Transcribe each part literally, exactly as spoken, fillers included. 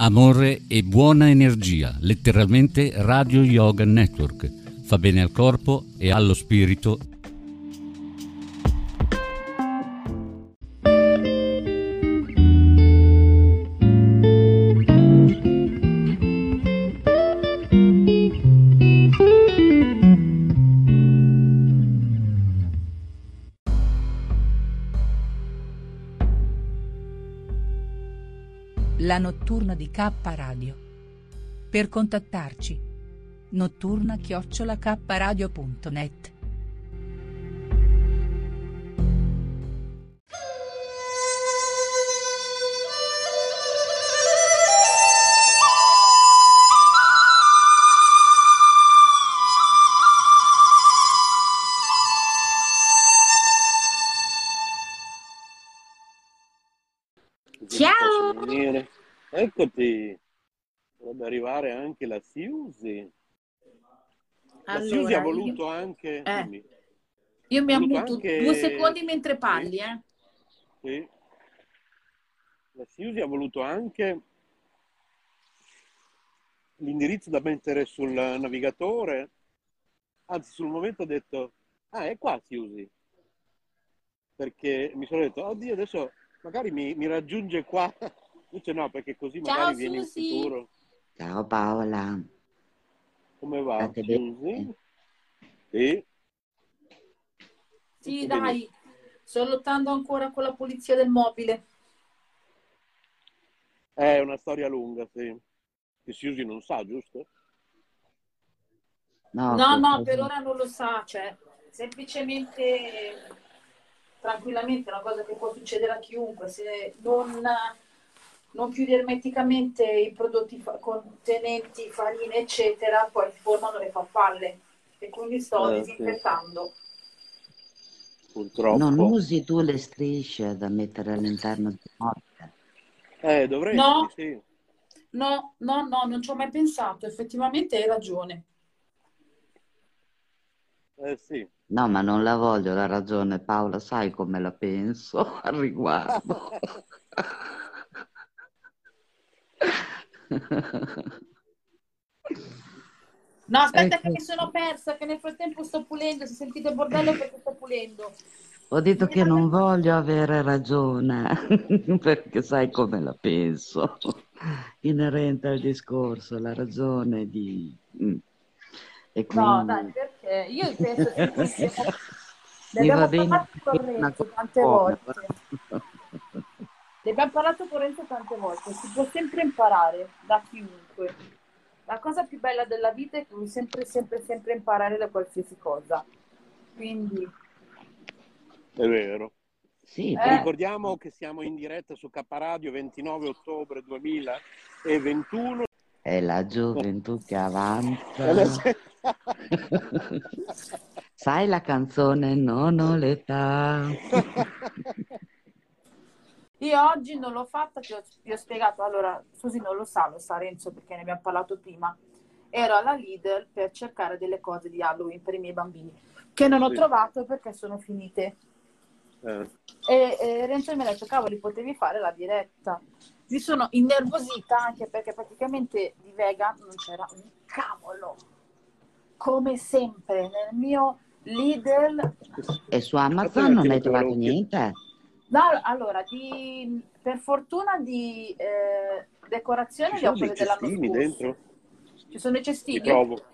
Amore e buona energia, letteralmente Radio Yoga Network. Fa bene al corpo e allo spirito. La notturna di K Radio. Per contattarci, notturna chiocciola k radio punto net. Ciao! Eccoti, dovrebbe arrivare anche la Siusi. La Allora, Siusi ha voluto io, anche... eh, dimmi, io mi ha voluto ammuto anche... due secondi mentre Sì, parli, eh. sì. La Siusi ha voluto anche l'indirizzo da mettere sul navigatore. Anzi, sul momento ho detto, ah, è qua Siusi. Perché mi sono detto, oddio, adesso magari mi, mi raggiunge qua. Invece no, perché così Ciao magari viene in Susi! futuro. Ciao Paola, Come va, state Siusi? bene? Sì, Sì, tutto benissimo. dai, sto lottando ancora con la polizia del mobile. È una storia lunga, sì. Che Siusi non sa, giusto? No, No, che no, per cosa? ora non lo sa, cioè, semplicemente, eh, tranquillamente, è una cosa che può succedere a chiunque. Se non, non chiudi ermeticamente i prodotti fa- contenenti farine, eccetera, poi formano le farfalle. E quindi sto Eh, sì, disinfettando. Non purtroppo. usi tu le strisce da mettere all'interno del mobile? Eh, dovresti, No, sì. no, no, no, non ci ho mai pensato, effettivamente hai ragione. Eh, sì. No, ma non la voglio la ragione, Paola, sai come la penso al riguardo. No, aspetta che Ecco, mi sono persa, che nel frattempo sto pulendo, se sentite bordello perché sto pulendo. ho detto che non Fondamentalmente- voglio avere ragione, perché sai come la penso, inerente al discorso, la ragione di... mm. E No, dai, quindi... perché io penso semplicemente... Ne Mi va abbiamo bene parlato con anche una Renzo cosa tante buona. volte. Ne abbiamo parlato con Renzo tante volte. Si può sempre imparare da chiunque. La cosa più bella della vita è che puoi sempre, sempre, sempre imparare da qualsiasi cosa. Quindi, È vero. Sì, eh, beh, Ricordiamo che siamo in diretta su K Radio ventinove ottobre duemilaventuno. è la gioventù che E le- avanza. Sai la canzone Non ho l'età? io oggi non l'ho fatta, ti ho, ti ho spiegato. Allora, Susi non lo sa, lo sa Renzo perché ne abbiamo parlato prima. Ero alla Lidl per cercare delle cose di Halloween per i miei bambini, che non ho Sì. trovato perché sono finite. Eh, E, e Renzo mi ha detto, cavoli, potevi fare la diretta. Mi sono innervosita anche perché praticamente di vegan non c'era un cavolo. Come sempre, nel mio Lidl. E su infatti Amazon anche non io hai te trovato volevo chiedere. niente? No, allora, di, per fortuna di eh, decorazione Ci li ho sono dei quelle dell'anno cestini scorso. dentro? Ci sono i Li cestini? trovo.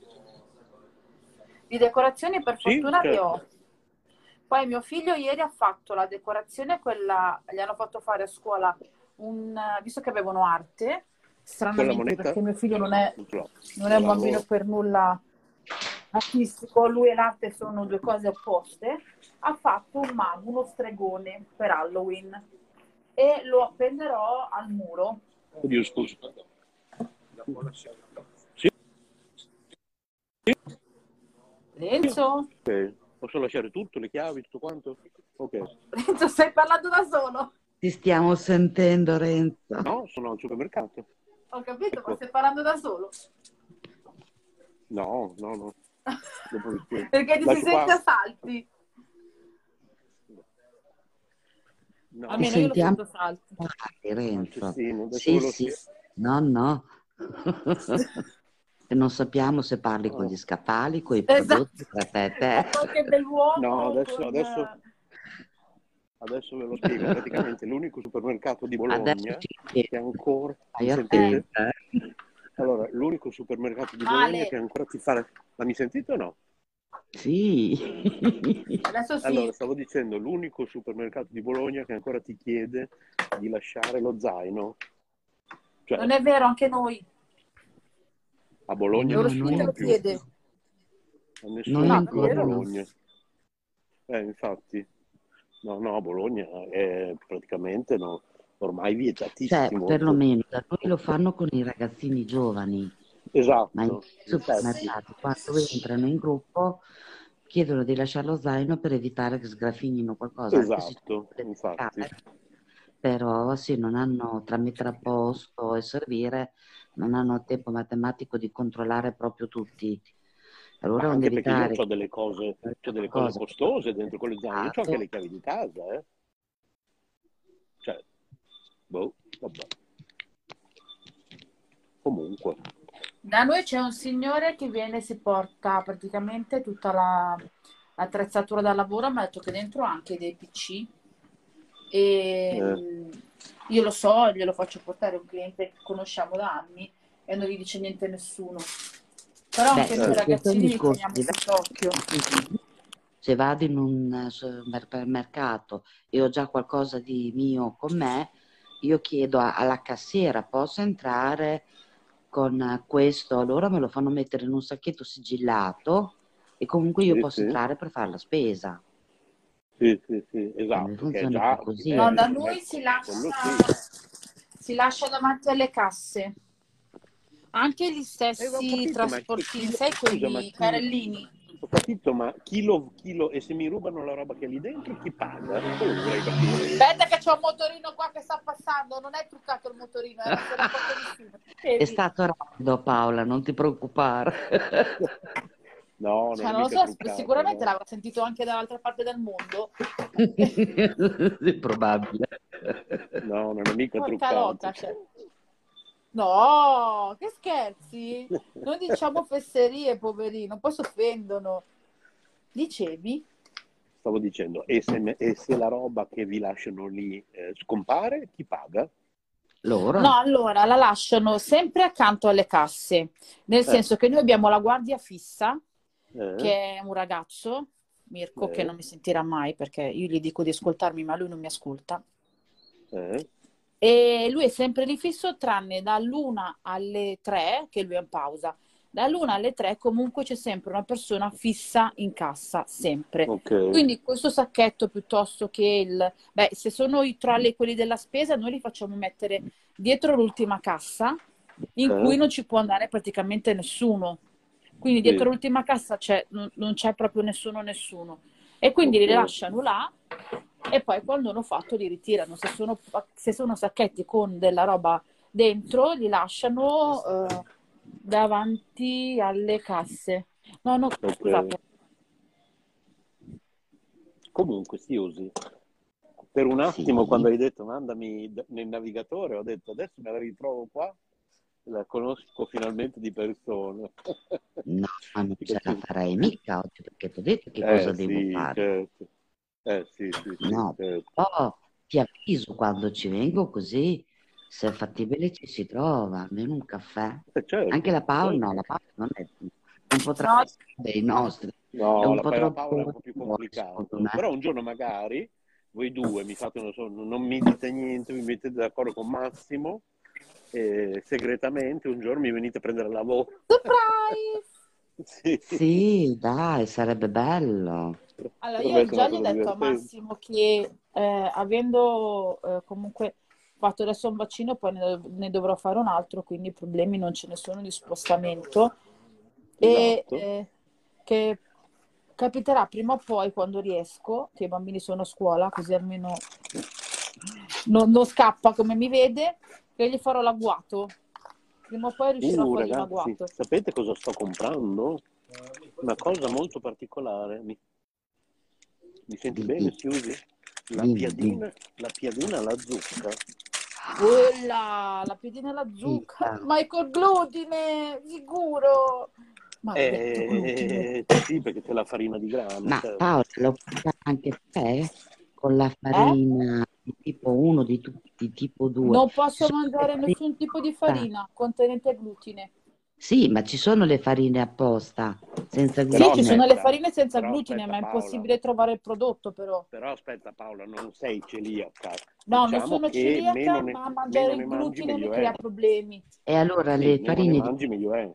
Di decorazioni per Sì, fortuna li certo. ho. Poi mio figlio ieri ha fatto la decorazione, quella gli hanno fatto fare a scuola, un, visto che avevano arte, Con la stranamente moneta? perché mio figlio non è, Non ce l'ho. non è Non un bambino l'avevo. per nulla artistico, lui e l'arte sono due cose opposte, ha fatto un mago, uno stregone per Halloween e lo appenderò al muro. Oddio, scusa. Sì, Renzo? ok. Posso lasciare tutto, le chiavi, tutto quanto? Ok. Renzo, stai parlando da solo? Ti stiamo sentendo, Renzo. No, sono al supermercato. Ho capito, ma Ecco. stai parlando da solo? No, no, no. Dopodiché. Perché ti si Lascio sente qua. a salti. No, Ti Almeno io lo sentiamo sento salti. parlare, al Renzo. cestino. Adesso Sì, ve lo sì, spiego. No, no. E non sappiamo se parli con gli scaffali, con i Esatto. prodotti, tra te e te. Con qualche bell'uomo. No, adesso, con... adesso, adesso ve lo spiego. Praticamente l'unico supermercato di Bologna Adesso ci chiedo, che ancora... stai Mi sentite? attenta. eh. Allora, l'unico supermercato di Male. Bologna che ancora ti fa... Ma mi sentite o no? Sì. Adesso sì. Allora, stavo dicendo, l'unico supermercato di Bologna che ancora ti chiede di lasciare lo zaino. Cioè, Non è vero, anche noi. a Bologna No, L'Eurospin te nessuno lo più. chiede. A Noi nessuno No, più a ancora no. Bologna. Eh, infatti. No, no, a Bologna è praticamente no, ormai Cioè, vietatissimo. perlomeno da noi lo fanno con i ragazzini giovani, ma in Esatto, infatti. supermercati, quando entrano in gruppo, chiedono di lasciare lo zaino per evitare che sgraffignino qualcosa, anche se Esatto, c'è le infatti. telecamere. Però sì, non hanno, tra mettere a posto e servire, non hanno il tempo matematico di controllare proprio tutti. Allora, Ma onde anche perché io evitare ho delle cose, c'ho delle cose qualcosa costose dentro quelle zaino, io ho anche che le chiavi di casa, eh. Cioè, boh, vabbè. Comunque. Da noi c'è un signore che viene e si porta praticamente tutta la attrezzatura da lavoro, ma ha detto che dentro ha anche dei P C. E Eh. mh, io lo so, glielo faccio portare a un cliente che conosciamo da anni e non gli dice niente a nessuno. Però Beh, anche sì, noi questo è un ragazzini li discorso teniamo diverso. sott'occhio. Se vado in un supermercato e ho già qualcosa di mio con me, io chiedo a- alla cassiera, posso entrare con questo? Allora me lo fanno mettere in un sacchetto sigillato e comunque io Sì, posso sì, entrare per fare la spesa. sì, sì, sì, A me esatto, che è funziona già, più così. No, eh, da noi ecco, si lascia, quello sì. si lascia davanti alle casse. Anche gli Eh, ho stessi capito, ma chi, trasportini, chi lo- sai, scusa, ma quelli chi, carellini. ho capito, ma chi lo, chi lo, e se mi rubano la roba che è lì dentro, chi paga? Quello vorrei capire. Aspetta che c'è un motorino qua che sta passando, non è truccato il motorino, eh, non se l'ha fatto nessuno. È Vedi? stato rapido, Paola, non ti preoccupare. No, non Cioè, è non lo mica so, truccato, sicuramente no. l'avrà sentito anche dall'altra parte del mondo. È probabile. No, non è mica Porca truccato. loca, cioè. No, che scherzi? Non diciamo fesserie, poverino, poi si offendono. Dicevi? Stavo dicendo, e se, e se la roba che vi lasciano lì eh, scompare, chi paga? Loro? No, allora la lasciano sempre accanto alle casse, nel Eh, senso che noi abbiamo la guardia fissa, eh, che è un ragazzo, Mirko, che eh, non mi sentirà mai perché io gli dico di ascoltarmi, ma lui non mi ascolta. eh, E lui è sempre lì fisso, tranne dall'una alle tre, che lui è in pausa. Dall'una alle tre comunque c'è sempre una persona fissa in cassa, sempre. ok, Quindi questo sacchetto piuttosto che il... Beh, se sono i trolley quelli della spesa, noi li facciamo mettere dietro l'ultima cassa, in cui eh, non ci può andare praticamente nessuno. Quindi sì, dietro l'ultima cassa c'è, non, non c'è proprio nessuno nessuno. E quindi li ok, lasciano là e poi quando hanno fatto li ritirano. Se sono, se sono sacchetti con della roba dentro, li lasciano eh, davanti alle casse. No, no, ok. scusate. Comunque, si usi. Per un attimo, Sì. quando hai detto mandami d- nel navigatore, ho detto adesso me la ritrovo qua, la conosco finalmente di persona. No, ma non Ti ce la capisco. farei mica oggi perché ti ho detto che cosa Eh devo sì, fare. certo. Eh sì, sì, sì, No, certo. però ti avviso quando ci vengo così, se è fattibile ci si trova, almeno un caffè. Eh, Anche certo, la Paola, no, certo. la Paola non, è, non potrà No, essere dei nostri, è No, un la, po' la troppo Paola è un po' più fuori, secondo complicato, me. però un giorno magari voi due mi fate, non so, non mi dite niente, vi mettete d'accordo con Massimo e segretamente un giorno mi venite a prendere a lavoro. surprise! Sì, Sì, dai, sarebbe bello. Allora, io dovrebbe essere già una gli ho cosa detto a divertente. Massimo che eh, avendo eh, comunque fatto adesso un vaccino, poi ne, ne dovrò fare un altro, quindi problemi non ce ne sono di spostamento e Esatto. eh, che capiterà prima o poi quando riesco, che i bambini sono a scuola, così almeno non, non scappa come mi vede, che gli farò l'agguato. Prima o poi riuscirò a Uh, fargli un ragazzi, agguato. sapete cosa sto comprando? Una cosa molto particolare. Mi, mi senti Di, bene, di, Susi? La dimmi, dimmi. piadina, la piadina alla zucca. Quella, la piadina alla zucca, Pizza. ma è col glutine, sicuro. Maledetto glutine. Eh, sì, perché c'è la farina di grano, Ma certo. Paola, lo puoi fare anche te con la Eh? farina di tipo uno, di, tu- di tipo due. Non Ci posso sono le mangiare farine nessun tipo di apposta. farina contenente glutine. Sì, ma ci sono le farine apposta, senza Sì, Però ci glutine. sono le aspetta, farine senza però glutine, aspetta ma è Paola, impossibile trovare il prodotto però. però aspetta Paola, non sei celiaca. No, non Diciamo sono che celiaca, meno ne, ma mangiare meno il ne mangi glutine mi meglio crea è. problemi. E allora Sì, le meno ne farine di mangi meglio è.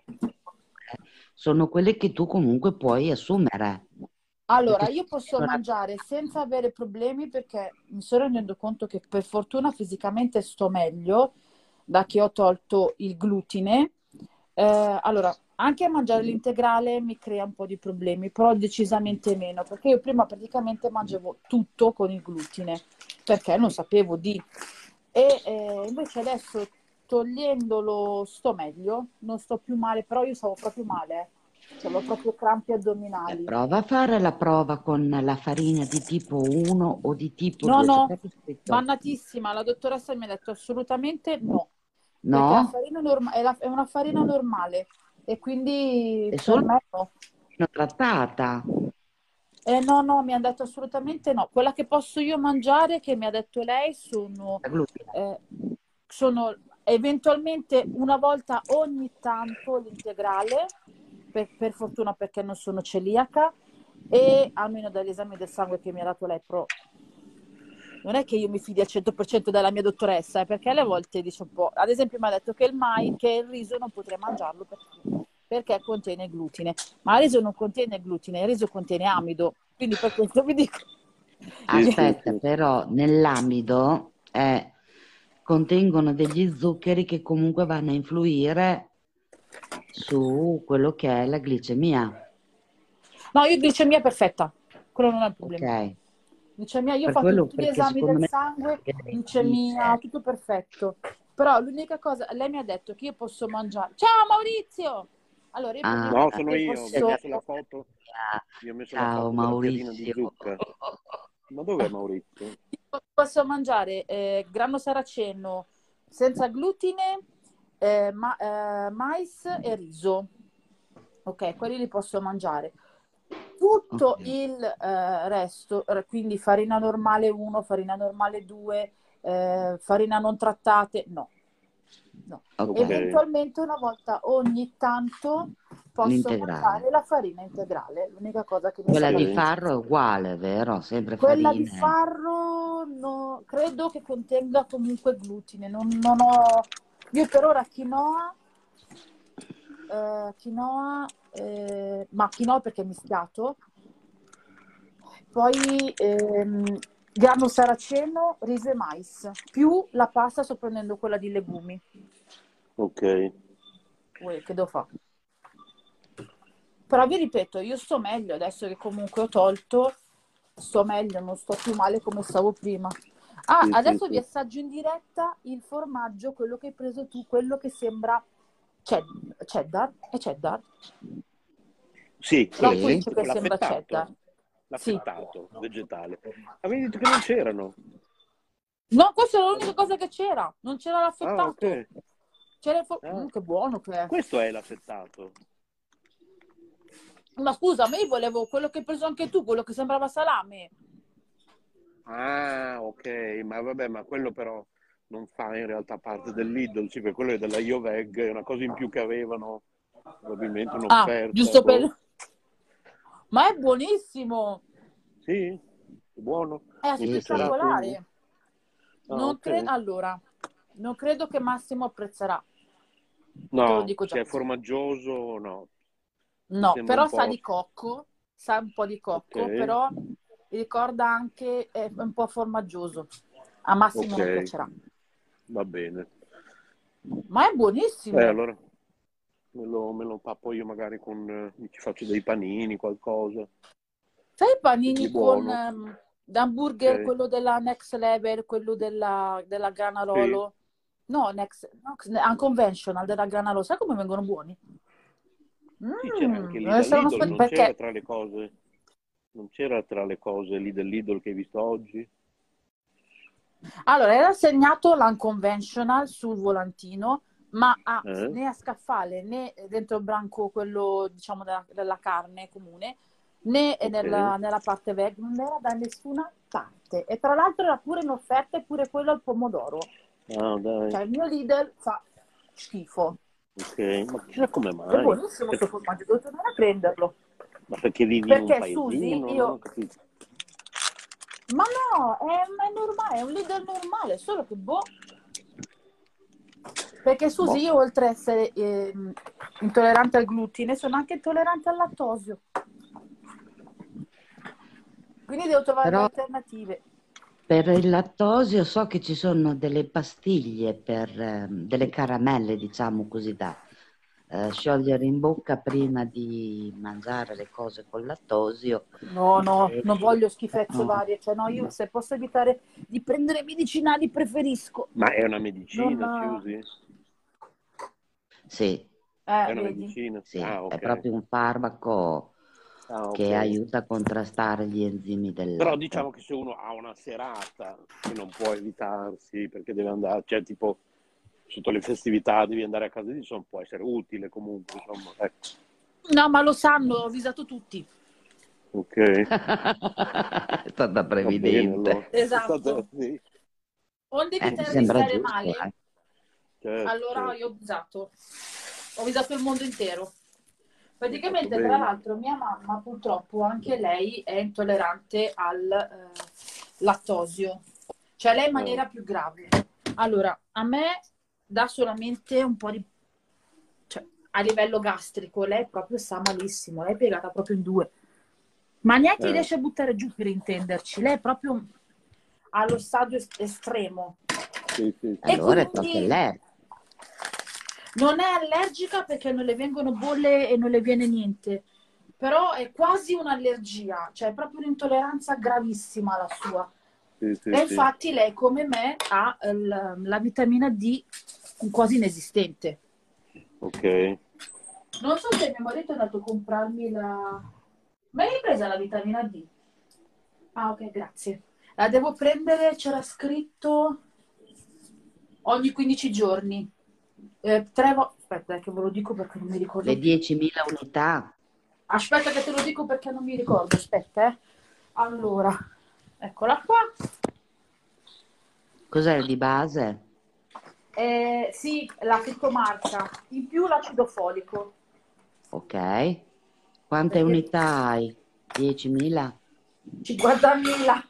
sono quelle che tu comunque puoi assumere, Allora, perché io posso sono- mangiare senza avere problemi perché mi sto rendendo conto che per fortuna fisicamente sto meglio da che ho tolto il glutine. Eh, allora, anche a mangiare l'integrale mi crea un po' di problemi, però decisamente meno, perché io prima praticamente mangiavo tutto con il glutine, perché non sapevo di. E eh, invece adesso togliendolo sto meglio, non sto più male, però io stavo proprio male, eh. Avevo proprio crampi eh, addominali. prova a fare la prova con la farina di tipo uno o di tipo No, due, c'è no, proprio scritto. bannatissima, la dottoressa mi ha detto assolutamente no, perché la No? farina norma- è, la- è una farina normale e quindi È per solo me no. trattata, Eh, no, no, mi ha detto assolutamente no. Quella che posso io mangiare, che mi ha detto lei, sono, la glutine. eh, sono eventualmente una volta ogni tanto l'integrale, per, per fortuna perché non sono celiaca, e almeno dagli esami del sangue che mi ha dato lei, però non è che io mi fidi al cento per cento della mia dottoressa, eh, perché alle volte dice un po', ad esempio mi ha detto che il mai, che il riso non potrei mangiarlo perché, perché contiene glutine, ma il riso non contiene glutine, il riso contiene amido, quindi per questo vi dico, Sì, io- sì, Aspetta, sì. però nell'amido eh, contengono degli zuccheri che comunque vanno a influire su quello che è la glicemia. no, io glicemia perfetta, quello non è il problema. Ok? Glicemia, io ho Per fatto quello, tutti gli perché esami secondo del me sangue, che lei glicemia, dice tutto perfetto. Però l'unica cosa, lei mi ha detto che io posso mangiare. Ciao Maurizio! Allora, io ah, No, praticamente sono io io, vi ho posso. messo la foto, vi ho messo la ciao foto della piadina di Maurizio. zucca. Ma dov'è Maurizio? Io posso mangiare eh, grano saraceno senza glutine, eh, ma- eh, mais e riso. Ok, quelli li posso mangiare. Tutto Ok, il eh, resto, eh, quindi farina normale uno, farina normale due, eh, farina non trattate, no. No. ok, Ok. Eventualmente una volta ogni tanto posso l'integrale. mangiare la farina integrale, l'unica cosa che mi sa Quella di Sì. farro è uguale, vero? Sempre quella di farine. farro no, credo che contenga comunque glutine. Non, non ho... Io per ora quinoa, eh, quinoa eh, ma quinoa perché è mischiato. Poi ehm, grano saraceno, riso e mais. Più la pasta sto prendendo quella di legumi. Ok. Uè, che devo fare? Però vi ripeto, io sto meglio adesso che comunque ho tolto, sto meglio, non sto più male come stavo prima. Ah, Sì, sì, adesso vi sì. assaggio in diretta il formaggio, quello che hai preso tu, quello che sembra ched- cheddar. È cheddar? Sì, quello Rocco sì, Sì, dice che tipo sembra l'affettato. cheddar. Sì. L'affettato vegetale. Avevi detto che non c'erano. No, questa è l'unica cosa che c'era, non c'era Ah, l'affettato. ok. C'era il for- Ah, Mm, che buono che è. questo è l'affettato. Ma scusa, ma io volevo quello che hai preso anche tu, quello che sembrava salame. Ah, ok, ma vabbè, ma quello però non fa in realtà parte del Lidl, sì, perché quello è della Ioveg, è una cosa in più che avevano, probabilmente Ah, un'offerta, giusto boh. per... Ma è buonissimo, Sì, è buono, è mi sì, sì. piacerà quindi? spettacolare. Ah, Non cre- ok. Allora, non credo che Massimo apprezzerà, te lo No, dico se già. è formaggioso, no, mi No, sembra un però sa po'... di cocco, sa un po' di Ok, cocco, però mi ricorda anche, è un po' formaggioso. A Massimo ok, non piacerà. va bene. Ma è Eh, buonissimo. allora me lo, me lo pappo io magari con... eh, ci faccio dei panini, qualcosa, Sai i così è panini con buono. ehm, l'hamburger, Ok, quello della Next Level, quello della, della sì. Granarolo? No, Next, no, Unconventional della Granarolo. Sai come vengono buoni? Sì, c'era anche Mm, lì deve da essere uno Lidl, spa- non c'era perché tra le cose, non c'era tra le cose lì del Lidl che hai visto oggi? Allora, era segnato l'unconventional sul volantino, ma ha Eh? né a scaffale né dentro il branco quello, diciamo, della, della carne comune, né Ok. nella, nella parte veg, non era da nessuna parte. E tra l'altro era pure in offerta e pure quello al pomodoro. Ah, dai. Cioè il mio Lidl fa schifo. Ok, ma chissà come È mai. buonissimo Per- questo formaggio, devo tornare a prenderlo. Ma perché vivi in un Perché Susi, paesino? Non ho io... capito. Ma no, è, è normale, è un Lidl normale, solo che boh... Perché Susi, Boh. io oltre ad essere ehm, intollerante al glutine, sono anche intollerante al lattosio. Quindi devo trovare delle Però alternative. per il lattosio so che ci sono delle pastiglie per ehm, delle caramelle, diciamo così, da eh, sciogliere in bocca prima di mangiare le cose col lattosio. No, no, E- non voglio schifezze no, varie. Cioè, no, io se posso evitare di prendere medicinali preferisco. Ma è una Non... medicina, Susi? sì, È Eh, una vedi? medicina? sì, Ah, è ok. proprio un farmaco Ah, che ok. aiuta a contrastare gli enzimi del Però latte. diciamo che se uno ha una serata che non può evitarsi perché deve andare, cioè tipo sotto le festività devi andare a casa di insomma, può essere utile comunque, insomma, ecco. No, ma lo sanno, ho avvisato tutti. Ok, È stata va bene allora. previdente. È stata, Esatto. sì, Onde Eh, mi evitare di sembra stare giusto, male, eh. certo, allora io ho certo. avvisato. Ho avvisato il mondo intero. Hai fatto Praticamente, tra bene. l'altro, mia mamma purtroppo anche lei è intollerante al eh, lattosio, cioè lei in Eh, maniera più grave. Allora, a me dà solamente un po' di... cioè, a livello gastrico, lei proprio sta malissimo, lei è piegata proprio in due. Ma neanche eh, riesce a buttare giù per intenderci, lei è proprio allo stadio est- estremo. sì, sì, sì. E Allora è proprio quindi allergico. non è allergica perché non le vengono bolle e non le viene niente, però è quasi un'allergia, cioè è proprio un'intolleranza gravissima la sua. Sì, sì, E sì. infatti lei, come me, ha il- la vitamina D quasi inesistente. Ok. Non so se mio marito è andato a comprarmi la... Me l'hai presa la vitamina D? Ah, ok, grazie. La devo prendere, c'era scritto ogni quindici giorni. Eh, tre vo- Aspetta, eh, che ve lo dico perché non mi ricordo Le più. diecimila unità, Aspetta che te lo dico perché non mi ricordo. Aspetta, eh. Allora, eccola qua. cos'è di base? Eh, sì, la fitomarca. In più l'acido folico. Ok. Quante Perché unità hai? diecimila? cinquantamila.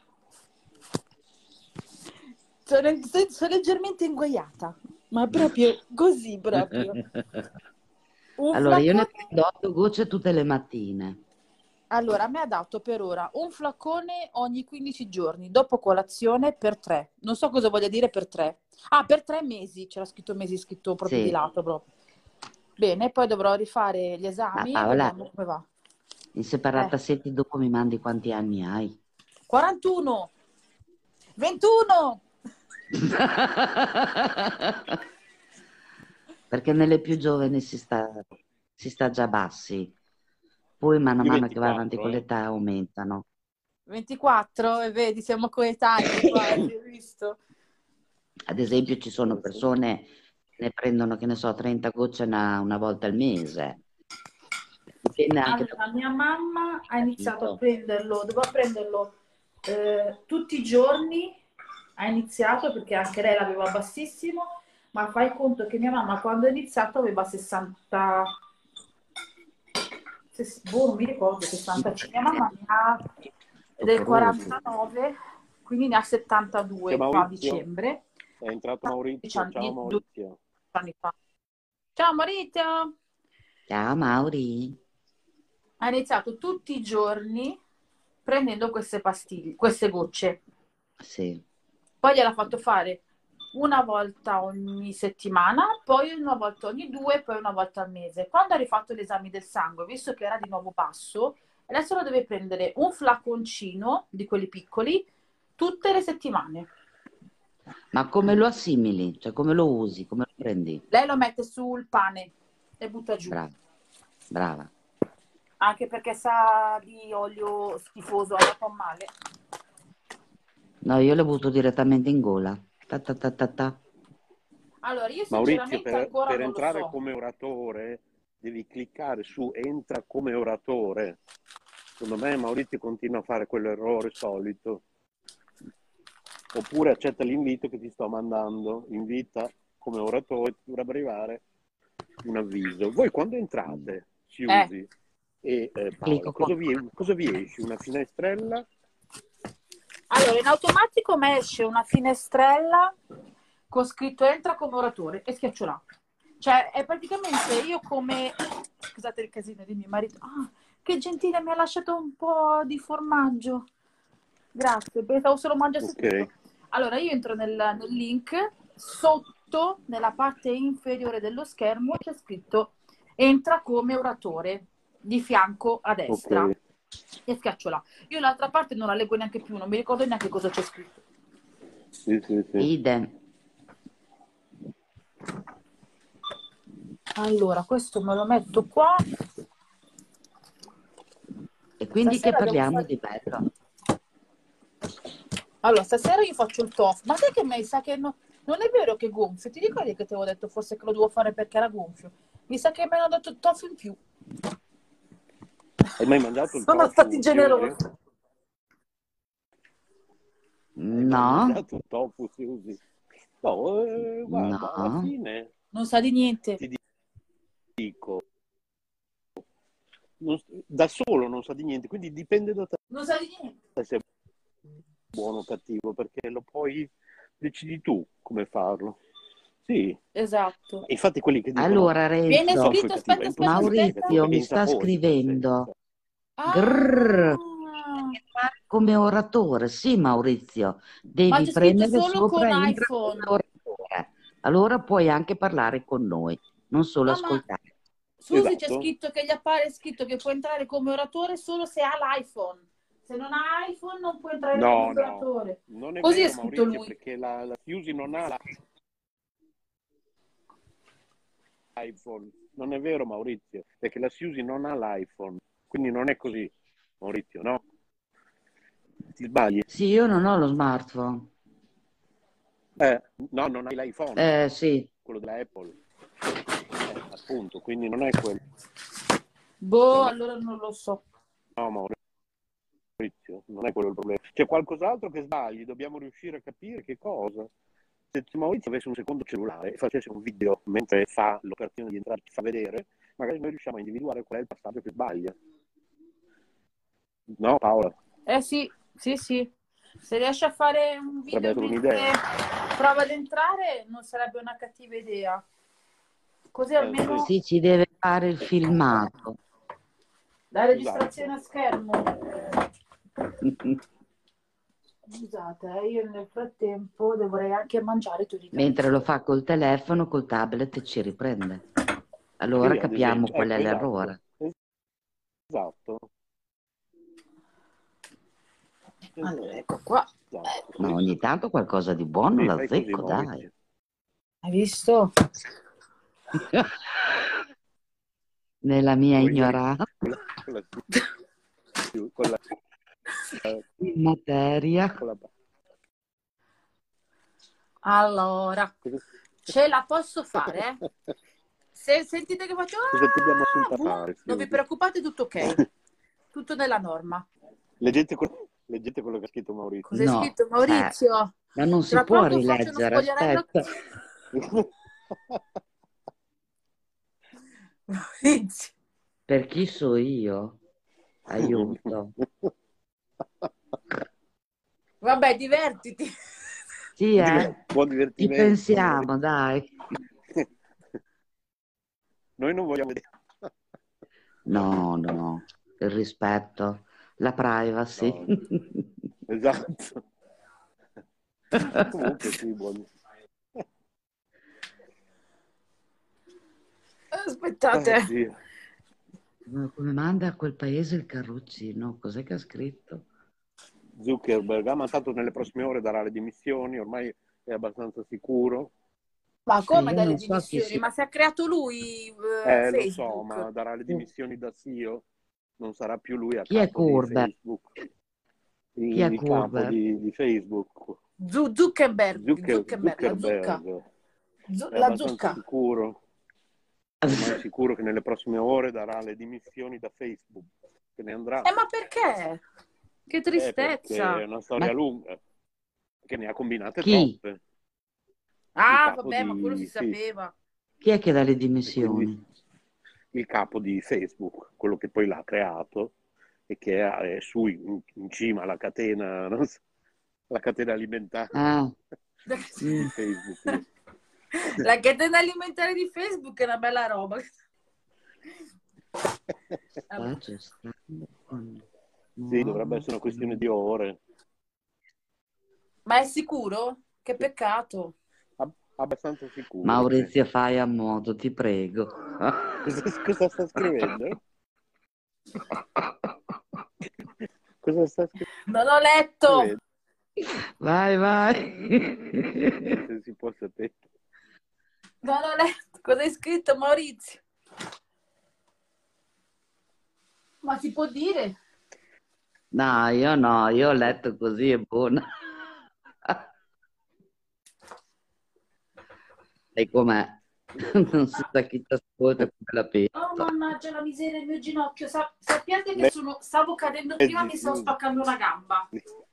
Sono, sono leggermente inguaiata. Ma proprio così, proprio. Un Allora, io ne flacone. prendo otto gocce tutte le mattine. Allora, a me ha dato per ora un flacone ogni quindici giorni, dopo colazione per tre. Non so cosa voglia dire per tre. Ah, per tre mesi, c'era scritto mesi, scritto proprio di Sì, lato proprio. Bene, poi dovrò rifare gli ma esami e Paola, vediamo come va. in Eh, separata seti dopo mi mandi quanti anni hai? quarantuno, ventuno. Perché nelle più giovani si sta, si sta già bassi, poi man Io mano che va avanti ventiquattro, con eh. l'età aumentano. ventiquattro, e vedi, siamo coetanei quasi, hai visto? Ad esempio ci sono Eh, sì. persone che ne prendono, che ne so, trenta gocce una, una volta al mese. Dipende anche da Allora, mia mamma ha iniziato a capito. prenderlo, doveva prenderlo eh, tutti i giorni, ha iniziato perché anche lei l'aveva bassissimo, ma fai conto che mia mamma quando ha iniziato aveva sessanta, ses- boh, non mi ricordo, sessantacinque, mia mamma ne ha del Soporosi. quarantanove, quindi ne ha C'è settantadue qua a Maurizio? diciembre, È entrato dodici Maurizio? Ciao anni, dodici Maurizio. anni fa. Ciao Maurizio! Ciao Mauri. Ha iniziato tutti i giorni prendendo queste pastiglie, queste gocce. Sì. Poi gliel'ha fatto fare una volta ogni settimana, poi una volta ogni due, poi una volta al mese. Quando ha rifatto gli esami del sangue, visto che era di nuovo basso, adesso lo deve prendere un flaconcino di quelli piccoli tutte le settimane. Ma come lo assimili? Cioè come lo usi? Come lo prendi? Lei lo mette sul pane e butta giù. Brava, brava. Anche perché sa di olio schifoso, alla fa male. No, io le butto direttamente in gola. Ta ta ta ta ta. Allora, io Maurizio, sinceramente per, ancora per non lo entrare so. come oratore devi cliccare su entra come oratore. Secondo me Maurizio continua a fare quell'errore solito. Oppure accetta l'invito che ti sto mandando, invita come oratore, ti dovrebbe arrivare un avviso. Voi quando entrate, Eh, Siusi e eh, Paola, Clicco qua. cosa vi, cosa vi esce? Una finestrella? allora, in automatico mi esce una finestrella con scritto entra come oratore e schiaccio là. Cioè, è praticamente io come... Scusate il casino di mio marito. Ah, che gentile, mi ha lasciato un po' di formaggio. Grazie, pensavo se lo mangiasse tutto. Ok, Allora, io entro nel, nel link, sotto, nella parte inferiore dello schermo, c'è scritto entra come oratore, di fianco a destra. ok. E schiaccio là. Io l'altra parte non la leggo neanche più, non mi ricordo neanche cosa c'è scritto. Sì, sì, sì. Idem. Allora, questo me lo metto qua. E quindi che Stasera devo parliamo fare... di bello? Allora, stasera io faccio il tofu. Ma sai che mi sa che no- non è vero che è gonfio? Ti ricordi che ti avevo detto forse che lo devo fare perché era gonfio? Mi sa che mi hanno dato il tofu in più. Hai mai mangiato il Sono tofu, stati Siusi? generosi. Hai mai No, mangiato il tofu, Siusi? No, eh, guarda, alla no. fine Non sa di niente. ti dico, non- da solo non sa di niente, quindi dipende da te Non sa di niente. se è buono o cattivo, perché lo puoi decidi tu come farlo. Sì, Esatto. infatti quelli che dicono Allora, Viene il Renzo, tofu è scritto, cattivo è aspetta, aspetta, impossibile, perché aspetta. Maurizio è mi sta insaporio di per sé. scrivendo. Grrr, Ah, come oratore. Sì, Maurizio, ma devi c'è scritto premere solo con sopra entra come iPhone. oratore. Allora puoi anche parlare con noi, non solo No, ma ascoltare. Susi c'è Esatto. scritto che gli appare scritto che può entrare come oratore solo se ha l'iPhone. Se non ha iPhone non può entrare No, come no, oratore. non è Così è vero scritto Maurizio, lui. perché la, la Fusi non ha l'iPhone. Non è vero Maurizio, perché la Fusi non ha l'iPhone, quindi non è così, Maurizio, no? Ti sbagli? Sì, io non ho lo smartphone. Eh, no, non hai l'iPhone, Eh, sì. quello della Apple. Eh, appunto, quindi non è quello. Boh, Non è, allora non lo so. no, Maurizio, non è quello il problema. C'è qualcos'altro che sbagli, dobbiamo riuscire a capire che cosa. Se Maurizio avesse un secondo cellulare e facesse un video mentre fa l'operazione di entrare, ti fa vedere, magari noi riusciamo a individuare qual è il passaggio che sbaglia. No, Paola? Eh sì, sì, sì. Se riesce a fare un Potrebbe video essere mentre un'idea. prova ad entrare non sarebbe una cattiva idea. Così Eh, almeno sì, Sì, ci deve fare il filmato. la registrazione esatto. a schermo. Scusate, eh, io nel frattempo dovrei anche mangiare tu di Mentre lo fa col telefono, col tablet ci riprende. Allora Sì, ad capiamo esempio. qual è Ecco, l'errore. esatto. Esatto. Allora, ecco qua. Esatto. Ma Sì, ogni tanto qualcosa di buono sì, la fai così, zecco, dai. Maurizio. Hai visto? Nella mia Oi, oi, ignoranza con la, con la, con la, in materia. con la, Allora, cosa, ce la posso fare, eh? Se sentite che faccio cosa ti abbiamo ah, assunto a boom, fare, non vi Siusi? preoccupate, tutto ok, tutto nella norma. Leggete, quello- leggete quello che ha scritto Maurizio. Cos'è No, scritto, eh, Maurizio? ma non si Tra può poco faccio uno rileggere, spogliarello. aspetta. Maurizio. Per chi so io? Aiuto. Vabbè, divertiti. Sì, eh? Buon Ci divertimento. pensiamo, dai. Noi non vogliamo vedere. No, no, il rispetto, la privacy. No, esatto. Comunque sì, buon. Aspettate. Ah, Dio. Ma come manda a quel paese il Carruccino? Cos'è che ha scritto? Zuckerberg ha mandato nelle prossime ore darà le dimissioni, ormai è abbastanza sicuro. Ma Eh, come io dalle non so chi dimissioni? sia. Ma si è creato lui eh, Eh, lo so, Facebook? ma darà le dimissioni da C E O, non sarà più lui a Chi è capo di Curber? Facebook. Chi è il, il capo Kurber? di, di Facebook, Zu- Zuckerberg, Zucker- Zuckerberg, la zucca, Zuckerberg, Zu- è la abbastanza zucca. sicuro, ormai sicuro che nelle prossime ore darà le dimissioni da Facebook, che ne andrà. Eh, ma perché? Che Eh, perché tristezza. è una storia Ma lunga, che ne ha combinate chi? troppe. Il Ah, capo vabbè, ma quello si di, sì, sapeva. Chi è che dà le e quindi dimissioni? il capo di Facebook, quello che poi l'ha creato e che è su in, in cima alla catena, non so, la catena alimentare Ah, di mm, Facebook. La catena alimentare di Facebook è una bella roba. Vabbè. sta gestendo con Sì, dovrebbe nuovo essere una questione con- di ore. Ma è sicuro? Che Sì, peccato. ab- abbastanza sicuro, sì. Maurizio, fai a modo, ti prego. Cosa, cosa sta scrivendo? Cosa sta Non ho letto. scrivendo? Vai, vai. Se si può sapere. Non ho letto. Cosa hai scritto, Maurizio? Ma si può dire? No, io no, io ho letto così, è buona. Sai com'è? Non si sa chi ti ascolta come la pensa. Oh, mannaggia la miseria del mio ginocchio. Sa- sappiate che Le- sono, stavo cadendo prima, mi stavo spaccando una gamba.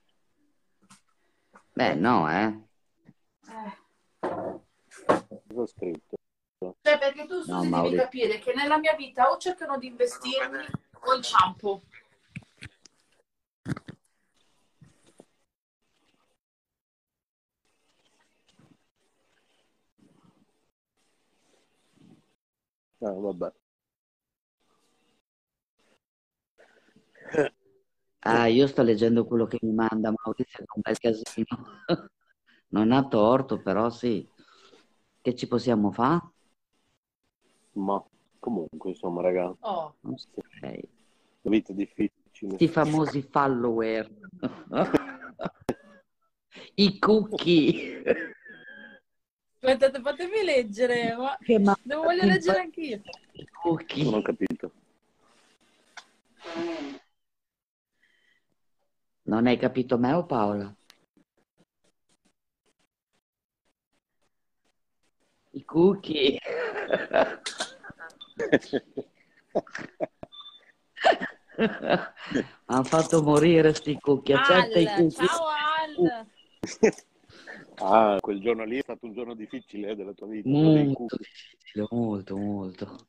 Beh, no, eh. Eh. Cosa ho scritto? Cioè, perché tu, No, Susi, devi Maurizio. capire che nella mia vita o cercano di investirmi o inciampo. Ah, vabbè. Ah, io sto leggendo quello che mi manda Maurizio, che è un bel casino. Non ha torto, però sì. Che ci possiamo fare? Ma comunque, insomma, raga, Oh, Non saprei. la vita è difficile. Sti famosi follower. I cookie. aspettate, fatemi leggere. Ma Che ma- devo voglio leggere anch'io. I Non ho cookie. capito. Non hai capito me o Paola? I cookie. Hanno fatto morire sti cookie. Accetta i Al, cookie. ciao Al. Ah, quel giorno lì è stato un giorno difficile eh, della tua vita, quello dei Molto cookie. difficile, molto, molto.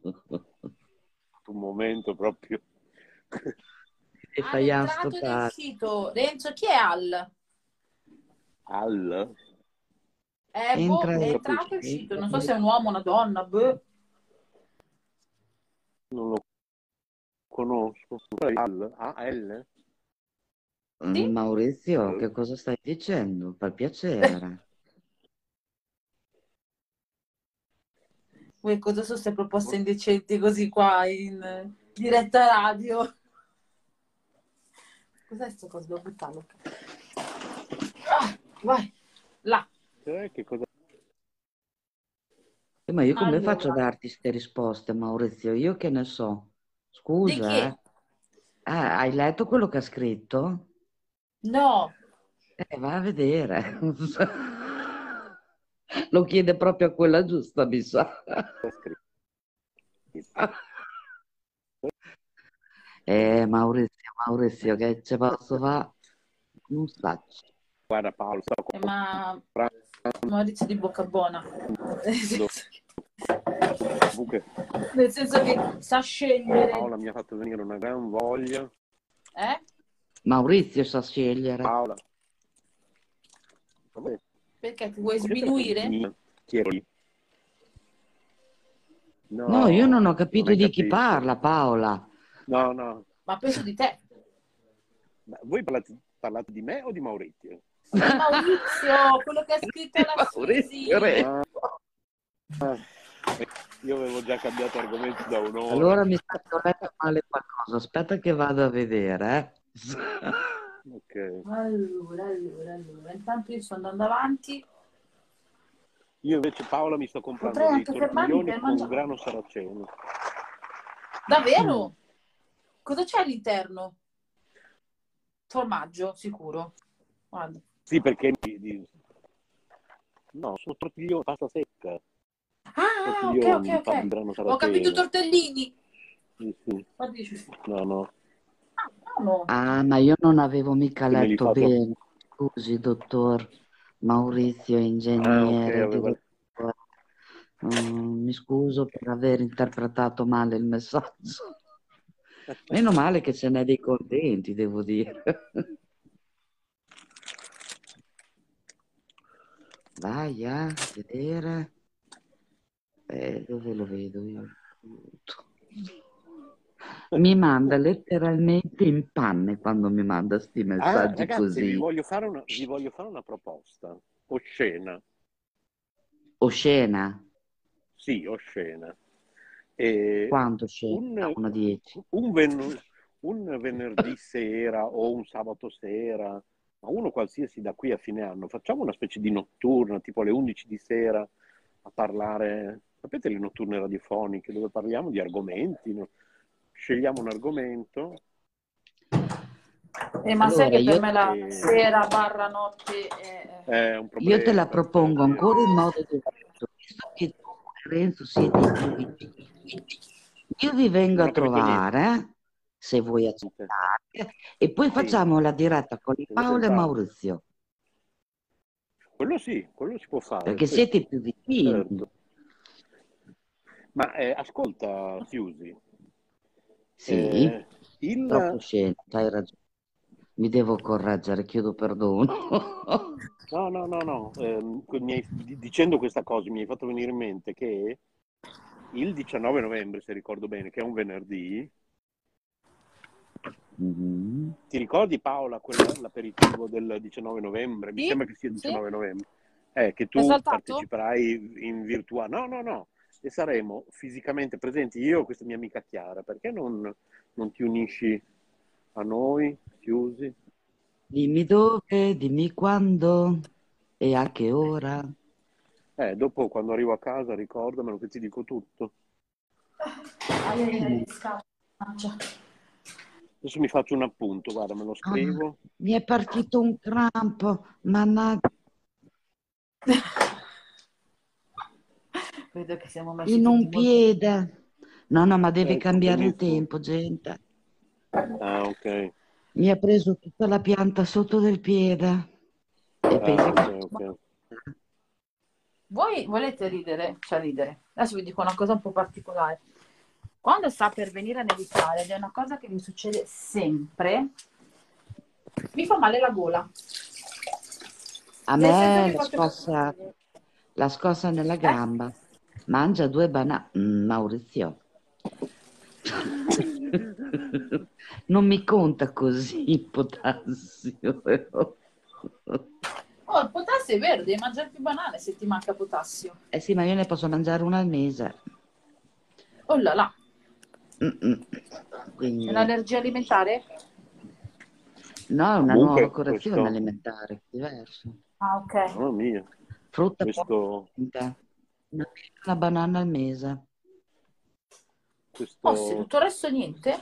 Un momento proprio. E Al fai è a entrato sto nel sito. Renzo, chi è Al? Al? Eh, boh, Entra, è Non entrato e capisco. è uscito. entra. Non so se è un uomo o una donna. Boh. Non lo conosco. Al? A-L? Sì? Maurizio, Eh, che cosa stai dicendo? Per piacere. Voi cosa sono queste proposte indecenti così qua in eh, diretta radio? Cos'è sto coso? Devo buttarlo. Ah, vai, là. cioè, che cosa? Eh, Ma io come faccio a Allora, darti queste risposte, Maurizio? Io che ne so? di Scusa, chi? eh. Ah, hai letto quello che ha scritto? No, Eh, vai a vedere. Lo chiede proprio a quella giusta, mi sa. È scritto? Eh, Maurizio, Maurizio, che ci posso fare? Non saccio. Guarda Paolo, sto eh, ma comprando Maurizio di bocca buona. Nel senso che, buche. nel senso che sa scegliere. Paola mi ha fatto venire una gran voglia. Eh? Maurizio sa scegliere. Paola. Vabbè, Perché ti vuoi siete sminuire? mia. Chi ero lì? No, No, io non ho non capito hai di chi capito. parla, Paola. No, no. Ma penso di te. Ma voi parlate, parlate di me o di Maurizio? Di Maurizio, quello che ha scritto la Susi. Maurizio, re. Ah, ah, io avevo già cambiato argomento da un'ora. Allora mi sta letto male qualcosa. Aspetta che vado a vedere. Eh. Ok. Allora, allora, allora. Intanto io sto andando avanti. Io invece Paola mi sto comprando Potrei dei anche fermarmi tortiglioni per con mangiare. grano saraceno. Davvero? Cosa c'è all'interno? Formaggio, sicuro. Guarda. Sì, perché di- di- no, sono tortiglioni, pasta secca, Ah, ok, ok, tortiglioni, pa- ok. di grano Ho capito saraceno. tortellini. Sì, sì. Cosa dici? No, no, Ah, no. Ah, ma io non avevo mica che me li letto faccio. bene. Scusi, dottor Maurizio, Ah, ok, ingegnere di aveva... Mm, mi scuso per aver interpretato male il messaggio. Meno male che ce n'è dei contenti, devo dire. Vai a vedere. Eh, dove lo vedo io? Mi manda letteralmente in panne quando mi manda sti Ah, messaggi ragazzi, vi così. voglio fare una, vi voglio fare una proposta. Oscena. Oscena? Sì, oscena. E Quanto scena? Da un, uno a dieci. un ven- un venerdì sera o un sabato sera, ma uno qualsiasi da qui a fine anno, facciamo una specie di notturna, tipo alle undici di sera, a parlare, sapete le notturne radiofoniche, dove parliamo di argomenti, no? Scegliamo un argomento Eh, ma sai Allora, che per io, me la e sera barra notte è... è un io te la problema per te. propongo ancora in modo diverso, visto che tu e Renzo siete i più vicini. Io vi vengo Non a ho capito niente. trovare, se voi accettate, e poi Sì, facciamo la diretta con il cosa Paolo e pensavo? Maurizio, Quello sì, quello si può fare, perché sì, siete i più vicini. certo. Ma eh, ascolta, Chiusi, Sì, eh, il... troppo scemo, hai ragione. Mi devo correggere, chiedo perdono. No, no, no, no, ehm, que- mi hai- di- dicendo questa cosa mi hai fatto venire in mente che il diciannove novembre, se ricordo bene, che è un venerdì, Mhm. ti ricordi Paola quella- l'aperitivo del diciannove novembre? Mi Sì? sembra che sia il Sì? diciannove novembre. Eh, che È tu saltato? parteciperai in virtuale. No, no, no, e saremo fisicamente presenti io e questa mia amica Chiara. Perché non, non ti unisci a noi, chiusi? Dimmi dove, dimmi quando e a che ora. Eh, dopo quando arrivo a casa ricordamelo che ti dico tutto. Ai, ai, ai, Mm. scappa. Mangia. Adesso mi faccio un appunto, guarda, me lo Ah, scrivo. mi è partito un crampo, mannaggia, Vedo che siamo messi in tutti un molto... piede. No, no, ma deve Ecco, cambiare il benissimo. tempo, gente. Ah, ok. Mi ha preso tutta la pianta sotto del piede e Ah, pensa ok, che... ok. Voi volete ridere? Cioè ridere. Adesso vi dico una cosa un po' particolare. Quando sta per venire a nevicare, ed è una cosa che mi succede sempre, mi fa male la gola. A Nel senso me che la faccio... scossa, la scossa nella Eh? gamba. Mangia due banane. Maurizio. Non mi conta così il potassio. Oh, il potassio è vero, devi mangiare più banane se ti manca potassio. Eh sì, ma io ne posso mangiare una al mese. Oh là là, Mm-mm. c'è Quindi, un'allergia alimentare? no, è una nuova Comunque, correzione questo, alimentare, diverso. Ah, ok. mamma mia, Frutta questo, poca, una, una banana al mese. Oh, se questo, tutto il resto niente?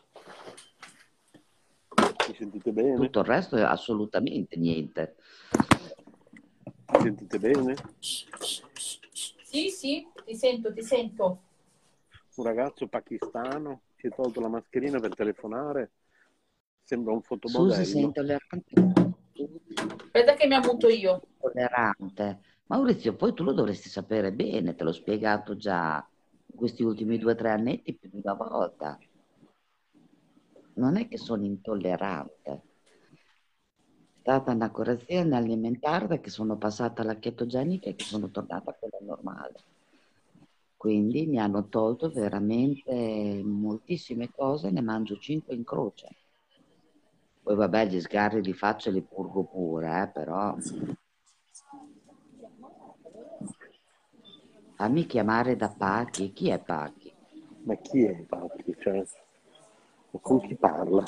mi sentite bene? Tutto il resto è assolutamente niente. Mi sentite bene? Sì, sì, ti sento, ti sento. Un ragazzo pakistano si è tolto la mascherina per telefonare, sembra un Susi, sei fotomodello. intollerante? Aspetta che mi ammuto io. Intollerante. Maurizio, poi tu lo dovresti sapere bene, te l'ho spiegato già in questi ultimi due o tre annetti più di una volta. Non è che sono intollerante. È stata una correzione alimentare da che sono passata alla chetogenica e che sono tornata a quella normale. Quindi mi hanno tolto veramente moltissime cose, ne mangio cinque in croce. Poi vabbè, gli sgarri li faccio e li purgo pure, eh, però fammi chiamare da Pacchi. Chi è Pacchi? Ma chi è Patti? Cioè, ma con chi parla?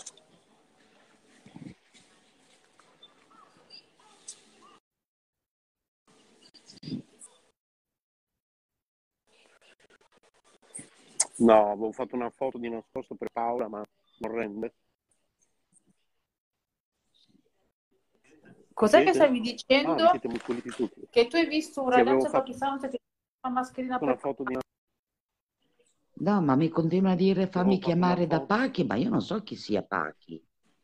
No, avevo fatto una foto di nascosto per Paola, ma non rende. Cos'è che Siete? stavi Ah, vi dicendo? siete muscoliti tutti. Che tu hai visto un Sì, avevo ragazzo fatto pakistano che ti fa una mascherina una per... foto di No, ma mi continua a dire fammi avevo fatto una chiamare da foto. Pachi, ma io non so chi sia Pachi.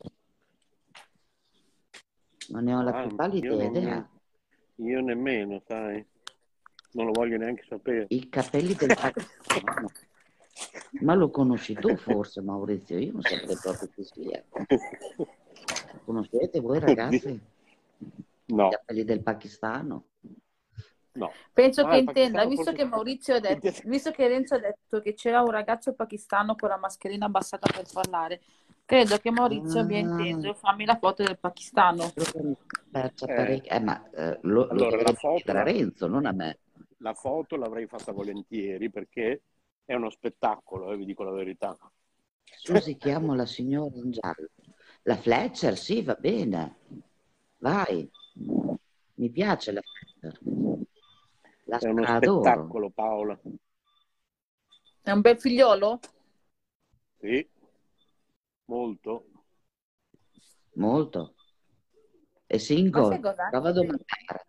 Non ne ho la Ah, più pallida io, idea. non, io nemmeno, sai. Non lo voglio neanche sapere. I capelli del Pakistano. Ma lo conosci tu forse, Maurizio? Io non saprei proprio chi sia. Lo conoscete voi ragazzi? I No, capelli del Pakistano? no. Penso Ah, che il intenda, pakistano visto forse... che Maurizio ha detto, visto che Renzo ha detto che c'era un ragazzo pakistano con la mascherina abbassata per parlare, credo che Maurizio abbia inteso fammi la foto del pakistano. Allora mi sono persa Eh, parecchio. Eh, ma eh, lo, lo allora, la dovrebbe foto, chiedere a la, Renzo, non a me. la foto l'avrei fatta volentieri perché è uno spettacolo, eh, vi dico la verità. Susi, chiamo la signora in giallo. La Fletcher, sì, va bene. Vai. Mi piace la Fletcher. La È uno adoro. spettacolo, Paola. È un bel figliolo? Sì, molto. Molto. È Ma single. sai cos'è? Prova a domandare.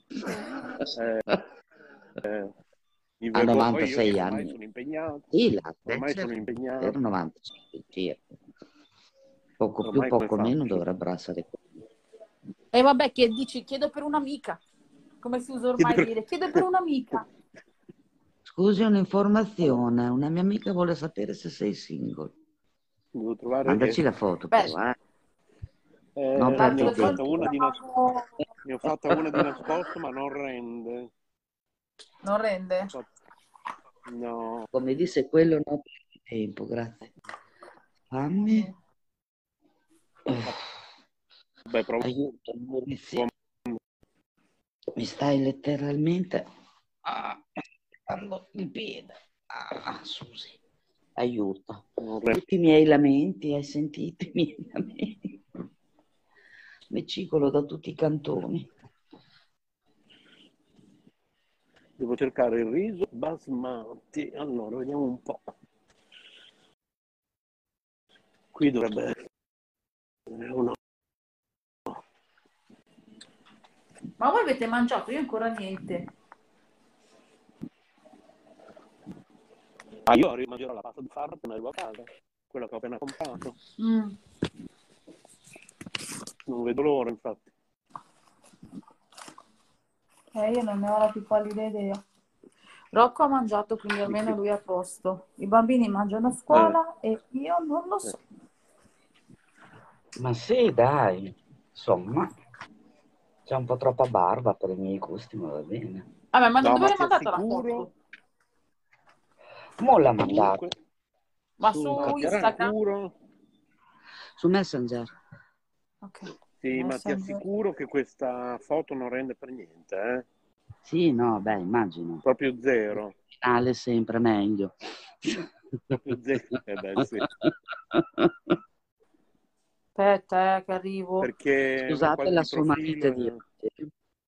Eh, mi Ha vergogno, poi io novantasei ormai anni. sono impegnato, Sì, la ormai sono Fletcher impegnato, era novantacinque circa. Poco più, ormai come poco meno faccio? dovrebbero essere quelli. E vabbè, che dici, chiedo per un'amica. Come si usa ormai Chiedo- dire, chiedo per un'amica. Scusi, un'informazione. Una mia amica vuole sapere se sei single. Devo trovare... Mandaci la foto, Beh, però, eh. eh, Non ne l'altro ho perdi fatta giorno una tempo. di nas- chiamavo... ne ho fatta una di nascosto, ma non rende. Non rende? Ho fatto- No, Come disse quello, non perdi tempo, grazie. Fammi. beh, provo Aiuto, Maurizio. Mi stai letteralmente ah, toccando il piede. Ah, Susi, aiuto. non rende. Tutti i miei lamenti, hai sentito i miei lamenti? Mi cicolo da tutti i cantoni. Devo cercare il riso basmati. Allora, vediamo un po'. Qui dovrebbe essere uno. Ma voi avete mangiato? Io ancora niente. Ah, io mangerò la pasta di farro appena arrivo a casa, quella che ho appena comprato. Mm. Non vedo l'ora, infatti. Eh, io non ne ho la più pallida idea. Rocco ha mangiato, quindi almeno lui è a posto. I bambini mangiano a scuola Eh. e io non lo so. Ma sì, dai, insomma, c'è un po' troppa barba per i miei gusti, ma va bene. Vabbè, ma No, dove ma l'hai ti mandato la assicuro, foto? Mo l'ha comunque, mandato Ma su, su ma ti Instagram? assicuro, su Messenger. Ok. sì, ma ti Messenger. assicuro che questa foto non rende per niente, eh? Sì, no, beh, immagino. Proprio zero, Finale sempre meglio. proprio zero. Eh beh, sì. Aspetta, eh, che arrivo. Perché a me Scusate la qualche sonorità di profilo... oggi.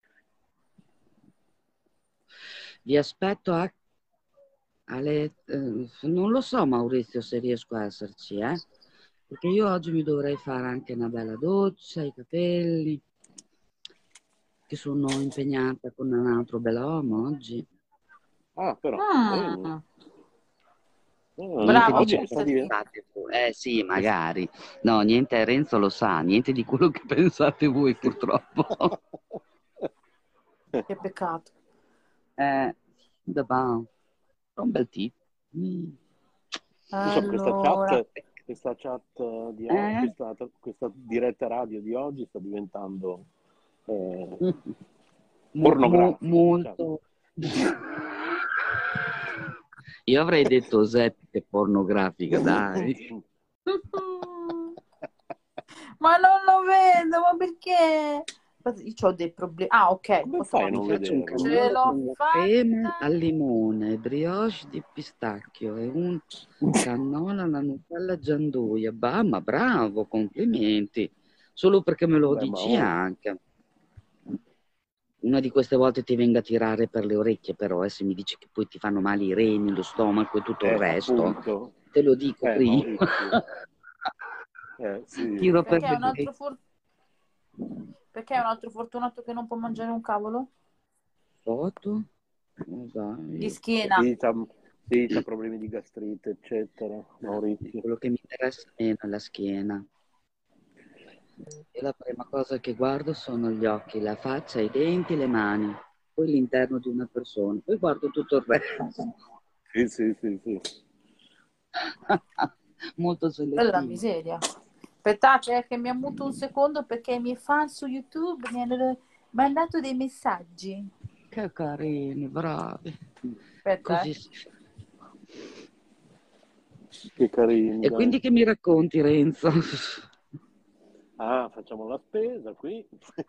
Vi aspetto a, alle... eh, non lo so, Maurizio, se riesco a esserci, eh? Perché io oggi mi dovrei fare anche una bella doccia, i capelli, che sono impegnata con un altro bell'uomo oggi. Ah, però, Mm. bene. Ah, Niente Bravo, di oggi ciò mi che sta buttati. di... pensate voi. Eh sì, magari. No, niente, Renzo lo sa, niente di quello che pensate voi purtroppo. Che peccato. eh, da bam. Un bel tipo. Mm. Non so, questa Allora, chat, questa chat di oggi, Eh? questa, questa diretta radio di oggi sta diventando eh, Mo- mo- pornografica, diciamo. molto. Io avrei detto Seppe pornografica, dai. ma non lo vedo, ma perché? Io ho dei problemi. Ah, ok. Come Posso fai a Mi non farlo. faccio un vederlo? Ce cannolo l'ho con la crema fatta. al limone, brioche di pistacchio e un cannolo alla Nutella gianduia. Bah, ma bravo, complimenti. Solo perché me lo Beh, ma dici oh, anche. Una di queste volte ti venga a tirare per le orecchie, però, eh, se mi dici che poi ti fanno male i reni, lo stomaco e tutto il eh, resto, appunto, te lo dico eh, prima. Maurizio, eh, sì. Tiro per Perché è le un altro orecchie. for... Perché è un altro fortunato che non può mangiare un cavolo? Foto? Non so, Di io- schiena. Sì, c'ha, sì, c'ha problemi di gastrite, eccetera, Maurizio. quello che mi interessa meno è la schiena. Io la prima cosa che guardo sono gli occhi, la faccia, i denti, le mani, poi l'interno di una persona, poi guardo tutto il resto. Sì, sì, sì, sì. Molto Quella è la selettivo. miseria. Aspettate, eh, che mi ammuto un secondo perché i miei fan su YouTube mi hanno mandato dei messaggi. Che carini, bravi. Aspetta, Così eh. si fa. Che carini, E dai. quindi che mi racconti, Renzo? Ah, facciamo la spesa qui.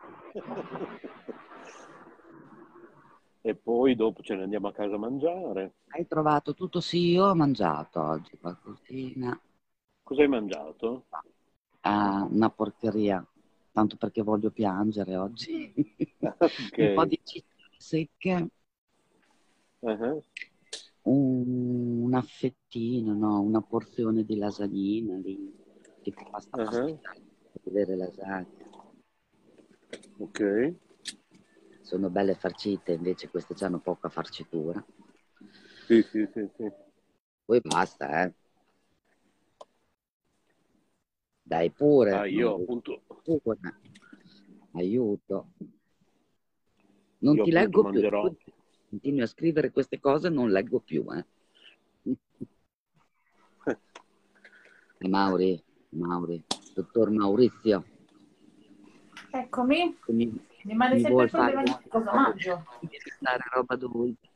E poi dopo ce ne andiamo a casa a mangiare. Hai trovato tutto? Sì, io ho mangiato oggi qualcosina. Cosa hai mangiato? Ah, una porcheria, tanto perché voglio piangere oggi. Ok. Un po' di ciccia secche, Uh-huh. un, un affettino, no? Una porzione di lasagnina, di, tipo pasta Uh-huh. pastricata, per vedere lasagne. Ok. Sono belle farcite, invece queste hanno poca farcitura. Sì, sì, sì, sì. Poi basta, eh. Dai pure, Ah, io no, appunto, pure. Aiuto. Non io ti appunto leggo più, mangerò. tu continui a scrivere queste cose, non leggo più, eh. E Mauri, Mauri, dottor Maurizio, Eccomi. mi, Mi manda mi sempre vuol il fare problema di cosa mangio. dare roba dolce.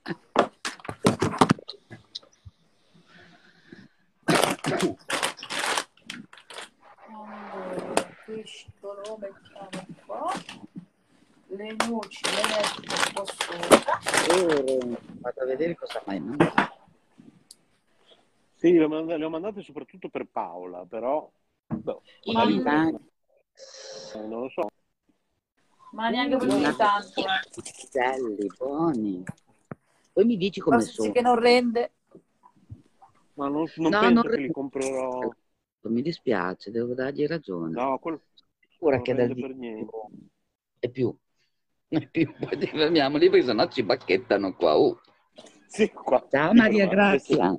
Allora, questo lo mettiamo qua. Le noci le metto un po' sopra. E vado a vedere cosa mai mangiato. Sì, le ho mand- le ho mandate soprattutto per Paola, però boh, magari I per me, Ma, eh, non lo so. ma neanche Uh, per più di guarda, tanto. belli, buoni. Poi mi dici come Basta sì sono. che non rende. ma non, non No, non penso che li rende. comprerò. Mi dispiace, devo dargli ragione. No, quel- Ora non che dal rende per vivo niente. è più, è più, poi ti fermiamoli perché sennò ci bacchettano qua. Oh. Sì, qua. Ciao Sì, però Maria ma adesso Grazia.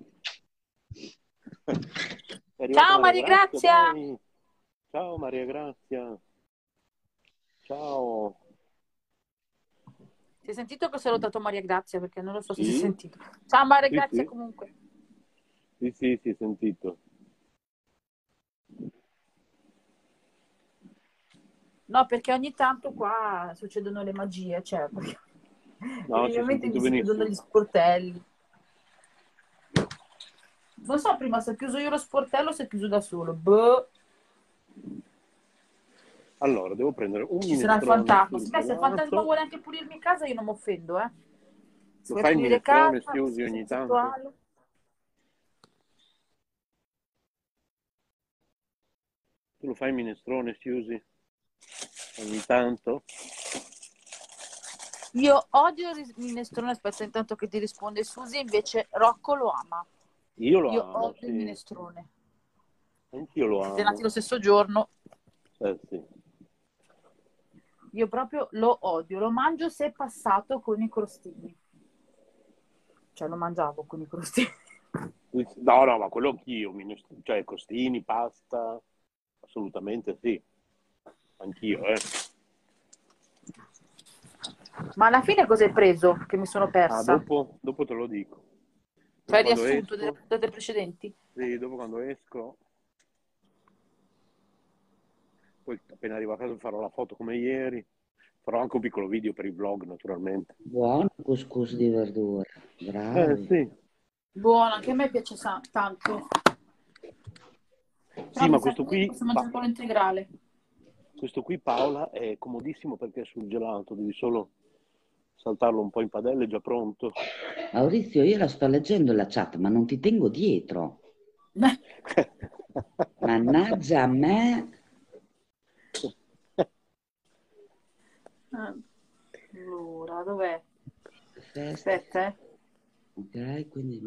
è arrivata Ciao Maria Maria Grazia, Grazia! dai. Ciao Maria Grazia. Ciao. Si è sentito che ho salutato Maria Grazia? Perché non lo so se si è Sì? sentito. Ciao Maria Sì, Grazia sì. comunque. Sì, sì, sì, sentito. No, perché ogni tanto qua succedono le magie, cioè, perché No, si è praticamente sentito mi si chiudono benissimo. gli sportelli. Non so prima se ho chiuso io lo sportello o se è chiuso da solo. Boh, Allora, devo prendere un ci sarà il minestrone fantasma. Beh, se il fantasma surgelato. vuole anche pulirmi casa, io non mi offendo, eh. Se Lo vuoi fai il pulire casa, minestrone, Siusi, se ogni sei tanto? sessuale. Tu lo fai il minestrone, Siusi? Ogni tanto? Io odio il ris- minestrone, aspetta intanto che ti risponde Susi, invece Rocco lo ama. Io lo Io amo, odio il sì. minestrone. Anch'io lo Siete nati amo. lo stesso giorno. Eh sì. Io proprio lo odio, lo mangio se è passato con i crostini. Cioè lo mangiavo con i crostini. No, no, ma quello anch'io, minest- cioè costini, pasta, assolutamente sì. Anch'io, eh. Ma alla fine cosa hai preso? Che mi sono Ah, persa. dopo, dopo te lo dico. Cioè Dopo il quando riassunto delle esco, puntate precedenti? sì, dopo quando esco, poi appena arrivo a casa farò la foto come ieri, farò anche un piccolo video per il vlog, naturalmente. Buono couscous di verdura, Eh bravi. sì, Buono, anche a me piace sa- tanto. Però sì, mi ma sa questo che io qui, posso pa- mangiare quello integrale. questo qui Paola è comodissimo perché è sul gelato, devi solo saltarlo un po' in padella, è già pronto. Maurizio, io la sto leggendo la chat, ma non ti tengo dietro. Mannaggia a me. Allora, dov'è? Festa. Aspetta, eh. Ok, quindi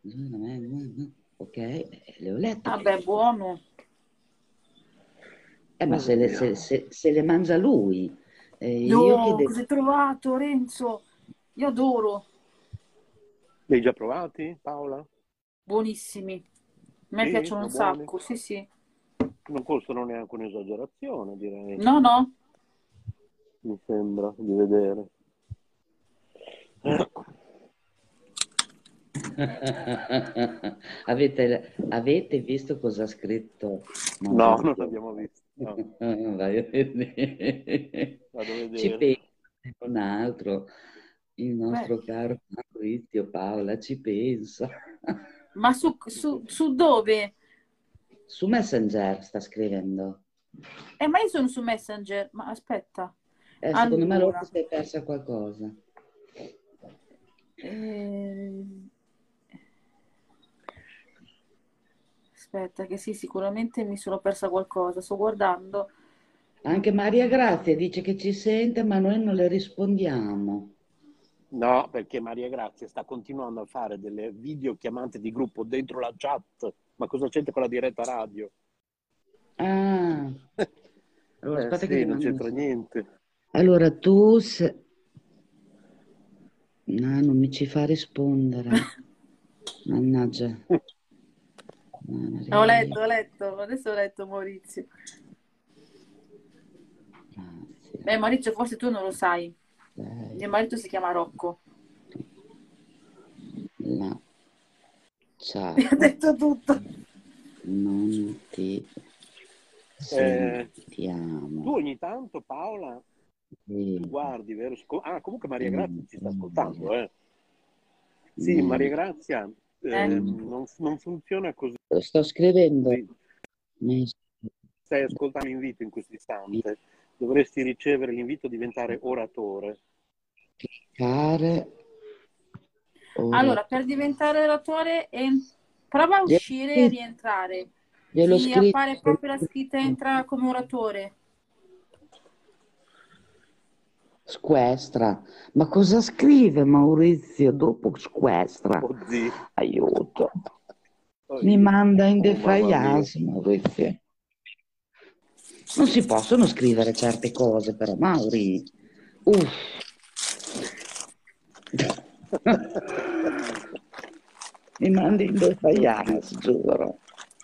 ok, eh, le ho letto. Vabbè, buono. Eh, ma Oh se le, Dio. se- se- se le mangia lui. Eh, io No, chiedevo, cosa hai trovato, Renzo? Io adoro, Li hai già provati, Paola? buonissimi. A me Sì, piacciono un sono buoni. sacco, sì, sì. Non costano neanche un'esagerazione, direi. No, no. Mi sembra di vedere. avete, avete visto cosa ha scritto No, non Maurizio? l'abbiamo visto. No, Vai a vedere. vado a Ci vedere. pensa un altro, il Beh, nostro caro Maurizio, Paola, ci pensa. ma su, su, su dove? Su Messenger sta scrivendo. Eh, ma io sono su Messenger. Ma aspetta. Eh, secondo me allora Allora, ti sei persa qualcosa. eh, aspetta, che sì, sicuramente mi sono persa qualcosa. Sto guardando. Anche Maria Grazia dice che ci sente, ma noi non le rispondiamo. No, perché Maria Grazia sta continuando a fare delle videochiamate di gruppo dentro la chat. Ma cosa c'entra con la diretta radio? Ah, allora Eh aspetta che sì, ti non mando un c'entra messaggio. niente. Allora tu se... No, non mi ci fa rispondere. Mannaggia. Ho letto, Maria, ho letto. Adesso ho letto Maurizio. Grazia. Beh, Maurizio, forse tu non lo sai. Lei, Mio marito si chiama Rocco. la Mi chat ha detto tutto. non ti Eh, tu sentiamo. ogni tanto, Paola, Sì, tu guardi, vero? Sco- Ah, comunque Maria Grazia ci sta Maria, ascoltando, eh. Sì, Maria niente. Grazia Eh? ehm, non, non funziona così. Lo sto scrivendo. Messo Stai ascoltando l'invito in questo istante. Dovresti ricevere l'invito a diventare oratore. cliccare ora. Allora, per diventare oratore, en- prova a Gliel'ho uscire e scritto. rientrare. Gliel'ho Ti appare scritto. proprio la scritta entra come oratore. Squestra. Ma cosa scrive Maurizio dopo squestra? Oddio, Aiuto. Mi oh, manda in oh, mamma mia. defiance, Maurizio. Non si possono scrivere certe cose, però, Mauri. Uff. Mi mandi in Oddio. defiance, giuro.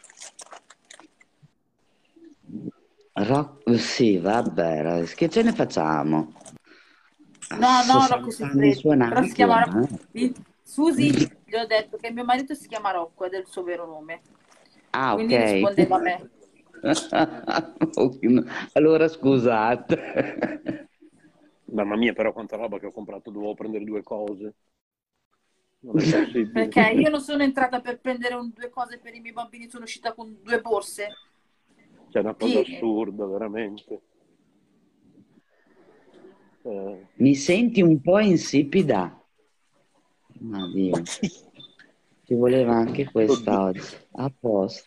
Rock... Sì, vabbè, ragazzi, che ce ne facciamo? A No, no, Rocco sessanta anni Siffredi, però si suonati chiama ormai. Rocco. Il- Susi, gli ho detto che mio marito si chiama Rocco, ed è il suo vero nome. Ah, ok. Quindi rispondeva a me. Allora scusate. Mamma mia, però quanta roba che ho comprato, dovevo prendere due cose. Non è possibile. Perché io non sono entrata per prendere un- due cose per i miei bambini, sono uscita con due borse C'è una cosa piene. assurda, veramente. Eh, Mi senti un po' insipida? Ma Dio, ci voleva anche questa Oddio. oggi. A posto.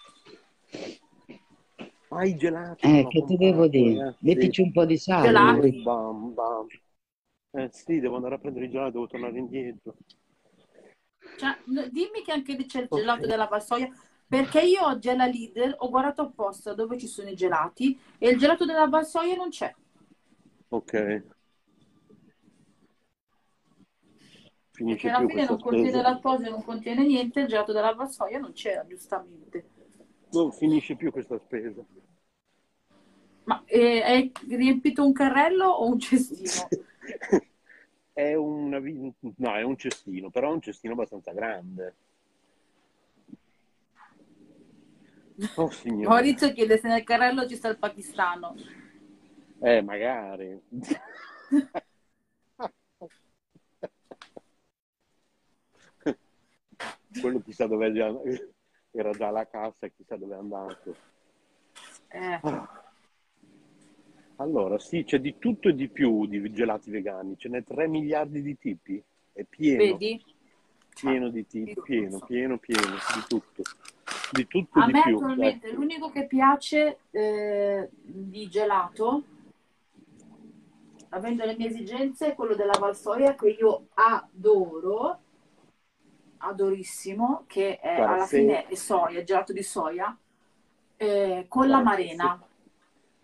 Ah, i gelati non Eh, ho che ti devo comprato, dire? ragazzi. Mettici un po' di sale, Uh, Maurizio. Gelati. bam, bam. Eh sì, devo andare a prendere i gelati, devo tornare indietro. Cioè, n- dimmi che anche lì c'è il Ok. gelato della Valsoia, perché io oggi alla Lidl ho guardato apposta dove ci sono i gelati e il gelato della Valsoia non c'è. Ok. Perché Finisce alla più fine questa non contiene spesa. lattosio, non contiene niente, il gelato della Valsoia non c'era, giustamente. Non finisce più questa spesa. Ma eh, hai riempito un carrello o un cestino? È una vi- no, è un cestino, però è un cestino abbastanza grande. Oh signore. Maurizio chiede se nel carrello ci sta il pakistano. Eh, magari. Quello chissà dove è già... era già alla cassa, chissà dove è andato. Eh, Ah. Allora, sì, c'è di tutto e di più di gelati vegani, ce n'è tre miliardi di tipi, è pieno, vedi? Cioè, pieno di tipi, io non pieno, so. pieno, pieno, di tutto, di tutto e A di me più. attualmente Ecco. l'unico che piace eh, di gelato, avendo le mie esigenze, è quello della Valsoia che io adoro, adorissimo, che è, Guarda, alla se, fine è soia, gelato di soia, eh, con guarda, se, l'amarena.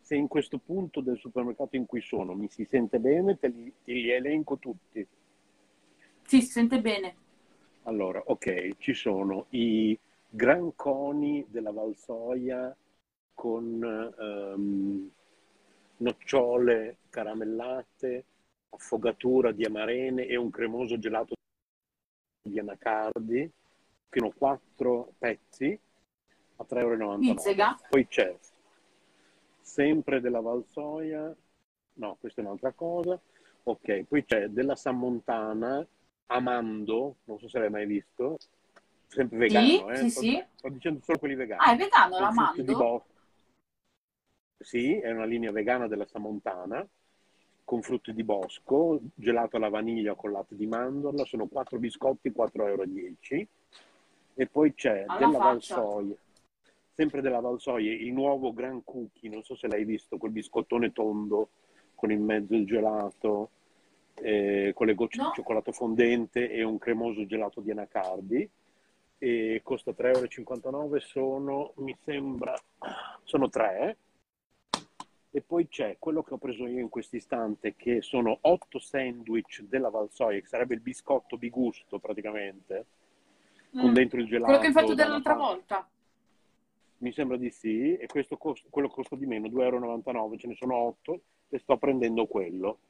se in questo punto del supermercato in cui sono mi si sente bene, te li, te li elenco tutti. Sì, si sente bene. Allora, ok, ci sono i Gran Coni della Valsoia con ehm, nocciole caramellate, affogatura di amarene e un cremoso gelato di anacardi, che sono quattro pezzi a tre e novantanove euro. Pizzega. Poi c'è sempre della Valsoia, no, questa è un'altra cosa. Ok, poi c'è della Sammontana, Amando, non so se l'hai mai visto, sempre Sì, vegano, eh? sì, Sto, sì. sto dicendo solo quelli Ah, vegani, è vegano, con la frutti di mando? bosco. Sì, è una linea vegana della Sammontana, con frutti di bosco, gelato alla vaniglia con latte di mandorla, sono quattro biscotti, quattro e dieci euro. E poi c'è Alla della faccia. Valsoia, sempre della Valsoia, il nuovo Gran Cookie, non so se l'hai visto, quel biscottone tondo con in mezzo il gelato, eh, con le gocce di No? cioccolato fondente e un cremoso gelato di anacardi, e costa tre e cinquantanove euro, sono, mi sembra, sono tre. E poi c'è quello che ho preso io in questo istante, che sono otto sandwich della Valsoia, che sarebbe il biscotto bigusto praticamente, con Mm. dentro il Quello che hai fatto gelato da una dell'altra parte. volta. Mi sembra di sì, e questo costa, quello costa di meno, due e novantanove euro, ce ne sono otto e sto prendendo quello.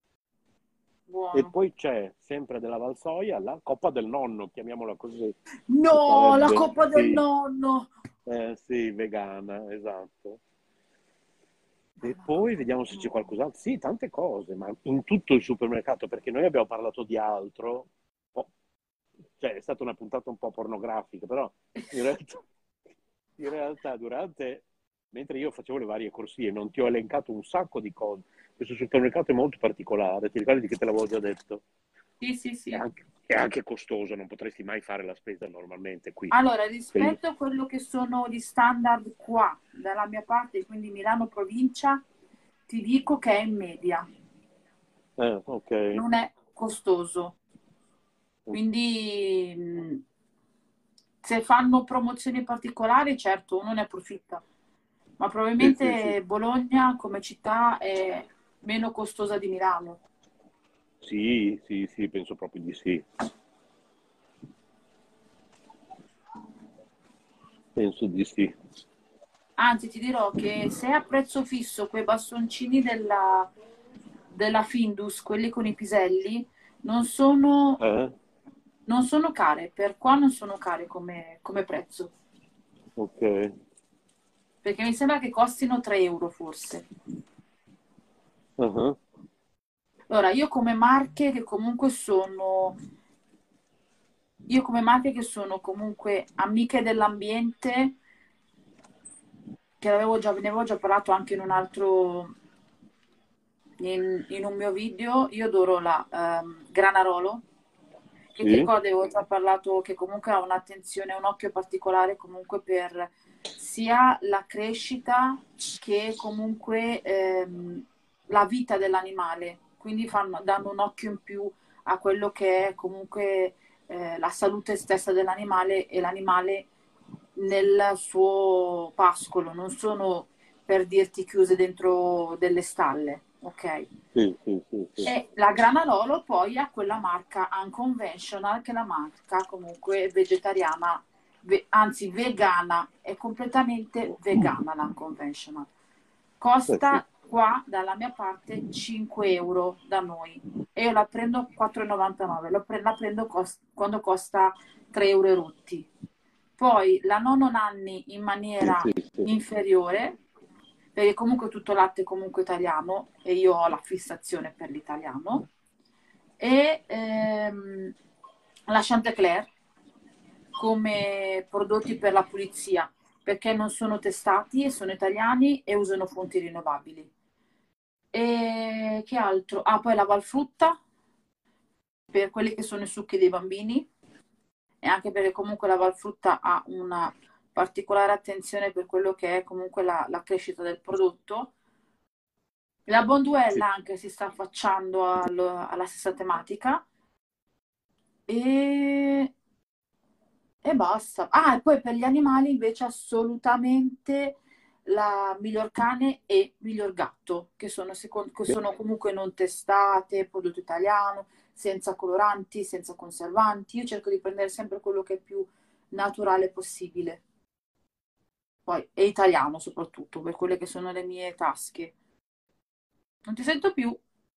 E Buono. poi c'è sempre della Valsoia la Coppa del Nonno, chiamiamola così, che No, la sarebbe, coppa del sì, nonno. eh, sì, vegana, esatto. Ma E la poi coppa vediamo del se c'è nonno. qualcos'altro. Sì, tante cose, ma in tutto il supermercato, perché noi abbiamo parlato di altro, po- cioè è stata una puntata un po' pornografica, però in realtà, in realtà durante, mentre io facevo le varie corsie, non ti ho elencato un sacco di cose. Questo supermercato è molto particolare, ti ricordi che te l'avevo già detto? Sì, sì, È sì. anche, è anche costoso, non potresti mai fare la spesa normalmente qui. Allora, Cioè, lì- rispetto a quello che sono gli standard qua, dalla mia parte, quindi Milano provincia, ti dico che è in media, eh, ok. non è costoso. Quindi mh, se fanno promozioni particolari, certo, uno ne approfitta, ma Sì, sì, sì. probabilmente Bologna come città è meno costosa di Milano. Sì, sì, sì, penso proprio di sì. Penso di sì. Anzi, ti dirò che se a prezzo fisso quei bastoncini della, della Findus, quelli con i piselli, non sono, Eh? non sono care, per qua non sono care come, come prezzo, Ok. perché mi sembra che costino tre euro forse. Ah, Allora, io come marche che comunque sono, io come marche che sono comunque amiche dell'ambiente, che avevo già, ne avevo già parlato anche in un altro, in, in un mio video, io adoro la ehm, Granarolo, che ti sì, ricordi, avevo già parlato che comunque ha un'attenzione, un occhio particolare comunque per sia la crescita che comunque ehm, la vita dell'animale, quindi fanno, danno un occhio in più a quello che è comunque eh, la salute stessa dell'animale e l'animale nel suo pascolo, non sono per dirti chiuse dentro delle stalle, ok? sì, sì, sì, sì. E la Granarolo poi ha quella marca Unconventional, che è la marca comunque vegetariana, ve- anzi vegana, è completamente vegana l'Unconventional. Eh sì, Costa qua dalla mia parte cinque euro da noi e io la prendo a quattro e novantanove, la pre- la prendo cos- quando costa tre euro e rotti. Poi la Nonno Nanni in sì, maniera sì, sì. inferiore, perché comunque tutto latte è comunque italiano e io ho la fissazione per l'italiano, e ehm, la Chanticleer come prodotti per la pulizia, perché non sono testati e sono italiani e usano fonti rinnovabili. E che altro? Ah, poi la Valfrutta per quelli che sono i succhi dei bambini e anche perché comunque la Valfrutta ha una particolare attenzione per quello che è comunque la, la crescita del prodotto. La Sì. Bonduella anche si sta affacciando al- alla stessa tematica e, e basta. Ah, e poi per gli animali invece assolutamente la miglior cane e miglior gatto, che sono, secondo, che sono comunque non testate, prodotto italiano, senza coloranti, senza conservanti. Io cerco di prendere sempre quello che è più naturale possibile. Poi è italiano soprattutto, per quelle che sono le mie tasche. Non ti sento più.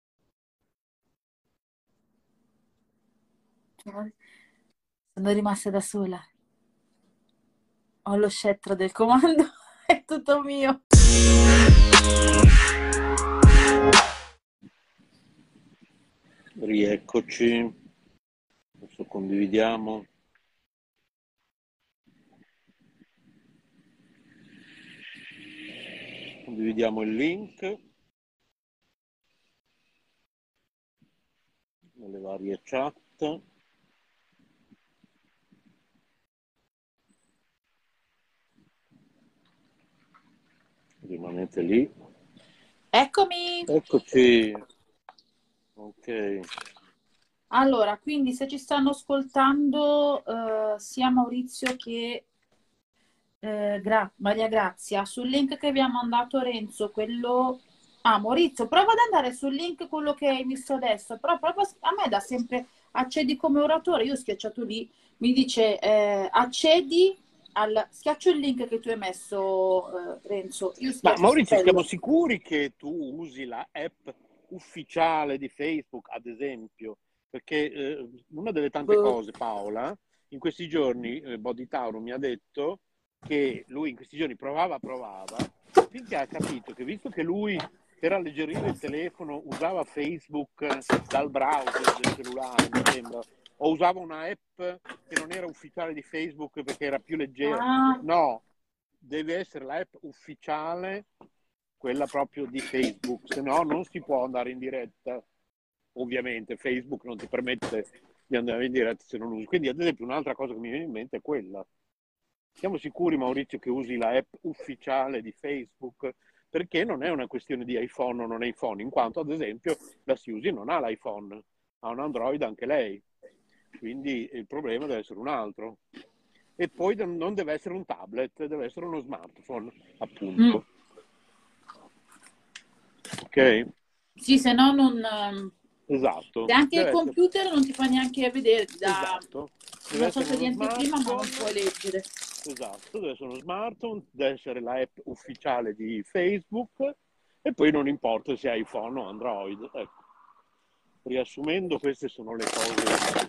Sono rimasta da sola. Ho lo scettro del comando, è tutto mio. Rieccoci. Adesso condividiamo. Condividiamo il link nelle varie chat. Rimanete lì. Eccomi! Eccoci. Ok. Allora, quindi se ci stanno ascoltando eh, sia Maurizio che eh, Gra- Maria Grazia, sul link che abbiamo mandato Renzo, quello... Ah, Maurizio, prova ad andare sul link, quello che hai visto adesso, però proprio a me dà sempre accedi come oratore, io ho schiacciato lì, mi dice eh, accedi al... Schiaccio il link che tu hai messo, eh, Renzo, io Ma schiaccio Maurizio, su quello. siamo sicuri che tu usi la app ufficiale di Facebook, ad esempio? Perché eh, una delle tante Boh. cose, Paola, in questi giorni eh, Body Tauro mi ha detto che lui in questi giorni provava, provava, finché ha capito che visto che lui per alleggerire il telefono usava Facebook dal browser del cellulare, mi sembra, o usava una app che non era ufficiale di Facebook perché era più leggera. Ah, No, deve essere la app ufficiale, quella proprio di Facebook, se no non si può andare in diretta. Ovviamente Facebook non ti permette di andare in diretta se non usi. Quindi ad esempio un'altra cosa che mi viene in mente è quella. Siamo sicuri, Maurizio, che usi la app ufficiale di Facebook? Perché non è una questione di iPhone o non iPhone, in quanto ad esempio la Suzy non ha l'iPhone, ha un Android anche lei. Quindi il problema deve essere un altro. E poi non deve essere un tablet, deve essere uno smartphone, appunto. mm. Ok? Sì, se no non... ehm, Esatto. Se anche il Deve essere... computer non ti fa neanche vedere, ti dà Esatto. Deve una essere sorta di uno anteprima, ma non smartphone. puoi leggere. Esatto, deve essere uno smartphone, deve essere la app ufficiale di Facebook e poi non importa se è iPhone o Android. Ecco. Riassumendo, queste sono le cose.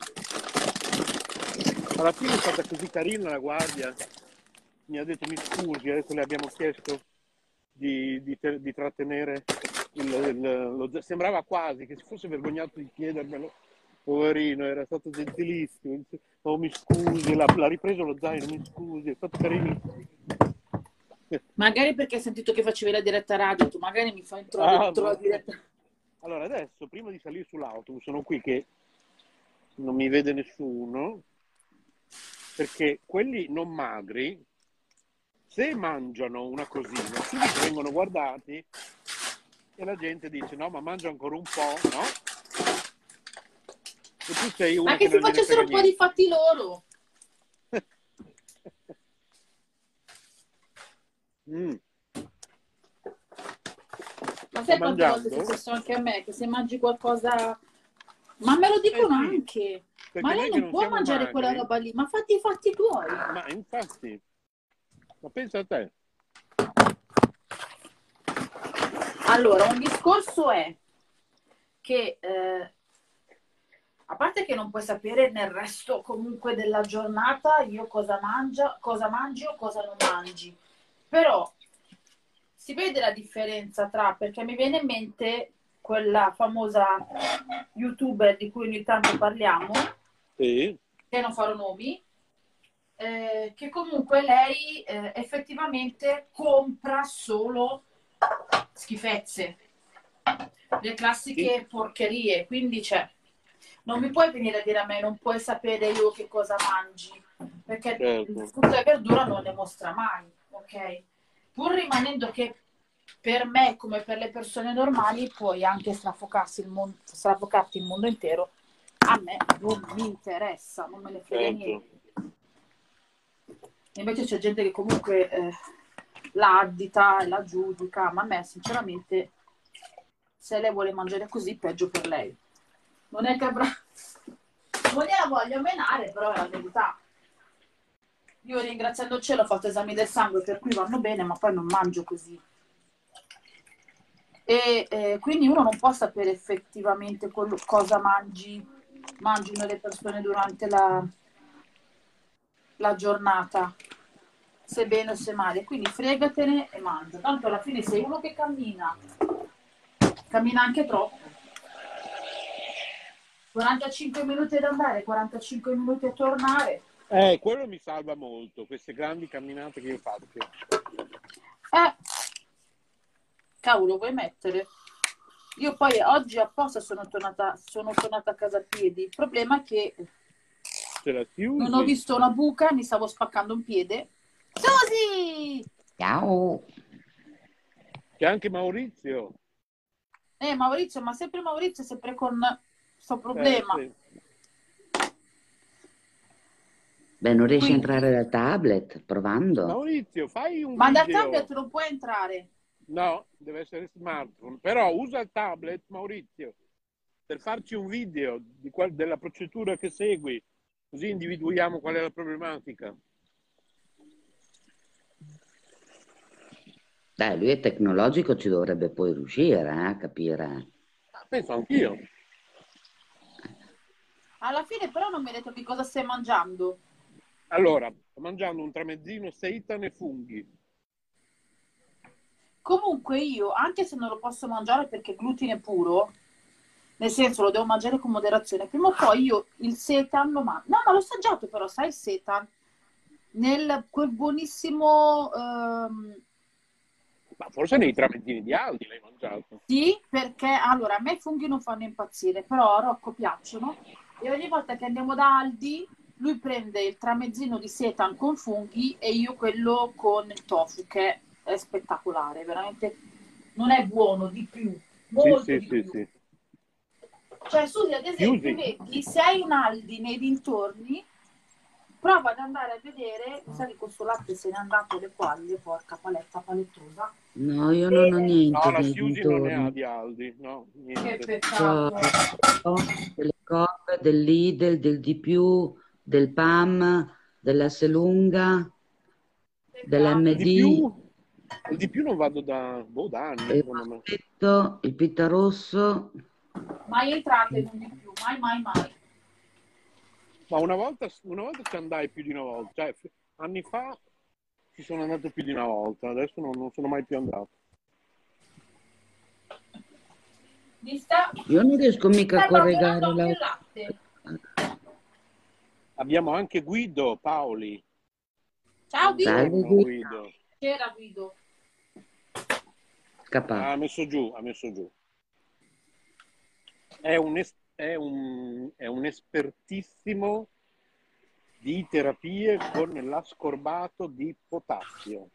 Alla fine è stata così carina la guardia, mi ha detto mi scusi, adesso le abbiamo chiesto di, di, di trattenere il, il, lo, sembrava quasi che si fosse vergognato di chiedermelo, poverino, era stato gentilissimo. Oh, mi scusi, l'ha, l'ha ripreso lo zaino, mi scusi, è stato carino. Magari perché hai sentito che facevi la diretta radio, tu magari mi fai introdurre Ah, dentro la no. diretta. Allora adesso, prima di salire sull'autobus, sono qui che non mi vede nessuno, perché quelli non magri, se mangiano una cosina, subito vengono guardati e la gente dice no, ma mangia ancora un po', no? E tu sei uno Ma che che si non gliene facessero frega un po' di niente. fatti loro. Mm. Ma Sto sai quante volte è mangiando? successo anche a me? Che se mangi qualcosa... Ma me lo dicono Eh sì, anche. perché Ma lei noi che non non può siamo mangiare quella magri, roba lì. Ma fatti i fatti tuoi. ma infatti, ma pensa a te. Allora, un discorso è che... Eh, a parte che non puoi sapere nel resto comunque della giornata io cosa mangia, cosa mangi o cosa non mangi. Però si vede la differenza tra, perché mi viene in mente quella famosa youtuber di cui ogni tanto parliamo, Sì. che non farò nomi, eh, che comunque lei eh, effettivamente compra solo schifezze, le classiche porcherie, quindi c'è. Non mi puoi venire a dire a me, non puoi sapere io che cosa mangi, perché Certo. il frutta e verdura non le mostra mai, ok? Pur rimanendo che per me, come per le persone normali, puoi anche strafocarsi il mondo, strafocarti il mondo intero. A me non mi interessa, non me ne frega Certo. niente. Invece c'è gente che comunque eh, la addita e la giudica, ma a me sinceramente, se lei vuole mangiare così, peggio per lei. Non è che avrà... Non gliela voglio menare, però è la verità. Io ringraziando il cielo ho fatto esami del sangue, per cui vanno bene, ma poi non mangio così. E eh, quindi uno non può sapere effettivamente quello, cosa mangi, mangino le persone durante la, la giornata, se bene o se male. Quindi fregatene e mangia. Tanto alla fine sei uno che cammina, cammina anche troppo. quarantacinque minuti ad andare, quarantacinque minuti a tornare. Eh, quello mi salva molto, queste grandi camminate che io faccio. Eh, cavolo, vuoi mettere? Io poi oggi apposta sono tornata, sono tornata a casa a piedi. Il problema è che Ce la si non ho usi? visto una buca, mi stavo spaccando un piede. Susi! Ciao. C'è anche Maurizio. Eh, Maurizio, ma sempre Maurizio, sempre con questo Eh, problema. sì. Beh, non riesci a Quindi, entrare dal tablet provando? Maurizio, fai un ma dal video. tablet non può entrare. No, deve essere smartphone. Però usa il tablet, Maurizio, per farci un video di qual- della procedura che segui, così individuiamo qual è la problematica. Dai, lui è tecnologico, ci dovrebbe poi riuscire eh, a capire. Penso anch'io. Alla fine però non mi hai detto che cosa stai mangiando. Allora, sto mangiando un tramezzino seitan e funghi. Comunque io, anche se non lo posso mangiare perché è glutine puro, nel senso lo devo mangiare con moderazione, prima o poi io il seitan lo mangio. No, ma l'ho assaggiato però, sai il seitan? Nel quel buonissimo... ehm, Ma forse nei tramezzini di Aldi l'hai mangiato. Sì, perché allora a me i funghi non fanno impazzire, però a Rocco piacciono e ogni volta che andiamo da Aldi lui prende il tramezzino di seitan con funghi e io quello con il tofu, che è spettacolare, veramente non è buono, di più, Sì, molto sì, di sì, più. sì. Cioè, Susi, ad esempio, Chiusi. vedi, se hai un Aldi nei dintorni, prova ad andare a vedere, mi sa che questo latte se n'è andato le quaglie, porca paletta palettosa. No, io non ho E... No, niente la nei Siusi non ne ha dintorni. di Aldi, no, Che niente. Ho peccato. delle cose del Lidl, del Di più, del P A M, dell'Esselunga, Peccato. Di dell'M D, più, di più non vado da, boh, da anni, il secondo me. Massetto, il Pittarosso. Mai entrate non di più, mai, mai, mai. Ma una volta, una volta ci andai più di una volta, cioè f- anni fa ci sono andato più di una volta, adesso non, non sono mai più andato. Vista? Io non riesco mica a Stai corregare paragonando la... anche il latte. Abbiamo anche Guido Paoli. Ciao Guido. Salve, Buongiorno Guido. Guido. C'era Guido. Scappato. Ha messo giù, ha messo giù. È un, es- è un, è un espertissimo di terapie con l'ascorbato di potassio.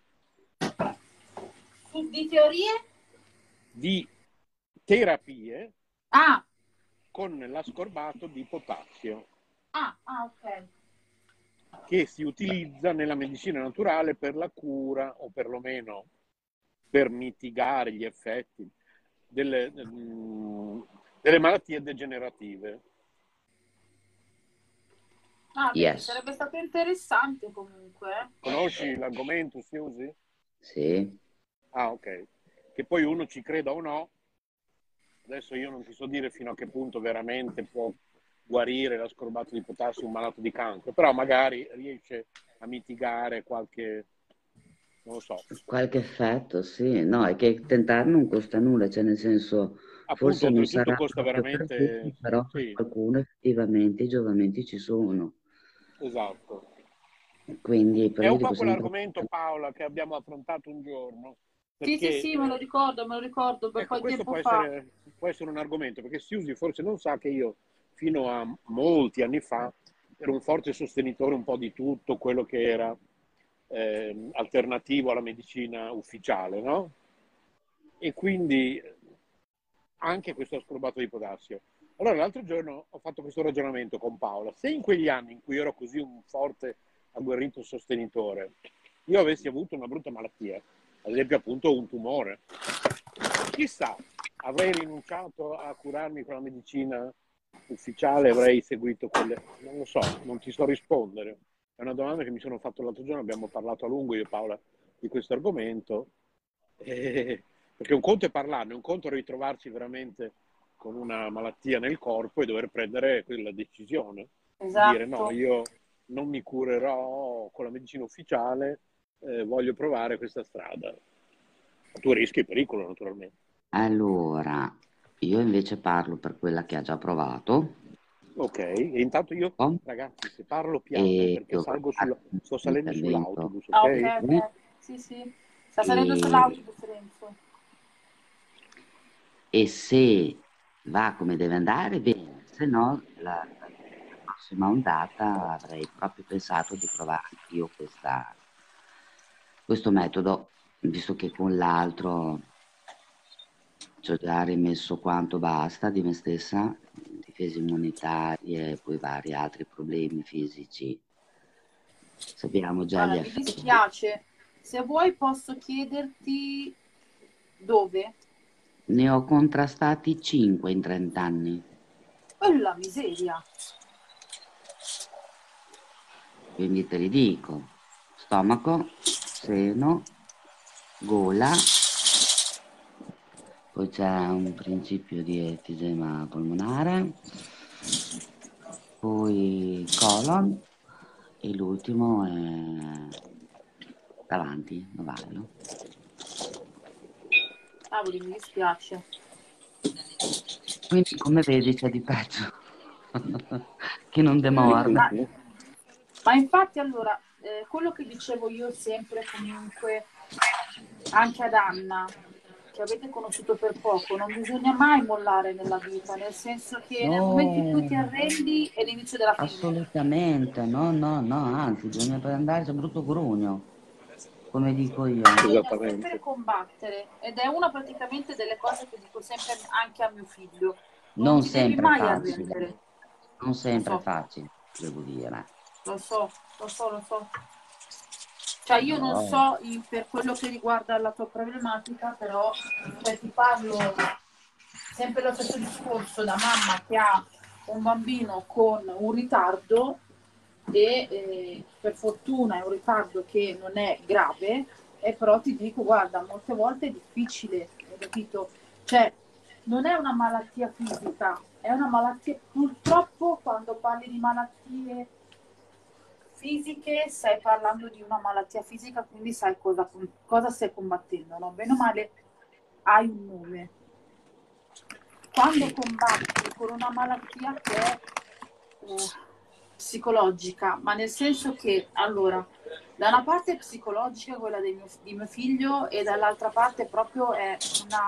Su di teorie? Di terapie Ah, con l'ascorbato di potassio, ah, ah, ok. che si utilizza nella medicina naturale per la cura o perlomeno per mitigare gli effetti delle, mm, delle malattie degenerative. Ah, vedi, Yes. sarebbe stato interessante comunque. eh. Conosci l'argomento, Siusi? Sì. Ah, ok. Che poi uno ci creda o no, adesso io non ti so dire fino a che punto veramente può guarire l'ascorbato di potassio un malato di cancro, però magari riesce a mitigare qualche, non lo so, Qualche effetto, sì. No, è che tentare non costa nulla, cioè nel senso, appunto forse non oltretutto sarà costa proprio per veramente, tutti, però per sì, qualcuno effettivamente i giovamenti ci sono. esatto. Quindi, però È io un dico po' sempre, quell'argomento, Paola, che abbiamo affrontato un giorno, Sì, sì, perché sì, me lo eh, ricordo, me lo ricordo, un ecco, po' di questo tempo può fa. essere, può essere un argomento, perché Siusi forse non sa che io fino a molti anni fa ero un forte sostenitore un po' di tutto quello che era eh, alternativo alla medicina ufficiale, no? E quindi anche questo ascorbato di potassio. Allora l'altro giorno ho fatto questo ragionamento con Paola. Se in quegli anni in cui ero così un forte, agguerrito sostenitore, io avessi avuto una brutta malattia, ad esempio appunto un tumore. Chissà, avrei rinunciato a curarmi con la medicina ufficiale, avrei seguito quelle, non lo so, non ti so rispondere. È una domanda che mi sono fatto l'altro giorno, abbiamo parlato a lungo io e Paola di questo argomento, e... perché un conto è parlarne, un conto è ritrovarsi veramente con una malattia nel corpo e dover prendere quella decisione, Esatto. dire no, io non mi curerò con la medicina ufficiale, eh, voglio provare questa strada. Tu rischi il pericolo, naturalmente. Allora, io invece parlo per quella che ha già provato. Ok, e intanto io, Oh, ragazzi, se parlo piano è e perché dovrò salgo fare sulla, un sto salendo intervento sull'autobus, Ah, ok? ok, breve ok. Sì, sì. Sta salendo e, sull'autobus, Renzo. e se va come deve andare, bene, se no la, la prossima ondata avrei proprio pensato di provare anch'io questa, questo metodo, visto che con l'altro ci ho già rimesso quanto basta di me stessa, difese immunitarie e poi vari altri problemi fisici. Sappiamo già gli Allora, mi effetti. dispiace. Se vuoi posso chiederti dove? Ne ho contrastati cinque in trenta anni, Quella miseria. quindi te li dico: stomaco, seno, gola, poi c'è un principio di efisema polmonare, poi colon e l'ultimo è davanti, l'ovario. Cavoli, mi dispiace. Quindi come vedi c'è di peggio che non Sì, demorde. sì, Ma, sì. ma infatti allora, eh, quello che dicevo io sempre comunque anche ad Anna, che avete conosciuto per poco, non bisogna mai mollare nella vita, nel senso che nel momento in cui ti No, arrendi è l'inizio della fine. assolutamente, no, no, no, anzi, bisogna prendere c'è brutto grugno, come dico io. Bisogna sempre Esattamente. combattere ed è una praticamente delle cose che dico sempre anche a mio figlio. Non Non ti devi sempre mai facile, arrendere. non Lo sempre so, facile, devo dire. lo so, lo so, lo so. Cioè io non Però, so in- per quello che riguarda la tua problematica, però cioè, ti parlo sempre lo stesso discorso da mamma che ha un bambino con un ritardo e eh, per fortuna è un ritardo che non è grave, e però ti dico, guarda, molte volte è difficile, hai capito? Cioè, non è una malattia fisica, è una malattia, purtroppo quando parli di malattie fisiche stai parlando di una malattia fisica, quindi sai cosa, cosa stai combattendo, no? Bene o male hai un nome. Quando combatti con una malattia che è eh, psicologica, ma nel senso che, allora, da una parte è psicologica, quella di mio, di mio figlio, e dall'altra parte proprio è una...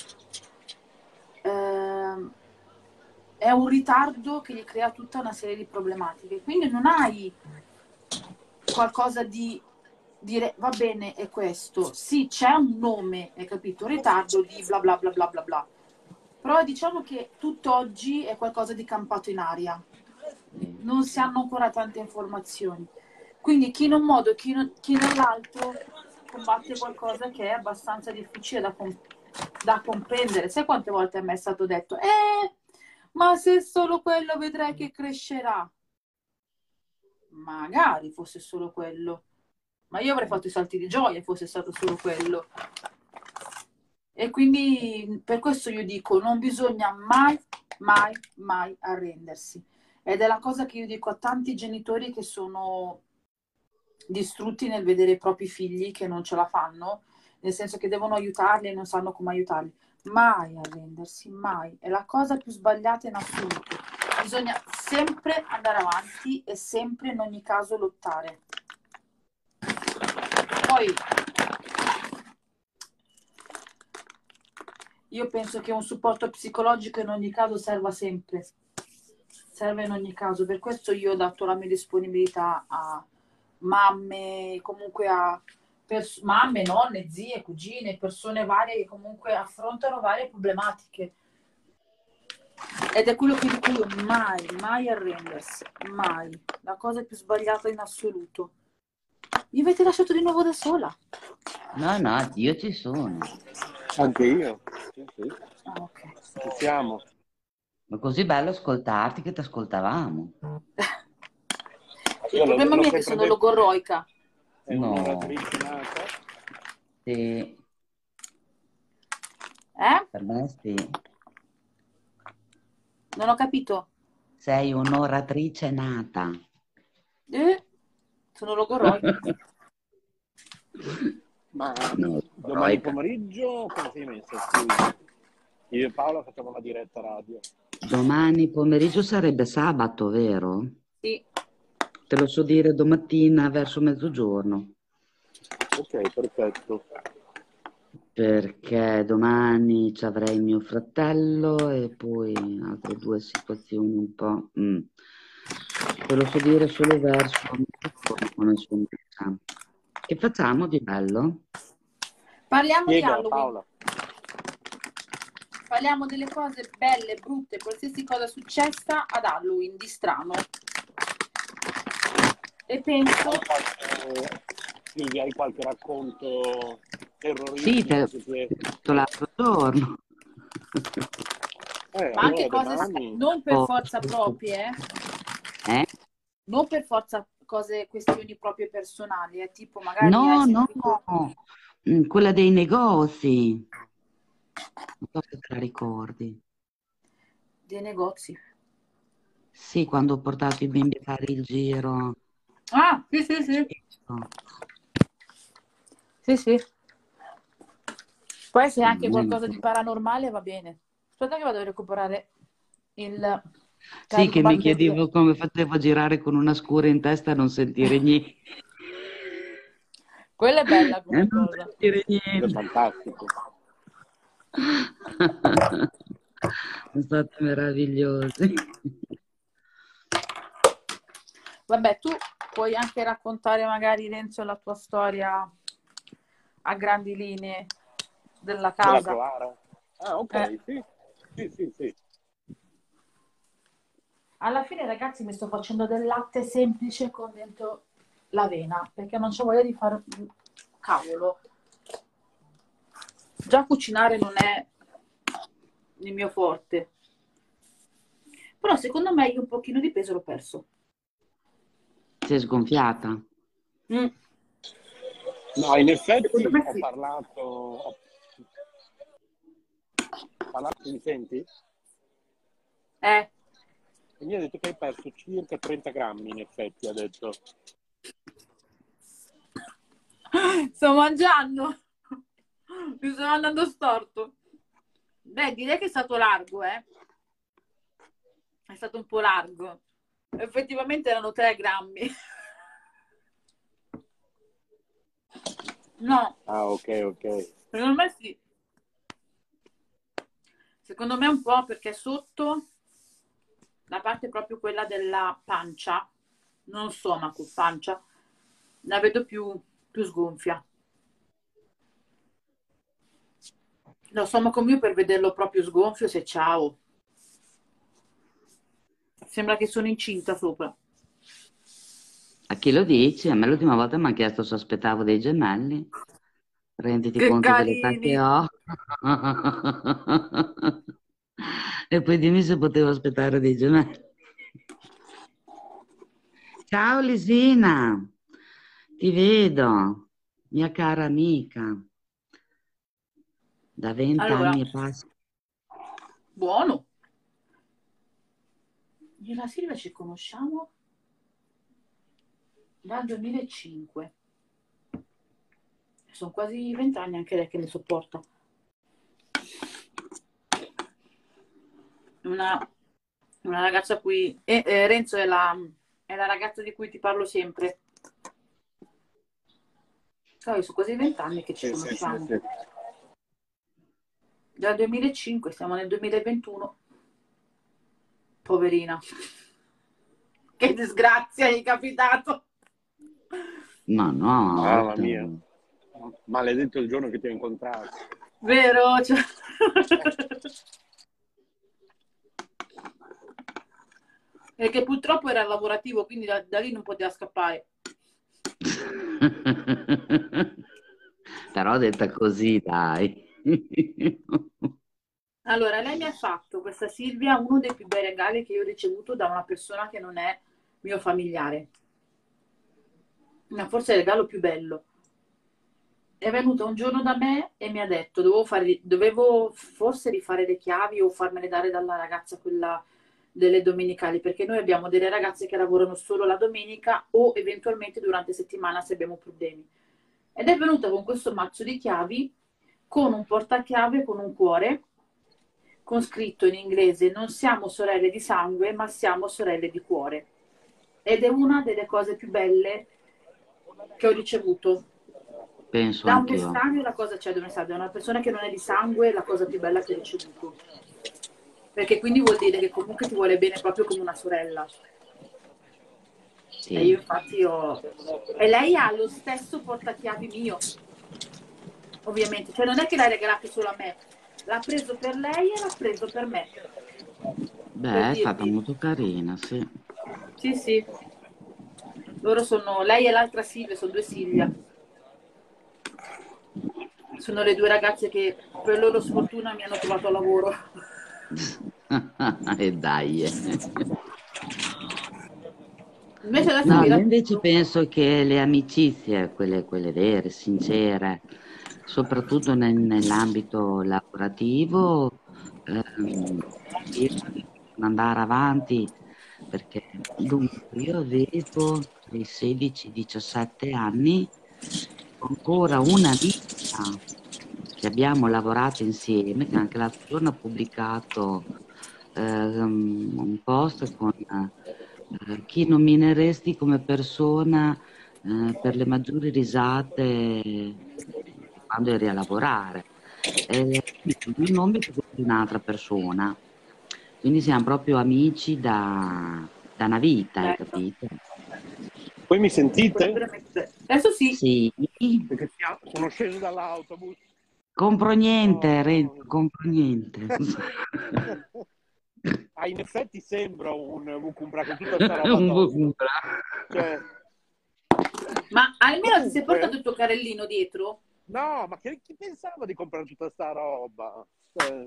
ehm, è un ritardo che gli crea tutta una serie di problematiche. Quindi non hai qualcosa di dire va bene è questo, sì c'è un nome, hai capito, ritardo di bla bla bla bla bla bla, però diciamo che tutt'oggi è qualcosa di campato in aria, non si hanno ancora tante informazioni, quindi chi in un modo chi, in, chi nell'altro combatte qualcosa che è abbastanza difficile da, com- da comprendere. Sai quante volte a me è stato detto eh ma se solo quello vedrai che crescerà, magari fosse solo quello, ma io avrei fatto i salti di gioia fosse stato solo quello. E quindi per questo io dico, non bisogna mai, mai, mai arrendersi. Ed è la cosa che io dico a tanti genitori che sono distrutti nel vedere i propri figli che non ce la fanno, nel senso che devono aiutarli e non sanno come aiutarli. Mai arrendersi, mai. È la cosa più sbagliata in assoluto. Bisogna sempre andare avanti e sempre in ogni caso lottare. Poi io penso che un supporto psicologico in ogni caso serva sempre, serve in ogni caso, per questo io ho dato la mia disponibilità a mamme, comunque a pers- mamme, nonne, zie, cugine, persone varie che comunque affrontano varie problematiche. Ed è quello che dico io, mai, mai arrendersi, mai. La cosa più sbagliata in assoluto. Mi avete lasciato di nuovo da sola? No, no, io ci sono. Anche io. Sì, sì. Ah, ok. Ci siamo. Ma così bello ascoltarti che ti ascoltavamo. Il Io l'ho- problema l'ho mio è che sempre sono detto, logorroica. è No. un'oratrice nata. Sì, Eh? per me sì. Non ho capito. Sei un'oratrice nata. Eh? Sono logorroica. Ma No, domani logorroica. pomeriggio come sei messa? Scusa. Io e Paola facciamo la diretta radio. Domani pomeriggio sarebbe sabato, vero? Sì. Te lo so dire domattina verso mezzogiorno, Ok, perfetto. perché domani ci avrei mio fratello e poi altre due situazioni un po'. mm. Te lo so dire solo verso mezzogiorno come sono messa. Che facciamo di bello? Parliamo di Spiega Halloween. Paola. Parliamo delle cose belle, brutte, qualsiasi cosa successa ad Halloween di strano. E penso... Hai qualche, Silvia, hai qualche racconto Sì, te terroristico l'ho che ti è... detto l'altro giorno. Eh, Ma anche allora cose domani... non per forza proprie, eh? Eh? Non per forza cose, questioni proprie personali, eh? Tipo magari hai No, no, sentito mm, quella dei negozi. Non so se te la ricordi. dei negozi. Sì, quando ho portato i bimbi a fare il giro. Ah, sì, sì, sì. Sì, sì. Poi se è anche qualcosa di paranormale va bene. Aspetta che vado a recuperare il Sì, che mi caricabatterie. chiedevo come facevo a girare con una scura in testa e non sentire niente. Quella è bella E come non cosa. sentire È niente. fantastico. Sono stati meravigliosi. Vabbè, tu puoi anche raccontare magari, Renzo, la tua storia a grandi linee della Della casa. Clara? Ah, ok, Eh. sì. Sì, sì, sì. Alla fine, ragazzi, mi sto facendo del latte semplice con dentro l'avena, perché non c'ho voglia di fare cavolo. Già cucinare non è il mio forte. Però secondo me io un pochino di peso l'ho perso. Si è sgonfiata. Mm. No, in effetti Secondo me ho sì. parlato... Ho parlato, mi senti? Eh, E mi ha detto che hai perso circa trenta grammi, in effetti, ha detto. sto mangiando. Mi sto andando storto. Beh, direi che è stato largo, eh. È stato un po' largo. Effettivamente erano tre grammi. No, Ah, ok, ok. secondo me sì. Secondo me un po' perché sotto la parte proprio quella della pancia, non stomaco, pancia, la vedo più, più sgonfia. Lo stomaco mio per vederlo proprio sgonfio, se ciao. Sembra che sono incinta sopra. A chi lo dici? A me l'ultima volta mi ha chiesto se aspettavo dei gemelli. Renditi Che conto dell'età che carini! ho. E poi dimmi se potevo aspettare dei gemelli. Ciao Lisina, ti vedo, mia cara amica. Da Allora, vent'anni e passa. buono. Io e la Silvia ci conosciamo dal duemilacinque. Sono quasi vent'anni anche lei che mi sopporta. Una, una ragazza a cui... eh, eh, Renzo è la, è la ragazza di cui ti parlo sempre. Cavolo, sono quasi vent'anni che ci Sì, sì, sì, conosciamo. sì. Dal duemilacinque, siamo nel duemilaventuno. Poverina. Che disgrazia gli è capitato. No, no, Mamma alto. mia. Maledetto il giorno che ti ho incontrato. Vero? Cioè... e che purtroppo era lavorativo, quindi da, da lì non poteva scappare. Però detta così, dai. Allora, lei mi ha fatto, questa Silvia, uno dei più bei regali che io ho ricevuto da una persona che non è mio familiare. Ma forse è il regalo più bello. È venuta un giorno da me e mi ha detto, dovevo, fare, dovevo forse rifare le chiavi o farmele dare dalla ragazza quella delle domenicali, perché noi abbiamo delle ragazze che lavorano solo la domenica o eventualmente durante settimana se abbiamo problemi. Ed è venuta con questo mazzo di chiavi, con un portachiave, con un cuore, con scritto in inglese: non siamo sorelle di sangue, ma siamo sorelle di cuore. Ed è una delle cose più belle che ho ricevuto. Penso Da un anch'io. estraneo la cosa c'è, da un estraneo, da una persona che non è di sangue, è la cosa più bella che ho ricevuto. Perché quindi vuol dire che comunque ti vuole bene proprio come una sorella. Sì. E io infatti ho... E lei ha lo stesso portachiavi mio, ovviamente. Cioè non è che l'ha regalato solo a me, l'ha preso per lei e l'ha preso per me. Beh, Per è stata dirvi. molto carina, sì. Sì, sì. Loro sono... Lei e l'altra Silvia, sono due Silvia. Sono le due ragazze che per loro sfortuna mi hanno trovato lavoro. E dai. Invece adesso No, vi io invece racconto. penso che le amicizie, quelle, quelle vere, sincere, soprattutto nel- nell'ambito lavorativo, ehm, devono andare avanti, perché dunque io avevo i sedici diciassette anni, ho ancora un'amica che abbiamo lavorato insieme, che anche l'altro giorno ha pubblicato ehm, un post con eh, chi nomineresti come persona eh, per le maggiori risate quando eri a lavorare. E il mio nome è quello di un'altra persona, quindi siamo proprio amici da, da una vita, hai Bello. capito? Poi mi Quello sentite? veramente- Adesso sì. Sì, Perché siamo- sono sceso dall'autobus. compro niente, No. Renzo, compro niente. Ah, in effetti sembra un Wukumbra con tutta sta roba Un addosso. buco. Cioè, Ma almeno ti sei portato comunque, il tuo carrellino dietro? no, ma che, chi pensava di comprare tutta sta roba? Cioè,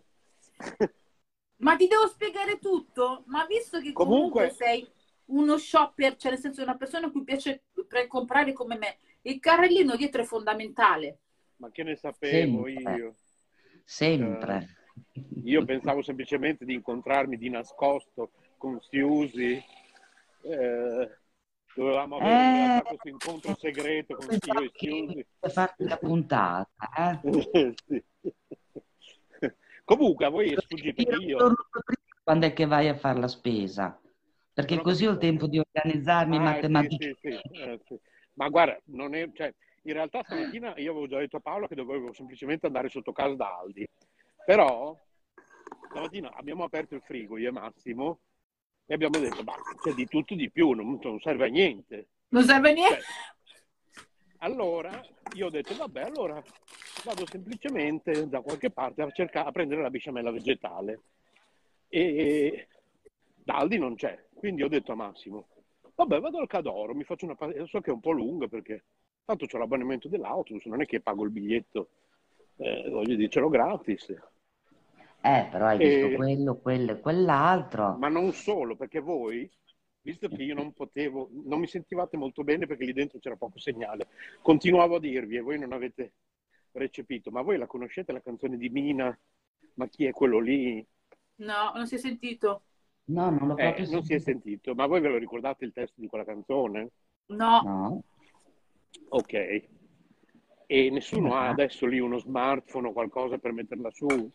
Ma ti devo spiegare tutto? Ma visto che comunque comunque, sei uno shopper, cioè nel senso una persona a cui piace pre- comprare come me, il carrellino dietro è fondamentale. ma che ne sapevo Sempre, io? Cioè, sempre. io pensavo semplicemente di incontrarmi di nascosto con Siusi. Eh, dovevamo avere in Eh, realtà questo incontro segreto con io e che Siusi. farti la puntata, eh? Sì. Comunque a voi è sfuggito Dire che un io giorno prima quando è che vai a fare la spesa, non perché ho così ho il capito. tempo di organizzarmi Ah, sì, sì, sì, matematicamente. eh, sì. Ma guarda, non è, cioè, in realtà stamattina io avevo già detto a Paolo che dovevo semplicemente andare sotto casa da Aldi. Però stamattina abbiamo aperto il frigo io e Massimo e abbiamo detto, ma c'è di tutto di più, non, non serve a niente. Non serve niente. Cioè, allora io ho detto, vabbè, allora vado semplicemente da qualche parte a cercare a prendere la besciamella vegetale. E da Aldi non c'è. Quindi ho detto a Massimo, vabbè, vado al Cadoro, mi faccio una passeggiata, so che è un po' lunga perché tanto c'ho l'abbonamento dell'autobus, non è che pago il biglietto, eh, voglio dircelo gratis. Eh, però hai visto E quello, quello e quell'altro. ma non solo, perché voi, visto che io non potevo, non mi sentivate molto bene perché lì dentro c'era poco segnale, continuavo a dirvi e voi non avete recepito, ma voi la conoscete la canzone di Mina? Ma chi è quello lì? No, non si è sentito. No, non l'ho Eh, proprio non si è sentito. sentito, ma voi ve lo ricordate il testo di quella canzone? No. No. Ok. E E nessuno ha va. adesso lì uno smartphone o qualcosa per metterla su?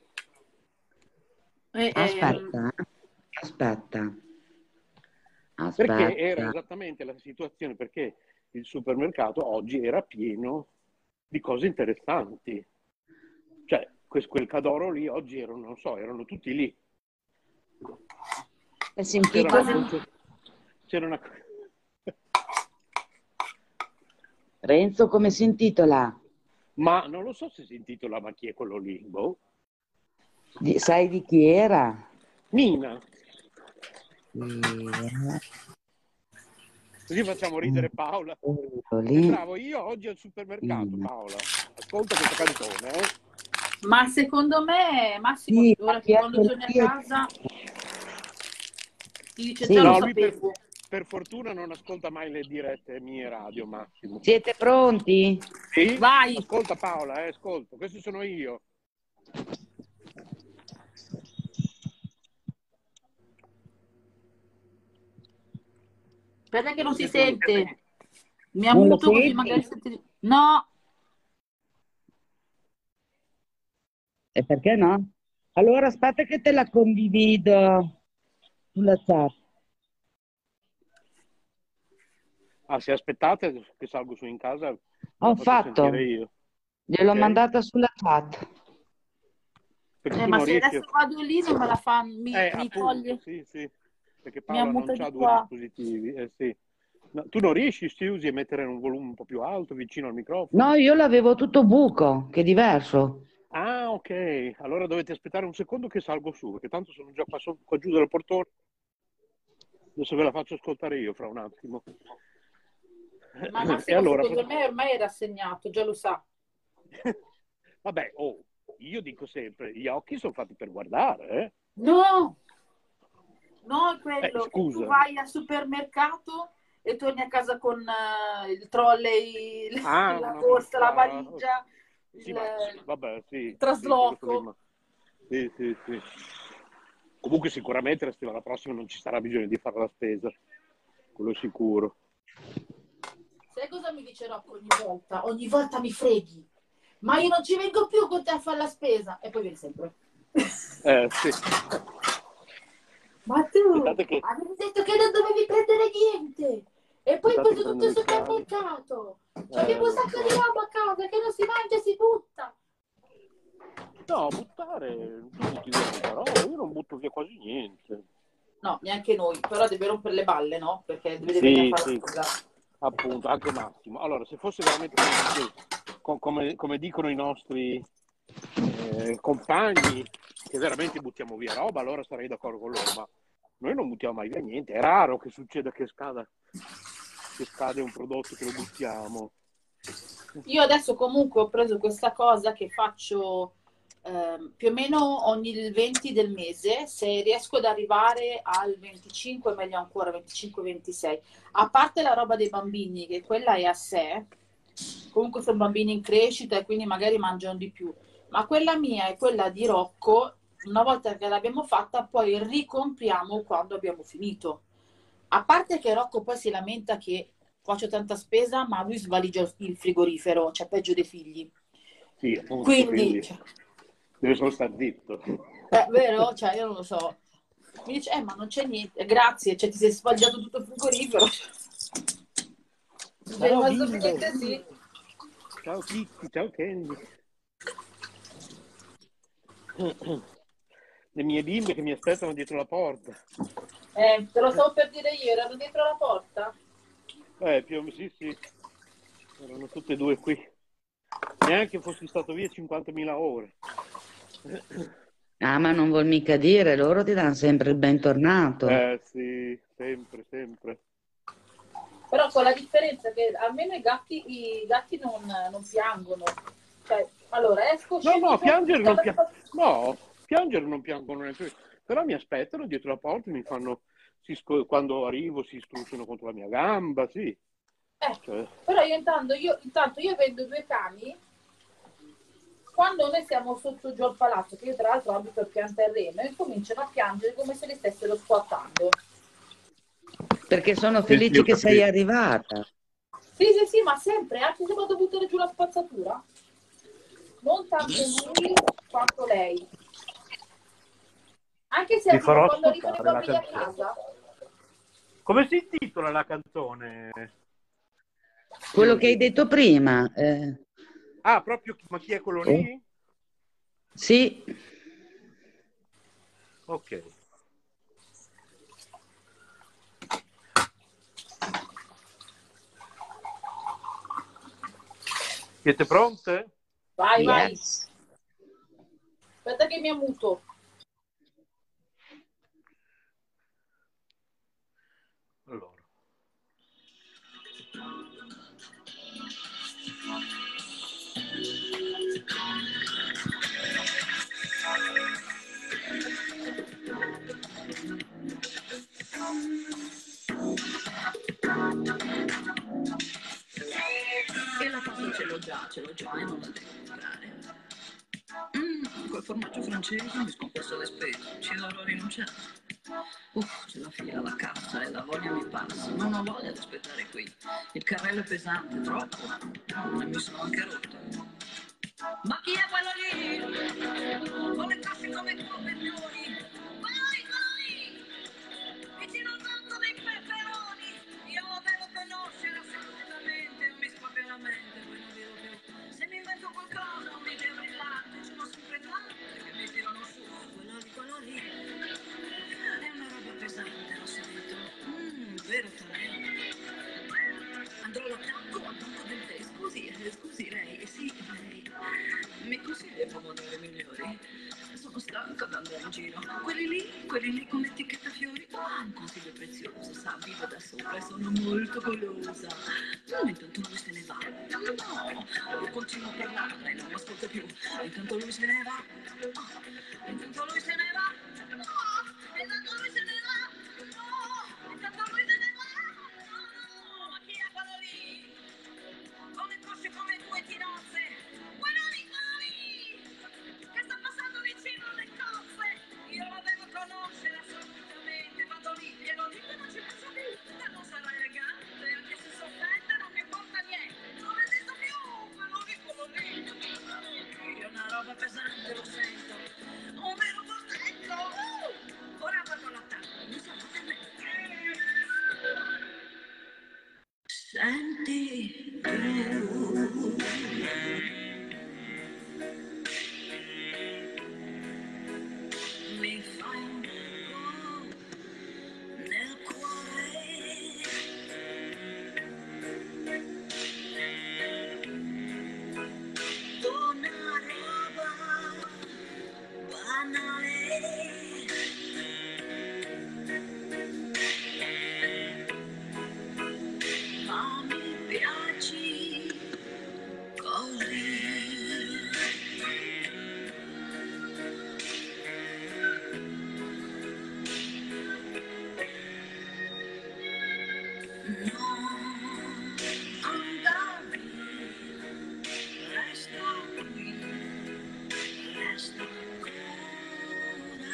Eh, ehm, Aspetta, eh. Aspetta, Perché era aspetta. esattamente la situazione, perché il supermercato oggi era pieno di cose interessanti. Cioè, quel, quel Cadoro lì oggi erano, non so, erano tutti lì. E si C'era una, intitola? conce- c'era una... Renzo, come si intitola? Ma non lo so se si intitola Ma chi è quello lì? Boh. Di- sai di chi era? Mina. Era Così facciamo ridere Paola. Lì. Bravo, io oggi al supermercato, Mm. Paola. Ascolta questa canzone, eh. Ma secondo me, Massimo, Sì, ora che quando torni a casa ti dice Sì. già lo No, lui per, sapevo. per fortuna non ascolta mai le dirette mie radio, Massimo. Siete pronti? Sì? Vai. Ascolta Paola, eh, ascolta, questo sono io. Aspetta che non si Senti, sente. Mi Non lo ammuto così senti? magari senti. No, E perché no? Allora aspetta che te la condivido sulla chat. Ah, se aspettate che salgo su in casa, ve la Ho faccio sentire fatto, io. gliel'ho Ok? mandata sulla chat. Perché eh, tu ma non se riesci adesso vado lì non me la fa, mi, Eh, mi appunto, toglie, sì, sì. Perché mi Paola non ammuta di c'ha due qua. dispositivi, eh sì. No, tu non riesci, Susi, a mettere un volume un po' più alto, vicino al No, microfono? io l'avevo tutto buco, che è diverso. Ah, ok. Allora dovete aspettare un secondo che salgo su, perché tanto sono già qua, so- qua giù dal portone. Adesso ve la faccio ascoltare io fra un attimo. Ma E Massimo, allora, secondo me ormai è rassegnato, già lo sa. vabbè, oh, io dico sempre, gli occhi sono fatti per guardare, eh? No, no, è Eh, quello che tu scusa. vai al supermercato e torni a casa con eh, il trolley, Ah, la una borsa, la busta. valigia, Sì, il, ma vabbè, sì, il sì, quello sto lì, trasloco. ma- sì, sì, sì. Comunque sicuramente la settimana prossima non ci sarà bisogno di fare la spesa, quello è sicuro. Sai cosa mi dice Rocco ogni volta? Ogni volta mi freghi. Ma io non ci vengo più con te a fare la spesa. E poi viene sempre. Eh, sì. Ma tu Aspettate che, avevi detto che non dovevi prendere niente. E poi hai aspettate che preso prendo tutto il le chiavi. supermercato. Eh, Abbiamo un lo sacco di so. roba a casa che non si mangia e si butta. No, buttare, tu butti via tanta roba, io non butto via quasi niente. No, neanche noi. Però deve rompere le balle, no? Perché deve venire Sì, a fare sì, la spesa. appunto, anche Massimo. Allora, se fosse veramente come, co- come- come dicono i nostri eh, compagni, che veramente buttiamo via roba, allora sarei d'accordo con loro, ma noi non buttiamo mai via niente. È raro che succeda che scada, che scade un prodotto che lo buttiamo. Io adesso comunque ho preso questa cosa che faccio ehm, più o meno ogni il venti del mese, se riesco ad arrivare al venticinque meglio ancora, venticinque ventisei. A parte la roba dei bambini, che quella è a sé, comunque sono bambini in crescita e quindi magari mangiano di più, ma quella mia e quella di Rocco, una volta che l'abbiamo fatta, poi ricompriamo quando abbiamo finito. A parte che Rocco poi si lamenta che faccio tanta spesa, ma lui svaligia il frigorifero, cioè peggio dei figli. Sì, appunto, Quindi, quindi cioè, deve solo stare zitto. è vero? Cioè, io non lo so. Mi dice, eh, ma non c'è niente, grazie, cioè ti sei sbagliato tutto il frigorifero. Mi sei Ciao rimasto bimbe, niente, sì. ciao Kitty, ciao Candy. Le mie bimbe che mi aspettano dietro la porta. Eh, te lo stavo per dire io, erano dietro la porta. Eh, più o meno, sì, sì, erano tutte e due qui. Neanche fossi stato via cinquantamila ore. Ah, ma non vuol mica dire, loro ti danno sempre il bentornato. Eh sì, sempre, sempre. Però con la differenza che almeno i gatti, i gatti non, non piangono. Cioè, allora, esco, No, scendo no, giù, piangere tutta non la piangono. No, piangere non piangono neanche. Però mi aspettano dietro la porta e mi fanno, si sco- quando arrivo si strusciano contro la mia gamba, sì. Eh, Cioè, però io intanto, io intanto io vendo due cani quando noi siamo sotto giù al palazzo, che io tra l'altro abito al pian terreno, e cominciano a piangere come se li stessero squattando. Perché sono sì, sì, felici ho che sei capito. arrivata. Sì, sì, sì, ma sempre, anche se vado a buttare giù la spazzatura. Non tanto lui quanto lei. Anche se Vi arrivo, farò quando arrivano i ascoltare la bambini a canzone. casa. Come si intitola la canzone? Quello che hai Susi? detto prima, eh, Ah, proprio, chi- ma chi è quello oh, lì? sì, Ok. Siete pronte? Vai, vai. yes. Aspetta che mi ammuto. Allora. E la pasta ce l'ho già, ce l'ho già e non la devo comprare. Mm, quel formaggio francese mi sconquassa le spese, ci dovrò rinunciare. Uff, c'è la fila alla cassa e la voglia mi passa, non ho voglia di aspettare qui. Il carrello è pesante, troppo, e mi sono anche rotto. Ma chi è quello lì? Con le casse come copertori. Quello lì, quello lì! Vicino al banco dei peperoni. Io lo devo conoscere assolutamente, mi scoppia la mente, poi non vedo più. Se mi invento qualcosa, un'idea brillante, ce n'ho sempre tante che mi tirano su. Quello lì, quello lì. È una roba pesante, lo sento. Mmm, vero talento. Andrò all'attacco al banco del tè. Scusi, eh, scusi, lei, sì, lei. Mi consiglia i pomodori migliori? Sono stanca di andare in giro. Quelli lì, quelli lì con l'etichetta fiori. Ah, un consiglio prezioso, sa, vivo da sola e sono molto golosa. Mm, intanto lui se ne va. No, io continuo a parlare, lei non mi ascolta più. Intanto lui se ne va. Oh, intanto lui se ne va. No, intanto lui se ne va. No, intanto lui se ne va. No, no, ma chi è quello lì? Con le cosce come due tirozze. Quello lì, quello lì! Che sta passando vicino alle cozze. Io lo devo conoscere assolutamente. Vado lì, glielo dico e non ci penso più. E non sarà elegante, anche se si offende non mi importa niente. Non esisto più, quello lì, quello lì. È una roba pesante, lo sento. Un vero portetto. Uh! Ora vado all'attacco, mi sono sempre... Senti tu, mi fai un po' nel cuore, una roba banale. Ma mi piaci così. Non andar via, resto qui, resto ancora.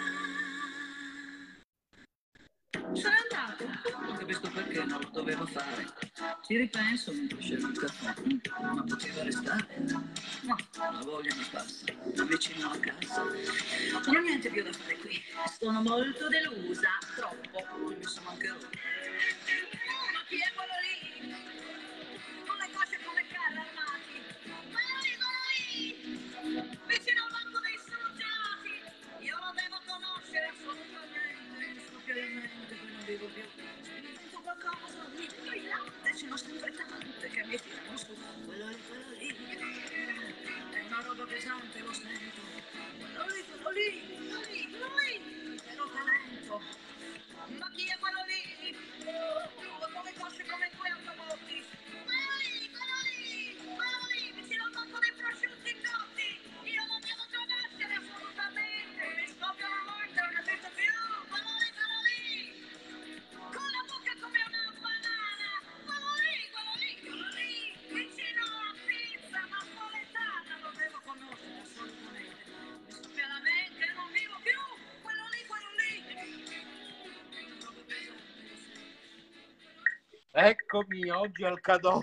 Sono andato, non capisco perché non lo dovevo fare. Ci ripenso mentre scelgo il caffè, ma poteva restare. No, la voglia mi passa, vicino alla cassa. Non ho niente più da fare qui, sono molto delusa, troppo, mi sono anche rotta. Ma chi è quello lì? Con le cosce come carri armati. Quello lì, quello lì! Vicino al banco dei surgelati. Io lo devo conoscere assolutamente, mi scoppia la mente, poi non vivo più. Se mi invento qualcosa, mi dico il latte, ce n'ho sempre tante che mi tirano su. Quello lì, quello lì. È una roba pesante, lo sento. Quello lì, quello lì, quello lì, quello lì. Vero talento. Ma chi è quello lì? Uh, con le cosce come due autobotti. Quello lì, quello lì, quello lì, vicino al banco dei prosciutti cotti. Io lo devo conoscere assolutamente. Mi scoppia la morte, non capisco più. Quello lì, quello lì. Con la bocca come una banana. Quello lì, quello lì, quello lì. Vicino alla pizza napoletana. Lo devo conoscere assolutamente. Mi scoppia la mente, non vivo più. Quello lì, quello lì. Eccomi oggi al Cadò.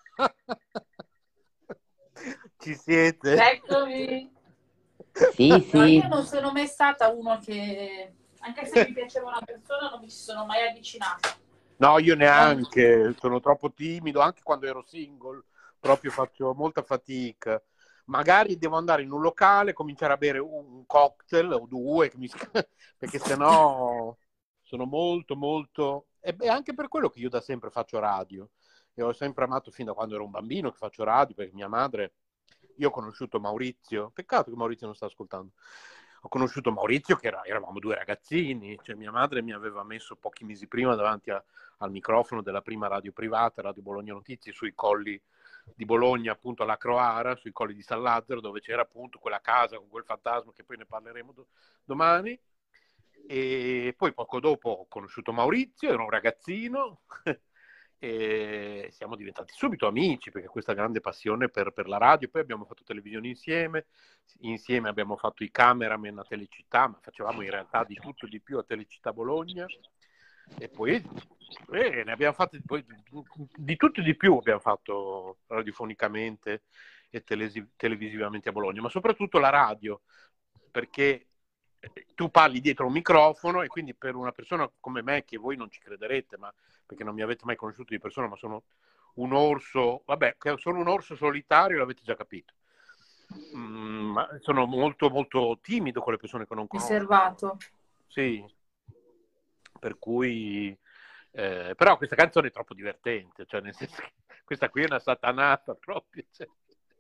Ci siete? Eccomi. Sì, No, sì. io non sono mai stata uno che, anche se mi piaceva una persona, non mi ci sono mai avvicinata. No, io neanche, sono troppo timido, anche quando ero single, proprio faccio molta fatica. Magari devo andare in un locale, cominciare a bere un cocktail o due, che mi... perché sennò sono molto, molto... E è anche per quello che io da sempre faccio radio. E ho sempre amato fin da quando ero un bambino che faccio radio, perché mia madre... Io ho conosciuto Maurizio, peccato che Maurizio non sta ascoltando. Ho conosciuto Maurizio che era, eravamo due ragazzini, cioè mia madre mi aveva messo pochi mesi prima davanti a, al microfono della prima radio privata, Radio Bologna Notizie, sui colli di Bologna, appunto alla Croara, sui colli di San Lazzaro, dove c'era appunto quella casa con quel fantasma che poi ne parleremo do- domani. E poi poco dopo ho conosciuto Maurizio, ero un ragazzino e siamo diventati subito amici perché questa grande passione per, per la radio. Poi abbiamo fatto televisione insieme, insieme abbiamo fatto i cameraman a Telecittà, ma facevamo in realtà di tutto e di più a Telecittà Bologna, e poi eh, ne abbiamo fatti poi, di tutto e di più abbiamo fatto radiofonicamente e telesi- televisivamente a Bologna, ma soprattutto la radio, perché tu parli dietro un microfono e quindi per una persona come me, che voi non ci crederete, ma perché non mi avete mai conosciuto di persona, ma sono un orso, vabbè, che sono un orso solitario, l'avete già capito. Mm, ma sono molto molto timido con le persone che non conosco. Riservato. Sì, per cui eh, però questa canzone è troppo divertente, cioè nel senso che questa qui è una satanata proprio, cioè.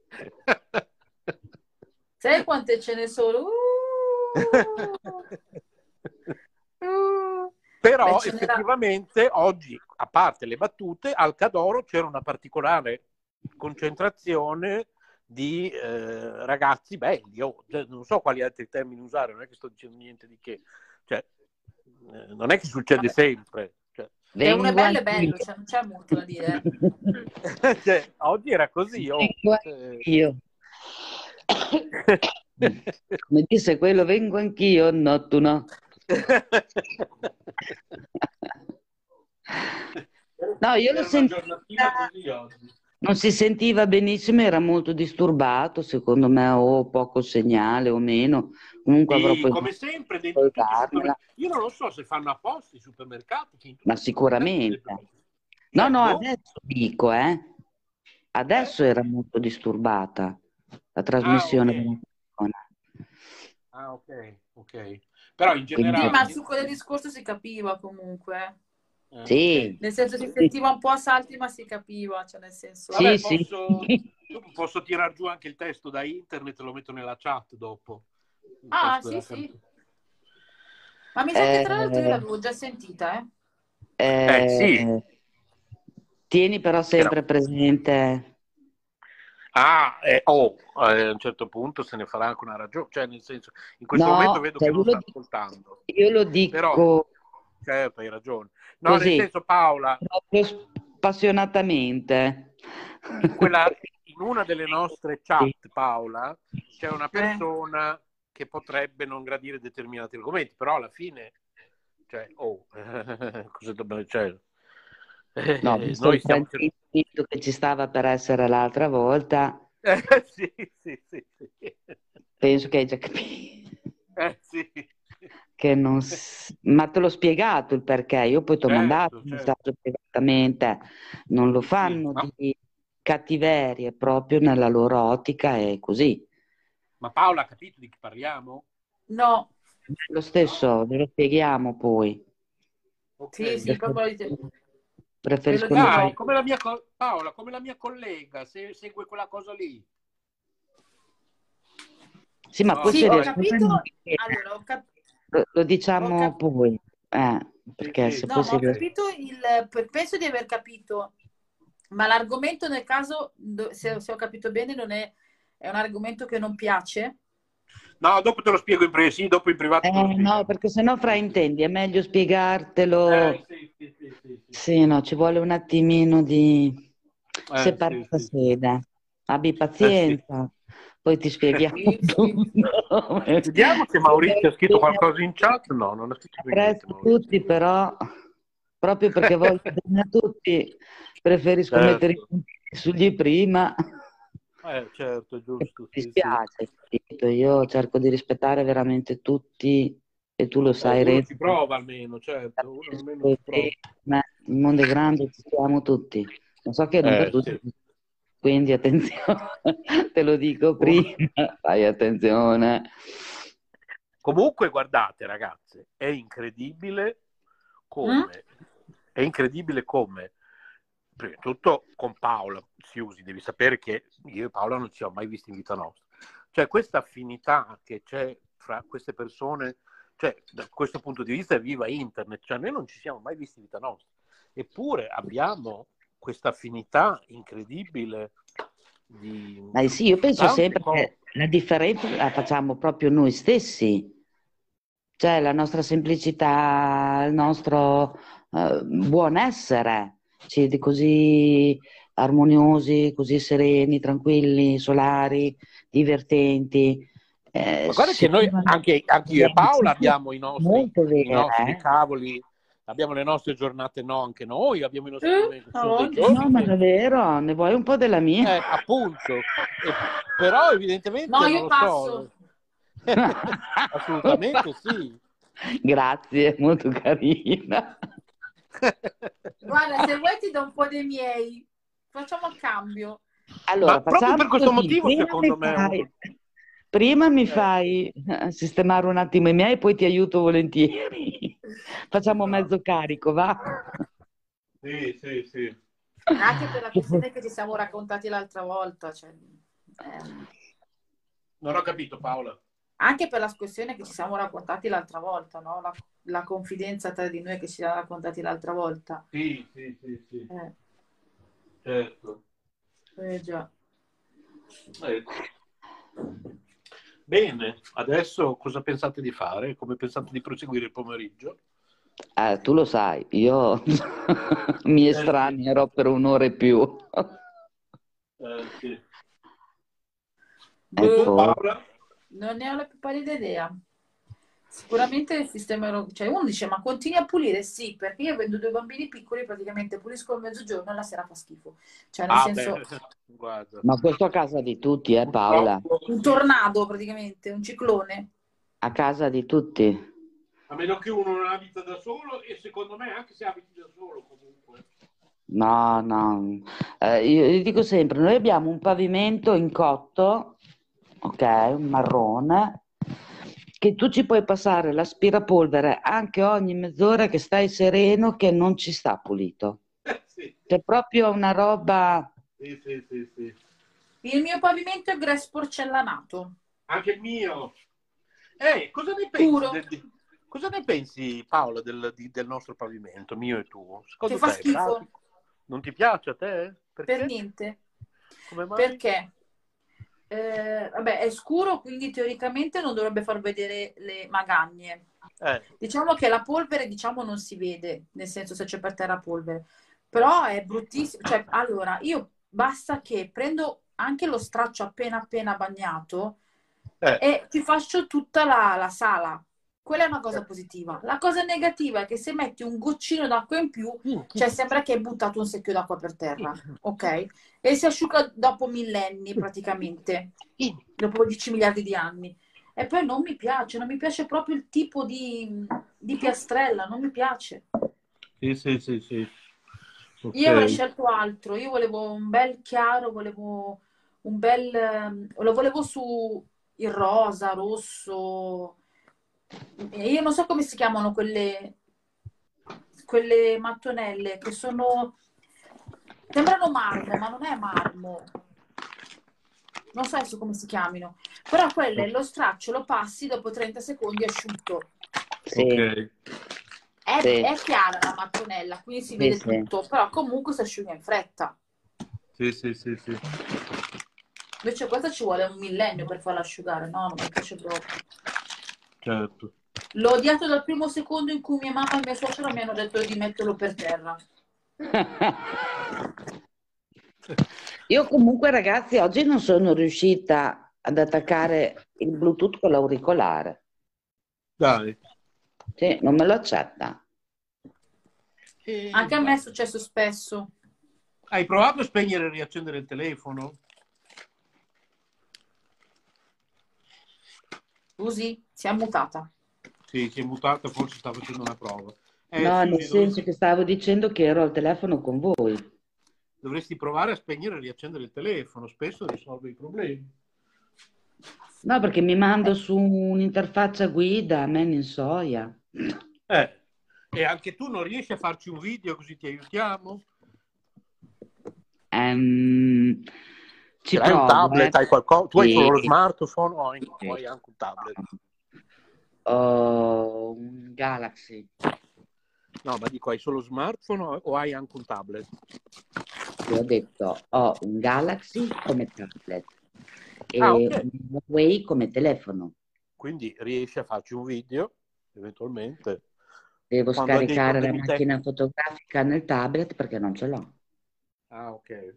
Sai quante ce ne sono? Uh! Uh! Però Beh, ce n'era- effettivamente oggi, a parte le battute, al Cadoro c'era una particolare concentrazione di eh, ragazzi belli, oh, cioè, non so quali altri termini usare, non è che sto dicendo niente di che, cioè, eh, non è che succede Vabbè. sempre, cioè, Che uno è bello è Vengo bello, anch'io. cioè non c'è molto da dire. cioè, oggi era così, oh. Vengo Eh. anch'io. Come disse quello, vengo anch'io, no, tu no. No, io l'ho Era una sentita, giornatina così oggi. non si sentiva benissimo, era molto disturbato, secondo me, o poco segnale o meno. Comunque avrò Sì, poi come sempre dentro tutti i ascoltarmela, supermercati. Io non lo so se fanno apposta i supermercati, che in tutti ma i supermercati sicuramente. vedo- No, cioè, no, boh, adesso dico, eh. Adesso eh? era molto disturbata la Ah, trasmissione della ok. persona. Ah, ok, ok. Però in Quindi, Sì, ma il generale, succo del discorso si capiva comunque. eh, sì, ok. Nel senso si sì, sentiva un po' a salti, ma si capiva, cioè nel senso... Vabbè, sì, sì. posso, dopo posso tirar giù anche il testo da internet e lo metto nella chat dopo. Il Ah, testo sì, della sì. canzone. Ma mi sa che tra l'altro io Eh, l'avevo già sentita, eh. Eh sì, eh, tieni però era... sempre presente. Ah, eh, oh, eh, a un certo punto se ne farà anche una ragione, cioè nel senso, in questo momento No, vedo cioè che io non lo sta dico, ascoltando, io lo però dico certo hai ragione. No, nel così, senso, Paola, proprio spassionatamente. in quella, in una delle nostre Sì. chat, Paola, c'è una Eh. persona che potrebbe non gradire determinati argomenti, però alla fine, cioè, oh, cosa dobbiamo, cioè, eh, No, visto noi il stiamo cercando... fraintendimento che ci stava per essere l'altra volta, Eh, sì, sì, sì, sì. penso che hai già capito. Eh, sì. Che non s- Ma te l'ho spiegato il perché. Io poi ti ho mandato Certo, un certo. messaggio privatamente. Non lo Sì, fanno ma, di cattiveria, proprio nella loro ottica è così. ma Paola ha capito di chi parliamo? No, Lo stesso, ve lo spieghiamo poi. Ok. sì, sì, proprio lo dite- Preferisco ve lo non Dai, dirò. come la mia co- Paola, come la mia collega, se segue quella cosa lì. Sì, ma No, poi Sì, se ho riesco capito, a- allora, ho, cap- lo, lo ho diciamo cap- poi, eh, Sì, perché sì, se no, poi ma si ho riesce... capito il, penso di aver capito, ma l'argomento nel caso, do- se, se ho capito bene, non è, è un argomento che non piace. No, dopo te lo spiego in privato, sì, dopo in privato te lo Eh, spiego. no, perché sennò fraintendi, è meglio spiegartelo. Eh, sì, sì, sì, sì, sì. Sì, no, ci vuole un attimino di Eh, separata sì, sì. sede. Abbi Eh, sì. pazienza, poi ti spieghiamo Sì, sì. tutto. Vediamo se Maurizio ha scritto qualcosa in chat. No, non ha scritto più niente, Apprezzo Maurizio. tutti, però, proprio perché voglio bene a tutti, preferisco Certo. mettere i punti sugli prima. Eh, certo, è E giusto. mi Sì, sì. dispiace, capito? Io cerco di rispettare veramente tutti e tu lo Eh, sai, uno Renzo. ci prova almeno, certo, uno almeno Poi, ci prova. ma il mondo è grande, ci siamo tutti. Lo so che non per Eh, tutti, sì. quindi attenzione, te lo dico Uno- prima, fai attenzione. Comunque, guardate, ragazze, è incredibile come, è incredibile come, prima di tutto con Paola, Siusi, devi sapere che io e Paola non ci siamo mai visti in vita nostra. Cioè, questa affinità che c'è fra queste persone, cioè, da questo punto di vista è viva internet, cioè noi non ci siamo mai visti in vita nostra, eppure abbiamo questa affinità incredibile di Ma sì, io penso tante sempre cose. che la differenza la facciamo proprio noi stessi, cioè la nostra semplicità, il nostro eh, buon essere. Siete così armoniosi, così sereni, tranquilli, solari, divertenti. Eh, Ma guarda che noi, anche, anche io e Paola, abbiamo i nostri, molto i vera, nostri eh? cavoli, abbiamo le nostre giornate, no, anche noi, abbiamo i nostri Eh, problemi, ha sono dei voglia. giorni No, ma che, è vero, ne vuoi un po' della mia? eh, appunto, e- però evidentemente No, non io lo passo. so, assolutamente sì. Grazie, molto carina. Guarda, se vuoi ti do un po' dei miei. Facciamo il cambio. Allora, Ma proprio facciamo per questo così, motivo, prima mi secondo me, fai, uno... prima mi eh, fai eh, sistemare un attimo i miei, poi ti aiuto volentieri. Facciamo esatto. mezzo carico, va? Sì, sì, sì. Anche per la questione che ci siamo raccontati l'altra volta. Cioè, ehm, Non ho capito, Paola. anche per la questione che ci siamo raccontati l'altra volta, no? La, la confidenza tra di noi che ci siamo raccontati l'altra volta. Sì, sì, sì, sì, Eh, certo. eh, già. Ecco. Bene, adesso cosa pensate di fare? Come pensate di proseguire il pomeriggio? Eh, tu lo sai, io mi Eh sì, estranierò per un'ora e più. eh sì. E tu, Boh, Ecco, Paola? non ne ho la più pallida idea. Sicuramente il sistema, ero- cioè uno dice ma continui a pulire? Sì, perché io avendo due bambini piccoli praticamente pulisco a mezzogiorno e la sera fa schifo. Cioè nel Ah, beh, senso guarda, ma questo a casa di tutti, eh, Paola? purtroppo un sì, tornado praticamente, un ciclone. A casa di tutti. a meno che uno non abita da solo e secondo me anche se abiti da solo comunque. No, no. Eh, io, io dico sempre, noi abbiamo un pavimento in cotto, ok, un marrone, che tu ci puoi passare l'aspirapolvere anche ogni mezz'ora che stai sereno che non ci sta pulito. Eh, sì, C'è proprio una roba... sì, sì, sì, sì. Il mio pavimento è grès porcellanato, Anche il mio. Eh, cosa ne pensi puro, del, di- cosa ne pensi, Paola, del, di- del nostro pavimento, mio e tuo? che Secondo fa te è schifo, pratico? Non ti piace a te? per Perché? niente. Come mai? Perché? Eh, vabbè, è scuro, quindi teoricamente non dovrebbe far vedere le magagne. Eh, Diciamo che la polvere, diciamo, non si vede, nel senso se c'è per terra polvere. Però è bruttissimo. Cioè, allora, io basta che prendo anche lo straccio appena appena bagnato eh, e ci faccio tutta la, la sala. Quella è una cosa positiva. La cosa negativa è che se metti un goccino d'acqua in più, cioè sembra che hai buttato un secchio d'acqua per terra, ok? E si asciuga dopo millenni praticamente, dopo dieci miliardi di anni. E poi non mi piace, non mi piace proprio il tipo di, di piastrella, non mi piace. sì, sì, sì, sì. Io avrei Ok. scelto altro, io volevo un bel chiaro, volevo un bel... ehm, lo volevo su il rosa, rosso, e io non so come si chiamano quelle, quelle mattonelle che sono... sembrano marmo, ma non è marmo. Non so adesso come si chiamino. Però quelle, lo straccio lo passi dopo trenta secondi asciutto. Sì, Ok. È, sì, è chiara la mattonella, quindi si sì, vede sì. tutto, però comunque si asciuga in fretta. Sì, sì, sì, sì. Invece questa ci vuole un millennio per farla asciugare, no, non mi piace proprio. Certo. L'ho odiato dal primo secondo in cui mia mamma e mia suocera mi hanno detto di metterlo per terra. Io comunque, ragazzi, oggi non sono riuscita ad attaccare il Bluetooth con l'auricolare. Dai. Sì, non me lo accetta. E, Anche a me è beh, successo spesso. hai provato a spegnere e riaccendere il telefono? Così si è mutata. Sì, si è mutata, forse sta facendo una prova. Eh, No, nel Susi, senso dovresti, che stavo dicendo che ero al telefono con voi. dovresti provare a spegnere e riaccendere il telefono, spesso risolve i problemi. No, perché mi mando su un'interfaccia guida, a me ne insoia. Eh, e anche tu non riesci a farci un video così ti aiutiamo? Ehm, Ce ci l'hai un provo, eh. tablet? Hai qualcosa? Tu hai Sì, solo lo smartphone o hai, o sì. hai anche un tablet? Ho un Galaxy. No, ma dico, hai solo smartphone o, o hai anche un tablet? Io ho detto, ho un Galaxy come tablet Ah, e ok. un Huawei come telefono. Quindi riesci a farci un video, eventualmente. Devo Quando hai dei scaricare la problemi macchina tecnici. fotografica nel tablet perché non ce l'ho. Ah, ok.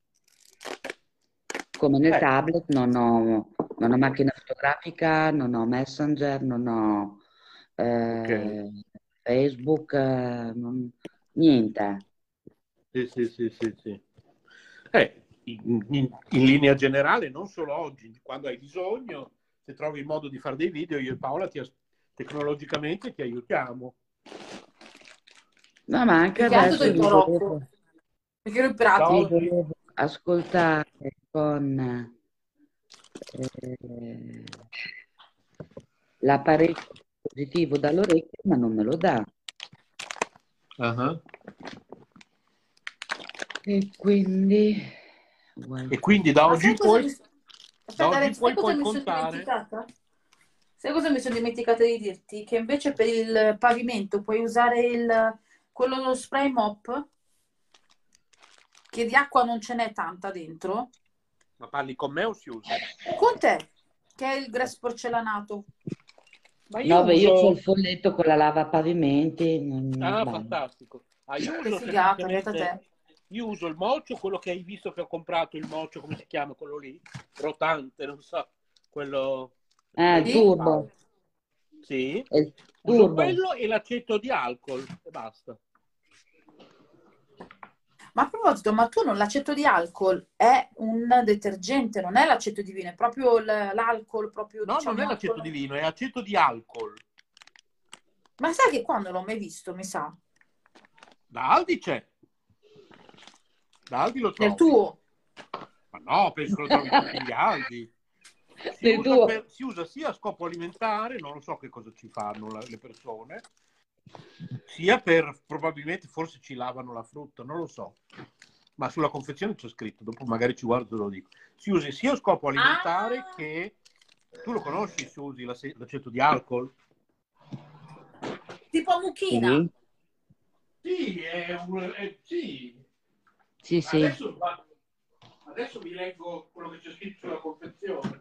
Come nel Eh, tablet non ho, non ho macchina fotografica, non ho Messenger, non ho ok. eh, Facebook, eh, non- niente. Sì, sì, sì, sì, sì. Eh, in, in- in linea generale, non solo oggi, quando hai bisogno, se trovi il modo di fare dei video, io e Paola ti as- tecnologicamente ti aiutiamo. No, ma anche Più che altro ho adesso detto vi Rocco, volevo, perché lui è vi pratico. Oggi, volevo ascoltare con eh, l'apparecchio dispositivo dall'orecchio, ma non me lo dà. uh-huh. E quindi E wifi. quindi da Ma oggi sai in cosa poi, mi... da Aspetta, oggi in Alex, sai poi cosa puoi mi sono contare. dimenticata? Sai cosa mi sono dimenticata di dirti? Che invece per il pavimento puoi usare il, quello dello spray mop, che di acqua non ce n'è tanta dentro, Ma parli con me o si usa? con te, che è il grass porcellanato. Ma io No, beh, io ho il uso. folletto con la lava pavimenti, non, non Ah, sbaglio. fantastico. Ah, io Che uso figata, beata semplicemente. te. Io uso il mocio, quello che hai visto che ho comprato, il mocio, come si chiama quello lì? Rotante, non so, quello che Ah, il vedi su Sì? turbo, Paolo. Sì, il uso turbo. quello e l'aceto di alcol e basta. Ma a proposito, ma tu non l'aceto di alcol è un detergente, non è l'aceto di vino, è proprio l- l'alcol, proprio No, non è diciamo l'aceto alcol. di vino, è aceto di alcol. Ma sai che qua non l'ho mai visto, mi sa. Da Aldi c'è, da Aldi lo Nel trovi. tuo? Ma no, penso che lo trovi in tutti gli Aldi. Si Nel usa, tuo. per, si usa sia a scopo alimentare, non lo so che cosa ci fanno la- le persone, sia per, probabilmente, forse ci lavano la frutta, non lo so. Ma sulla confezione c'è scritto, dopo magari ci guardo e te lo dico. Si usa sia a scopo alimentare Ah, che... Tu lo conosci se usi l'ace- l'aceto di alcol? tipo a mucchina. Sì, Sì, è un... è- sì. sì, sì. Adesso, adesso vi leggo quello che c'è scritto sulla confezione.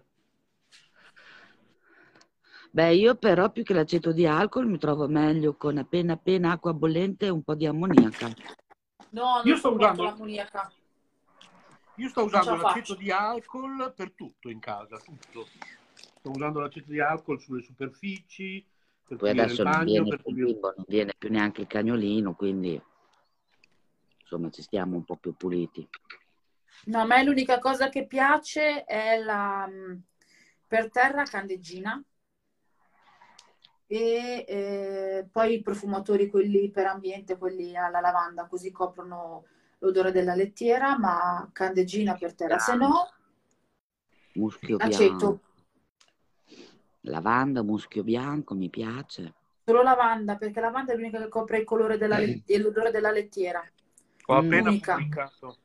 Beh, io però più che l'aceto di alcol mi trovo meglio con appena appena acqua bollente e un po' di ammoniaca. No, Io non sto sopporto usando, l'ammoniaca. io sto Non ce usando la l'aceto faccio. di alcol per tutto in casa, tutto. Sto usando l'aceto di alcol sulle superfici, per Poi pulire il adesso non bagno, viene per più il pulire... bimbo, non viene più neanche il cagnolino, quindi insomma ci stiamo un po' più puliti. No, a me l'unica cosa che piace è la mh, per terra candeggina e eh, poi i profumatori, quelli per ambiente, quelli alla lavanda, così coprono l'odore della lettiera, ma candeggina per terra. Se Bianco, no, muschio bianco, aceto. lavanda, muschio bianco, mi piace. Solo lavanda, perché lavanda è l'unica che copre il colore della let- e l'odore della lettiera. Ho appena Mm, L'unica. pubblicato,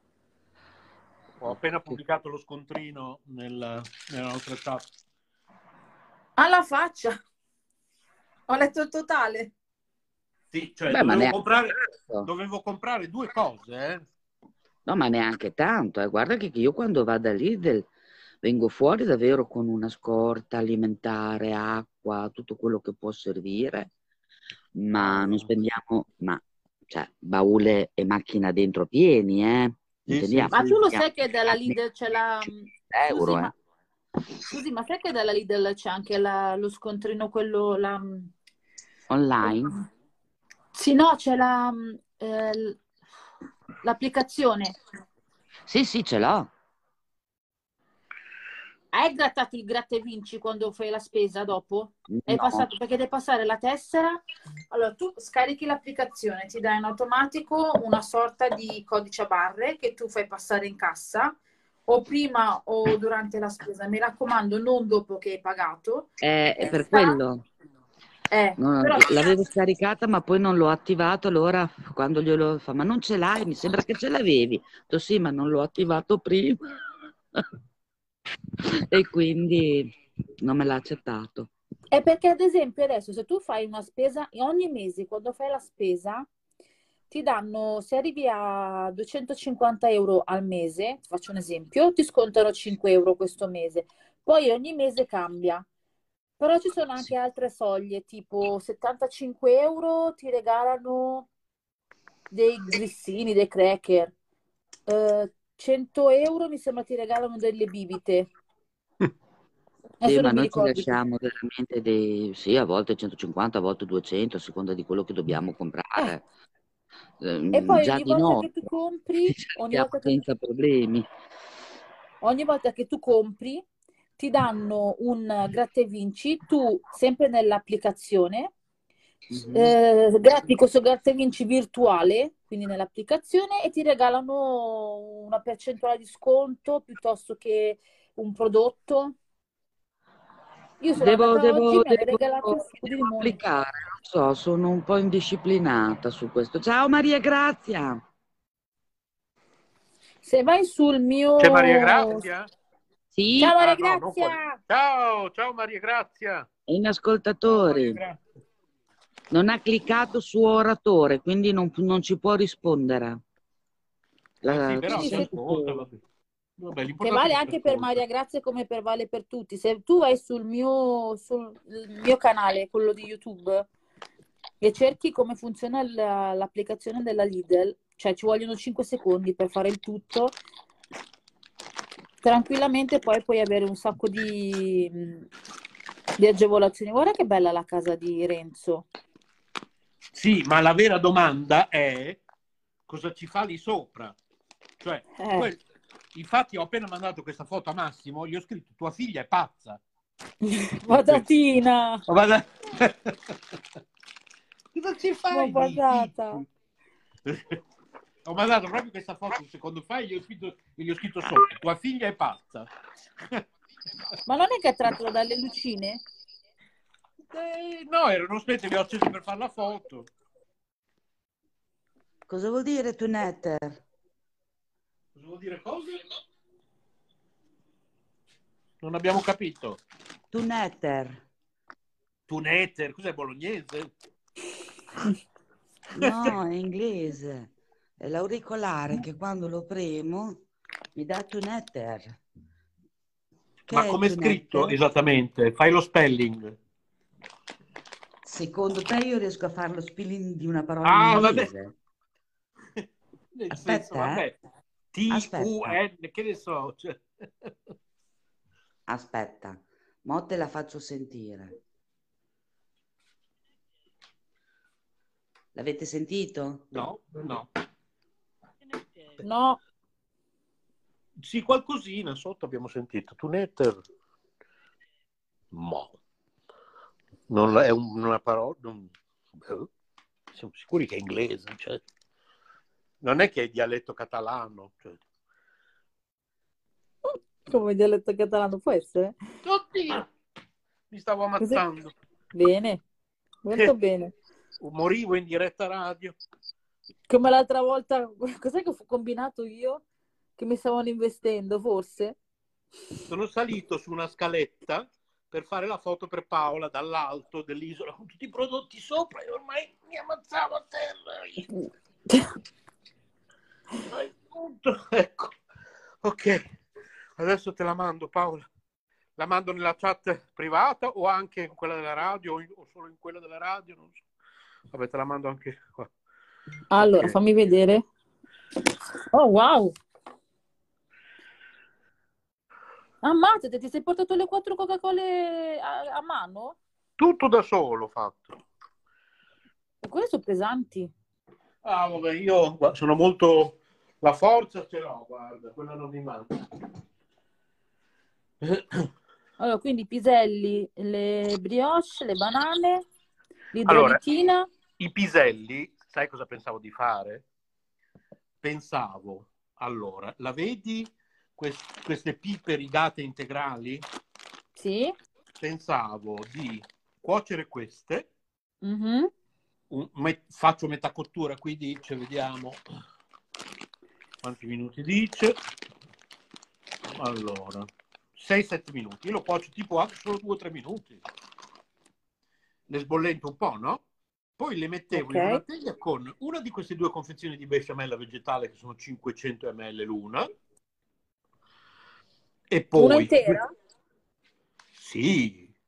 ho appena pubblicato lo scontrino nel- nella nostra chat. Alla faccia! Ho letto il totale. Sì, cioè Beh, ma dovevo neanche comprare, tanto. dovevo comprare due cose, eh. No, ma neanche tanto. Eh. Guarda che io quando vado a Lidl vengo fuori davvero con una scorta alimentare, acqua, tutto quello che può servire, ma non Ah, spendiamo, ma cioè, baule e macchina dentro pieni, eh? sì, sì, Intendiamo, Ma sì. tu lo spendiamo sai che dalla almeno Lidl c'è la... cinquanta Scusi, euro, eh? ma... Scusi, ma sai che dalla Lidl c'è anche la- lo scontrino, quello... La... Online. Sì, no, c'è la... eh, l'applicazione. Sì, sì, ce l'ho. Hai grattato il gratta e vinci quando fai la spesa dopo? Hai No. passato, perché devi passare la tessera. Allora, tu scarichi l'applicazione, ti dà in automatico una sorta di codice a barre che tu fai passare in cassa o prima o durante la spesa. Mi raccomando, non dopo che hai pagato. È, è E per sta, quello. eh, No, però l'avevo scaricata, ma poi non l'ho attivato. Allora, quando glielo fa, ma non ce l'hai? Mi sembra che ce l'avevi. Ho detto, sì, ma non l'ho attivato prima. E quindi non me l'ha accettato. è perché, ad esempio, adesso se tu fai una spesa, ogni mese quando fai la spesa, ti danno, se arrivi a duecentocinquanta euro al mese, ti faccio un esempio, ti scontano cinque euro questo mese, poi ogni mese cambia. Però ci sono Sì. anche altre soglie, tipo settantacinque euro ti regalano dei grissini, dei cracker. Eh, cento euro mi sembra ti regalano delle bibite. Sì, Adesso ma non mi noi ci ricordo. lasciamo veramente dei, sì, a volte centocinquanta, a volte duecento, a seconda di quello che dobbiamo Eh, comprare. e Ehm, poi già ogni di volta che tu notte compri, ci ogni arriviamo volta che senza problemi. ogni volta che tu compri, ti danno un gratta e vinci, tu sempre nell'applicazione, Mhm. eh, gratti questo gratta e vinci virtuale, quindi nell'applicazione, e ti regalano una percentuale di sconto piuttosto che un prodotto. Io sono Devo, andata oggi, devo, mi hanno devo, regalato un sacco di devo limoni. applicare, non so, sono un po' indisciplinata su questo. Ciao Maria Grazia, Se vai sul C'è Maria mio... Grazia? sì, Ciao Maria Ah no, non qua. Grazia! Ciao, ciao Maria Grazia. in Ciao Maria ascoltatori. Grazia. Non ha cliccato su oratore, quindi non, non ci può rispondere. Eh sì, La, ci però Quindi ci se sente ascolta, solo. vabbè. Vabbè, che l'importante è vale che ci anche per ascolta. Maria Grazia come per vale per tutti. Se tu vai sul mio, sul mio canale, quello di YouTube, e cerchi come funziona la- l'applicazione della Lidl, cioè ci vogliono cinque secondi per fare il tutto, tranquillamente poi puoi avere un sacco di, di agevolazioni. Guarda che bella la casa di Renzo. Sì, ma la vera domanda è cosa ci fa lì sopra? Cioè, Eh, quel- infatti ho appena mandato questa foto a Massimo, gli ho scritto tua figlia è pazza. patatina, Ma guarda- cosa ci ma fai lì? patata. Ho mandato proprio questa foto un secondo fa e gli ho scritto, e gli ho scritto sotto tua figlia è pazza. Ma non è che è tratto dalle lucine? Eh, no, erano specie, li ho accesi per fare la foto. Cosa vuol dire Tunetter? Cosa vuol dire cosa? Non abbiamo capito. Tunetter. Tunetter, cos'è bolognese? No, è inglese. È l'auricolare che quando lo premo mi dà Tunetter. Che Ma è il come è scritto Tunetter? esattamente? Fai lo spelling. Secondo te io riesco a fare lo spelling di una parola in Ah, vabbè. inglese? Nel senso, Aspetta, eh. vabbè. T U Aspetta, N, che ne so. Cioè. aspetta. Mo te la faccio sentire. L'avete sentito? No, no. No, Sì, qualcosina sotto abbiamo sentito. Tunetter. Mo. Non è un- una parola. Non... eh, Siamo sicuri che è inglese. Cioè. Non è che è dialetto catalano. Cioè. come dialetto catalano può essere? Oddio, mi stavo Cos'è? ammazzando. Bene, molto bene. Morivo in diretta radio. Come l'altra volta, cos'è che ho combinato io? Che mi stavano investendo, forse? Sono salito su una scaletta per fare la foto per Paola dall'alto dell'isola con tutti i prodotti sopra e ormai mi ammazzavo a terra. Ai, punto. Ecco, ok, adesso te la mando Paola. La mando nella chat privata o anche in quella della radio o, in- o solo in quella della radio? Non so. Vabbè, te la mando anche qua. Allora, Ok. fammi vedere. Oh, wow! Ammazzate, ti sei portato le quattro Coca-Cola a, a mano? Tutto da solo fatto. E quelle sono pesanti. Ah, vabbè, io guarda, sono molto... La forza ce l'ho, guarda, quella non mi manca. Allora, quindi i piselli, le brioche, le banane, Allora, l'idralitina. i piselli, sai cosa pensavo di fare? Pensavo, allora, la vedi quest- queste pipe rigate integrali? Sì. Pensavo di cuocere queste, Mhm. un- me- faccio metà cottura, qui dice, vediamo quanti minuti dice. Allora, sei sette minuti. Io lo cuocio tipo anche solo due o tre minuti. Le sbollento un po', no? Poi le mettevo in una Ok. teglia con una di queste due confezioni di besciamella vegetale che sono cinquecento millilitri l'una. E Una poi, intera? sì,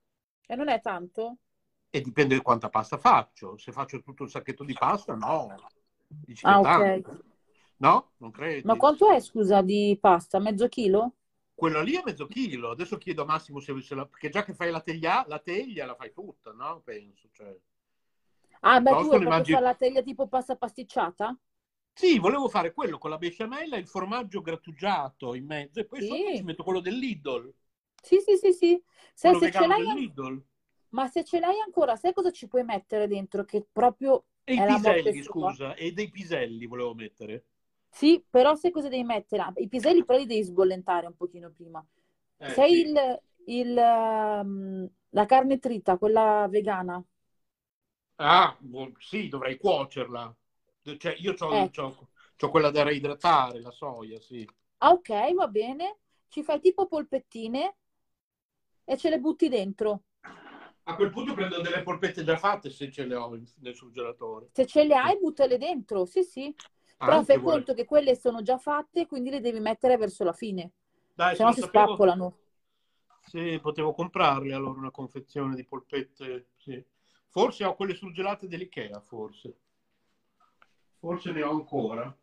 E non è tanto? E dipende da quanta pasta faccio. Se faccio tutto il sacchetto di pasta, no. Dici che è Ah, ok. tanto. No? Non Ma credi? quanto è, scusa, di pasta? Mezzo chilo? Quello lì è mezzo chilo. Adesso chiedo a Massimo se, se la, perché già che fai la teglia, la teglia la fai tutta, no? Penso. Cioè, Ah, beh, tu piuttosto vuoi ne proprio mangi. fare la teglia tipo pasta pasticciata? Sì, volevo fare quello con la besciamella e il formaggio grattugiato in mezzo e poi sopra ci Sì, metto quello del Lidl, sì, sì, sì, sì. Sai, quello se ce vegano l'hai, del an- Lidl. ma se ce l'hai ancora, sai cosa ci puoi mettere dentro? Che proprio E i è la morte piselli, sua? scusa, e dei piselli volevo mettere. Sì, però sai cosa devi mettere? Ah, I piselli però li devi sbollentare un pochino prima. Eh Sai sì. il, il, ehm, la carne trita, quella vegana? Ah, bu- sì, dovrei cuocerla. Cioè, io Eh, ho quella da reidratare, la soia, sì. ah, ok, va bene. Ci fai tipo polpettine e ce le butti dentro. A quel punto prendo delle polpette già fatte se ce le ho in- nel surgelatore. Se ce le hai, buttale dentro. Sì, sì. Però Anche fai vuole. conto che quelle sono già fatte, quindi le devi mettere verso la fine. Dai, Se se no lo si sapevo, spappolano. sì, potevo comprarle allora una confezione di polpette, sì. Forse ho quelle surgelate dell'Ikea, forse. Forse ne ho ancora.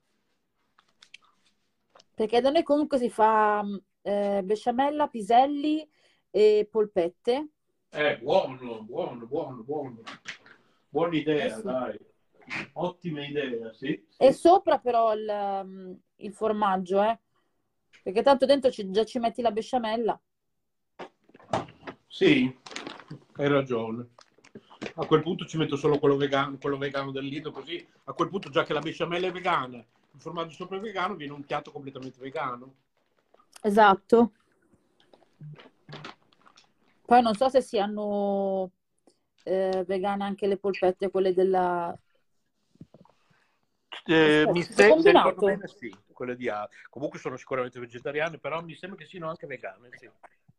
Perché da noi comunque si fa mh, eh, besciamella, piselli e polpette. Eh, buono, buono, buono, buono. Buona Eh idea, sì. dai. Ottima idea, sì, E sì. sopra però il, mh, il formaggio, eh. Perché tanto dentro ci- già ci metti la besciamella. Sì, hai ragione. A quel punto ci metto solo quello vegano, quello vegano del Lido, così a quel punto, già che la besciamella è vegana, il formaggio sopra è vegano, viene un piatto completamente vegano. Esatto. Poi non so se siano eh, vegane anche le polpette, quelle della... Eh, Aspetta, mi tutto se, se ricordo combinato. bene, sì, quelle di A. Comunque sono sicuramente vegetariane, però mi sembra che siano anche vegane, sì.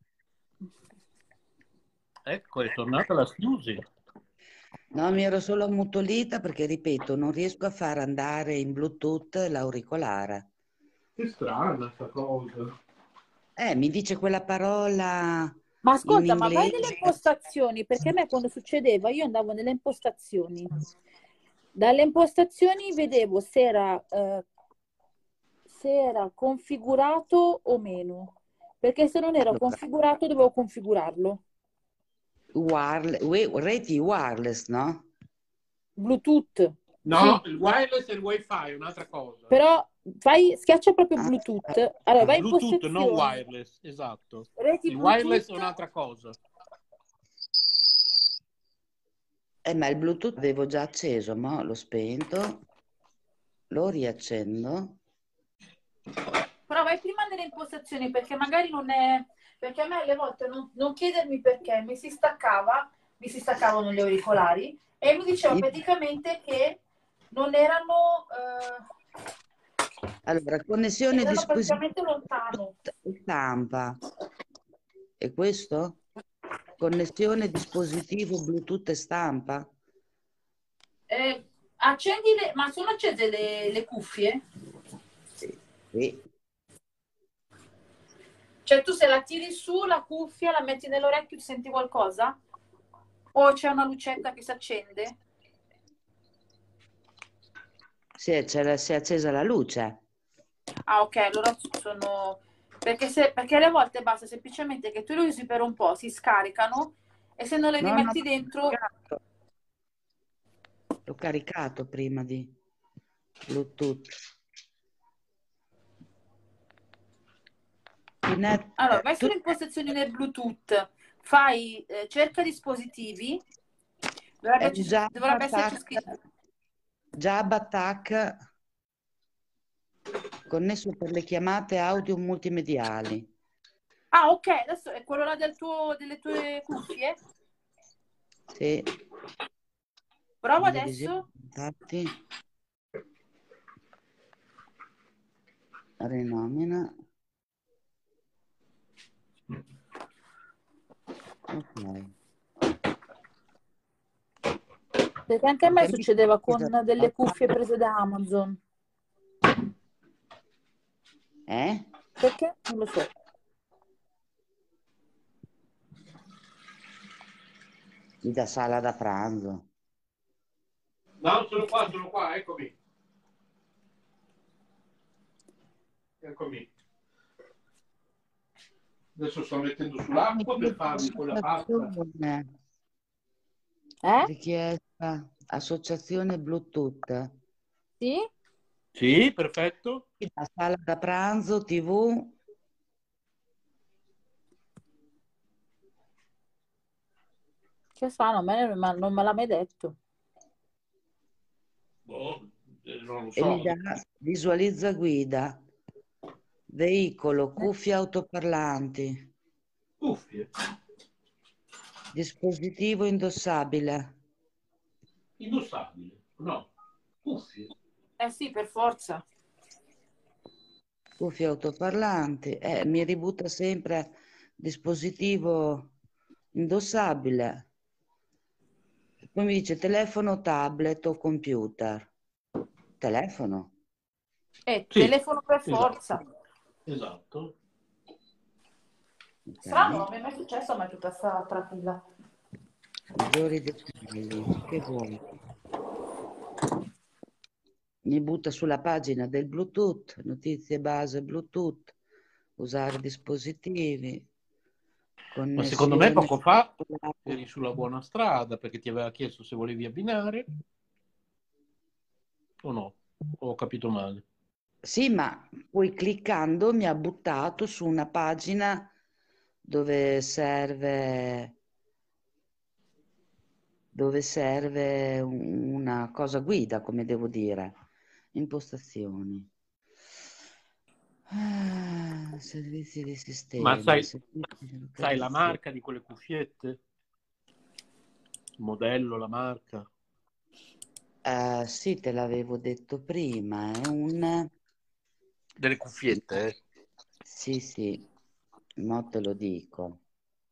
Ecco, è tornata la Scusi. No, mi ero solo ammutolita perché, ripeto, non riesco a far andare in Bluetooth l'auricolare. Che strana sta cosa. Eh, mi dice quella parola Ma in ascolta, ma vai nelle inglese. impostazioni, perché a me quando succedeva, io andavo nelle impostazioni. Dalle impostazioni vedevo se era, eh, se era configurato o meno. Perché se non era Allora, configurato dovevo configurarlo. wireless, we- reti wireless, no? Bluetooth, No, sì, il wireless e il wifi è un'altra cosa. però fai, schiaccia proprio Ah, Bluetooth. Allora, vai in Bluetooth, non impostazioni, wireless, esatto. reti Il wireless è Bluetooth. un'altra cosa. eh, ma il Bluetooth avevo già acceso, ma l'ho spento, lo riaccendo. Però vai prima nelle impostazioni perché magari non è... Perché a me alle volte non, non chiedermi perché mi si staccava, mi si staccavano gli auricolari e mi diceva Io- praticamente che non erano, eh, Allora, connessione erano dispositivo praticamente lontano. Bluetooth e stampa. E questo? Connessione dispositivo Bluetooth e stampa? Eh, accendi le... Ma sono accese le, le cuffie? Sì. Sì. Cioè tu se la tiri su la cuffia, la metti nell'orecchio ti senti qualcosa? O c'è una lucetta che si accende? Si è, c'è la- si è accesa la luce. Ah, ok, allora sono... Perché, se... Perché alle volte basta semplicemente che tu li usi per un po', si scaricano e se non le No, no, rimetti dentro... l'ho caricato prima di Bluetooth. Connect- Allora, vai tu- sulle impostazioni del Bluetooth, fai, eh, cerca dispositivi, dovrebbe, È esserci- Jabba dovrebbe esserci Attack, scritto... Jabba Attack connesso per le chiamate audio multimediali. Ah, ok, adesso è quello là del tuo, delle tue cuffie? Sì. Prova Condivisione, adesso. contatti, rinomina. Ok. Perché anche a me succedeva con delle Autorizzato. cuffie prese da Amazon. Eh? Perché? Non lo so. da sala da pranzo. No, sono qua, sono qua, eccomi. Eccomi. Adesso sto mettendo sull'acqua per farmi quella pasta. Eh? Richiesta associazione Bluetooth. Sì? Sì, perfetto. Da sala da pranzo, tivù. Che strano, a me non non me l'ha mai detto. Boh, eh, non lo E mi so. dà visualizza guida, veicolo, cuffie autoparlanti, Cuffie. dispositivo indossabile, Indossabile. No, cuffie. Eh sì, per forza. cuffie autoparlanti, eh, mi ributta sempre dispositivo indossabile. Poi mi dice telefono, tablet o computer. Telefono? Eh, Sì, telefono per esatto. forza. Esatto. Strano, non Ok. mi è mai successo, ma è tutta sta tranquilla. Maggiori dettagli, che vuoi? Mi butta sulla pagina del Bluetooth, notizie base Bluetooth, usare dispositivi, Ma secondo me connessione. poco fa eri sulla buona strada perché ti aveva chiesto se volevi abbinare o no? Ho capito male. Sì, ma poi cliccando mi ha buttato su una pagina dove serve, dove serve un- una cosa guida, come devo dire. Impostazioni. Ah, servizi di Ma sistema. sai, Servizi di sai la localizzazione. marca di quelle cuffiette? Il modello, la marca? Eh, sì, te l'avevo detto prima, è un... Delle cuffiette, eh? Sì, sì, mo te lo dico.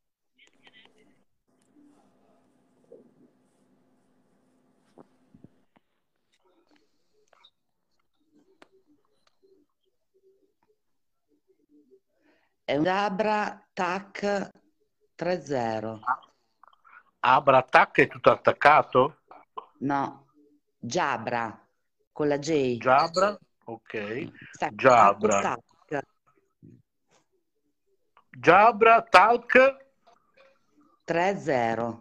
È un Abra Tac trenta. Abra Tac è tutto attaccato? No, Jabra, con la J. Jabra? Ok. Staccato Jabra. Tac Jabra Talc trenta.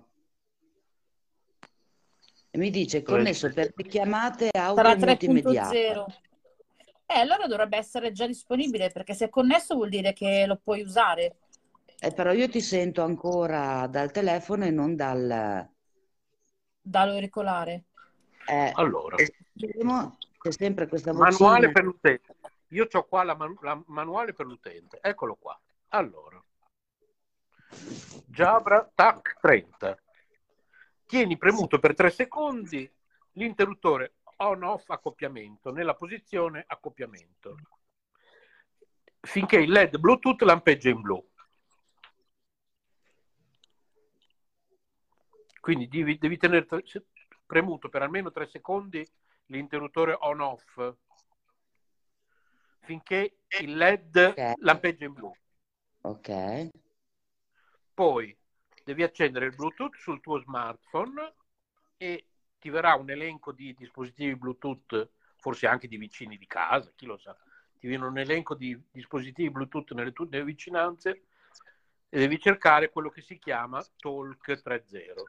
E mi dice connesso per le chiamate audio Sarà multimediali. tre punto zero. Eh, allora dovrebbe essere già disponibile perché se è connesso vuol dire che lo puoi usare. Eh, però io ti sento ancora dal telefono e non dal... Dall'auricolare. Eh, Allora, vedremo, c'è sempre questa manuale vocina. per l'utente. Io ho qua la, man- la manuale per l'utente. Eccolo qua. Allora, Jabra Tac trenta. Tieni premuto per tre secondi l'interruttore on-off accoppiamento nella posizione accoppiamento finché il L E D Bluetooth lampeggia in blu. Quindi devi, devi tenere tre, premuto per almeno tre secondi l'interruttore on-off finché il L E D Ok. lampeggia in blu. Ok. Poi devi accendere il Bluetooth sul tuo smartphone e ti verrà un elenco di dispositivi Bluetooth, forse anche di vicini di casa, chi lo sa. Ti viene un elenco di dispositivi Bluetooth nelle tue nelle vicinanze e devi cercare quello che si chiama Talk trenta.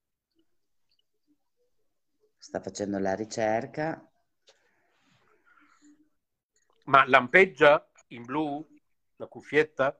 Sta facendo la ricerca. Ma lampeggia in blu la cuffietta?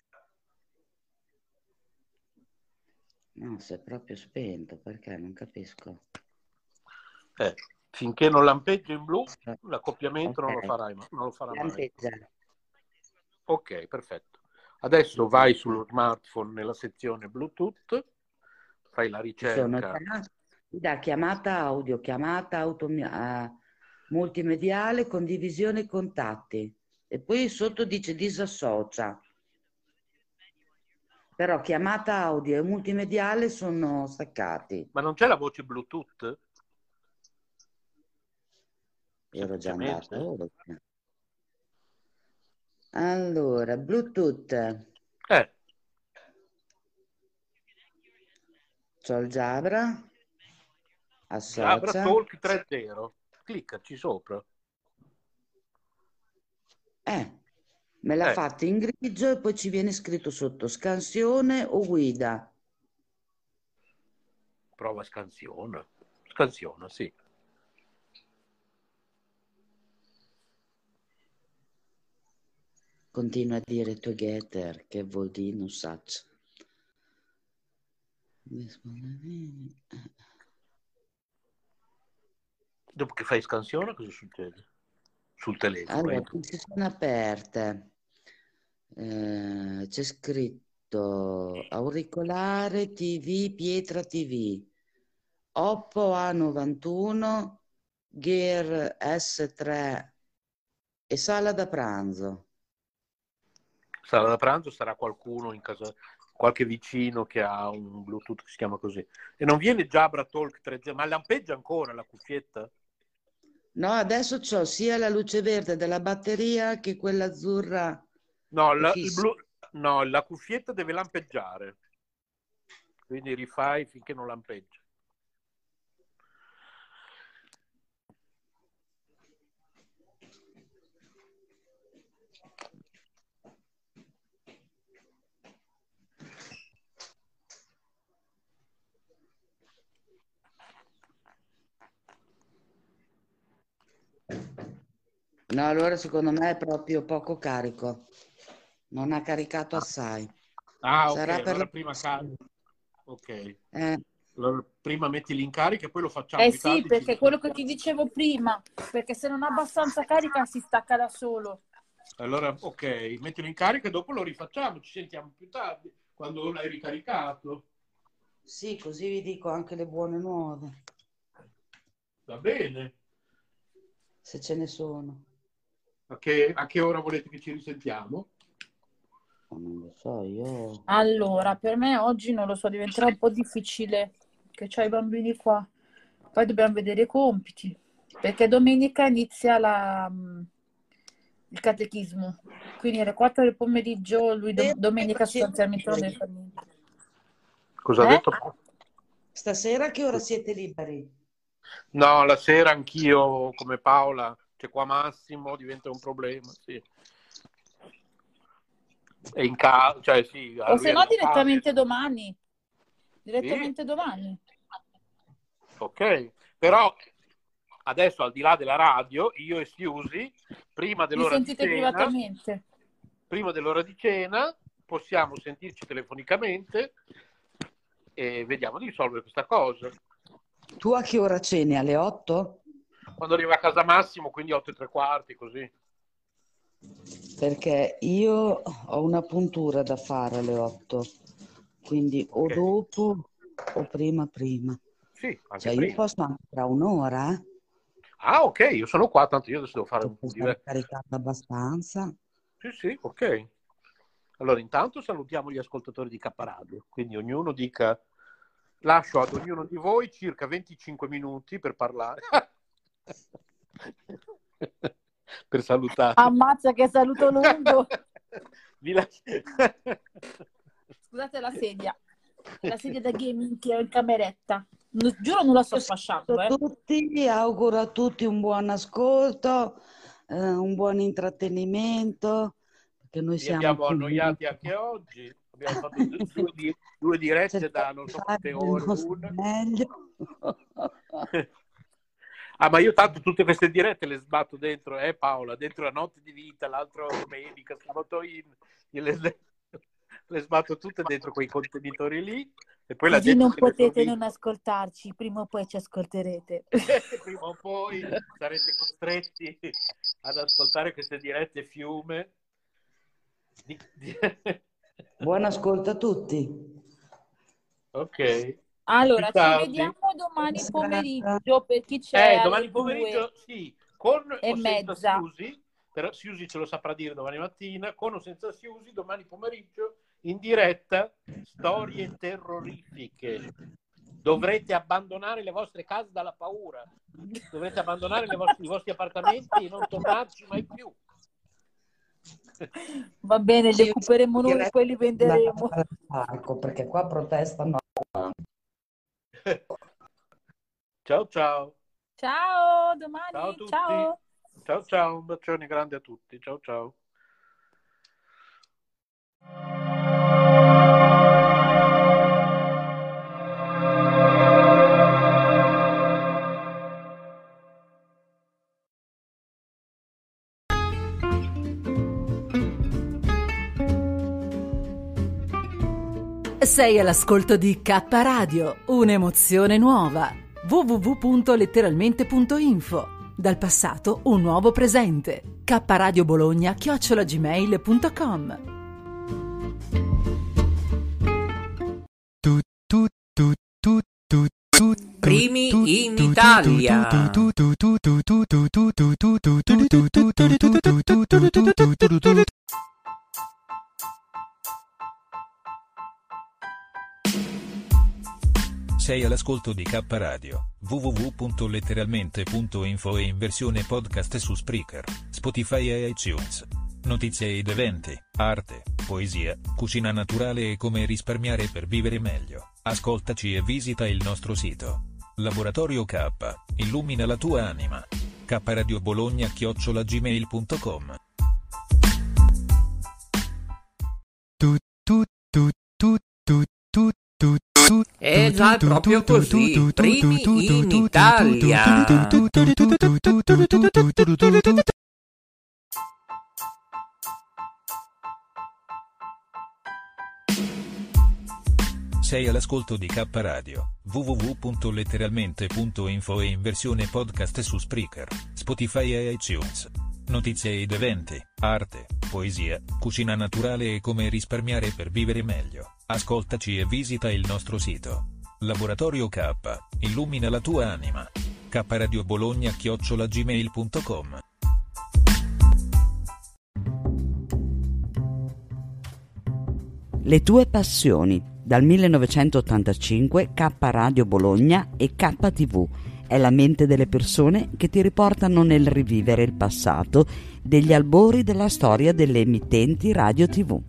No, si è proprio spento, perché non capisco. Eh, finché non lampeggia in blu, l'accoppiamento non lo Ok. farai, non lo farà mai. Lampeggia. Ok, perfetto. Adesso vai sullo smartphone nella sezione Bluetooth, fai la Ci sono ricerca. già da chiamata audio, chiamata auto, uh, multimediale, condivisione contatti. E poi sotto dice disassocia. Però chiamata audio e multimediale sono staccati. Ma non c'è la voce Bluetooth? Ero già Semplicemente. andato oltre. Allora, Bluetooth. Eh. C'ho il Jabra, Jabra associa. Talk trenta. Cliccaci sopra. Eh, me l'ha Eh. fatta in grigio e poi ci viene scritto sotto scansione o guida. Prova scansiona. Scansiona, sì. Continua a dire together, che vuol dire non saccio. Dopo che fai scansiona, cosa succede? Sul telefono. Allora, eh? si sono aperte. Eh, c'è scritto auricolare T V, Pietra T V, Oppo A novantuno, Gear S tre e sala da pranzo. Sala da pranzo sarà qualcuno in casa, qualche vicino che ha un Bluetooth che si chiama così. E non viene Jabra Talk tre G, ma lampeggia ancora la cuffietta? No, adesso c'ho sia la luce verde della batteria che quella azzurra. No, È la, il fissa. blu, no, la cuffietta deve lampeggiare. Quindi rifai finché non lampeggia. No, allora secondo me è proprio poco carico. Non ha caricato assai. Ah, ok, Sarà per allora la... prima carica. Ok. Eh, Allora, prima metti l'incarico e poi lo facciamo Eh più sì, tardi. perché ci- quello che ti dicevo prima, perché se non ha abbastanza carica si stacca da solo. Allora, ok, mettilo in carica e dopo lo rifacciamo, ci sentiamo più tardi, quando l'hai ricaricato. sì, così vi dico anche le buone nuove, Va bene. se ce ne sono. A che, a che ora volete che ci risentiamo? Ma non lo so, io... Allora, per me oggi non lo so, diventerà un po' difficile, che c'ho i bambini qua. Poi dobbiamo vedere i compiti, perché domenica inizia la, mm, il catechismo. Quindi alle quattro del pomeriggio, lui dom- domenica sostanzialmente non deve fare niente. Cosa ha Eh? detto? Stasera a che ora siete liberi? No, la sera anch'io, come Paola, c'è qua Massimo, diventa un problema, sì. È in casa, cioè sì, a O lui se è no lontano. direttamente domani. Sì, Direttamente domani. ok. Però adesso, al di là della radio, io e Siusi, prima Vi dell'ora di sentite cena, privatamente. prima dell'ora di cena, possiamo sentirci telefonicamente e vediamo di risolvere questa cosa. Tu a che ora ceni? Alle otto? Quando arriva a casa Massimo, quindi otto e tre quarti, così. Perché io ho una puntura da fare alle otto, quindi o Ok. dopo o prima prima. Sì, anche Cioè io prima. posso anche tra un'ora, eh? Ah, ok, io sono qua, tanto io adesso devo fare un Dopo po' di... essere caricato abbastanza. Sì, sì, ok. Allora, intanto salutiamo gli ascoltatori di K Radio, quindi ognuno dica... Lascio ad ognuno di voi circa venticinque minuti per parlare. Per salutare. Ammazza che saluto lungo. Vi lascio... Scusate la sedia. La sedia da gaming che ho in cameretta. No, giuro non la sto sfasciando, A eh. tutti, auguro a tutti un buon ascolto, eh, un buon intrattenimento, perché noi Vi siamo abbiamo comunque... annoiati anche oggi. Abbiamo fatto due, due, di- due dirette da non so Cerchiamo quante di fare ore il nostro l'una. meglio. Ah, ma io tanto tutte queste dirette le sbatto dentro, eh Paola, dentro la notte di vita, l'altro domenica, sabato in, io le, le sbatto tutte dentro quei contenitori lì e poi la Così gente non se le potete convince. non ascoltarci, prima o poi ci ascolterete. Prima o poi sarete costretti ad ascoltare queste dirette fiume. Di, di... Buon ascolto a tutti. Ok. Allora, Più ci tardi. vediamo domani Buona serata. pomeriggio per chi c'è Eh, domani alle due pomeriggio sì, con e o senza mezza. Siusi, però Siusi ce lo saprà dire domani mattina, con o senza Siusi, domani pomeriggio in diretta, storie terrorifiche. Dovrete abbandonare le vostre case dalla paura, dovrete abbandonare le vostre, i vostri appartamenti e non tornarci mai più. Va bene, li Sì, occuperemo noi, poi li venderemo. al parco, perché qua protestano Ciao ciao. Ciao, domani. Ciao a tutti. Ciao. Ciao ciao, un bacione grande a tutti. Ciao ciao. Sei all'ascolto di K Radio, un'emozione nuova. w w w punto letteralmente punto info. Dal passato un nuovo presente. K Radio Bologna chiocciola gmail punto com. Primi in Italia. Sei all'ascolto di K Radio, w w w punto letteralmente punto info e in versione podcast su Spreaker, Spotify e iTunes. Notizie ed eventi, arte, poesia, cucina naturale e come risparmiare per vivere meglio. Ascoltaci e visita il nostro sito. Laboratorio K, illumina la tua anima. K Radio Bologna chiocciola gmail punto com. È già proprio così, primi in Italia. Sei all'ascolto di K Radio, w w w punto letteralmente punto info e in versione podcast su Spreaker, Spotify e iTunes. Notizie ed eventi, arte, poesia, cucina naturale e come risparmiare per vivere meglio. Ascoltaci e visita il nostro sito. Laboratorio K, illumina la tua anima. K Radio Bologna chiocciola gmail punto com. Le tue passioni. Dal millenovecentottantacinque K Radio Bologna e K T V è la mente delle persone che ti riportano nel rivivere il passato degli albori della storia delle emittenti radio tivù.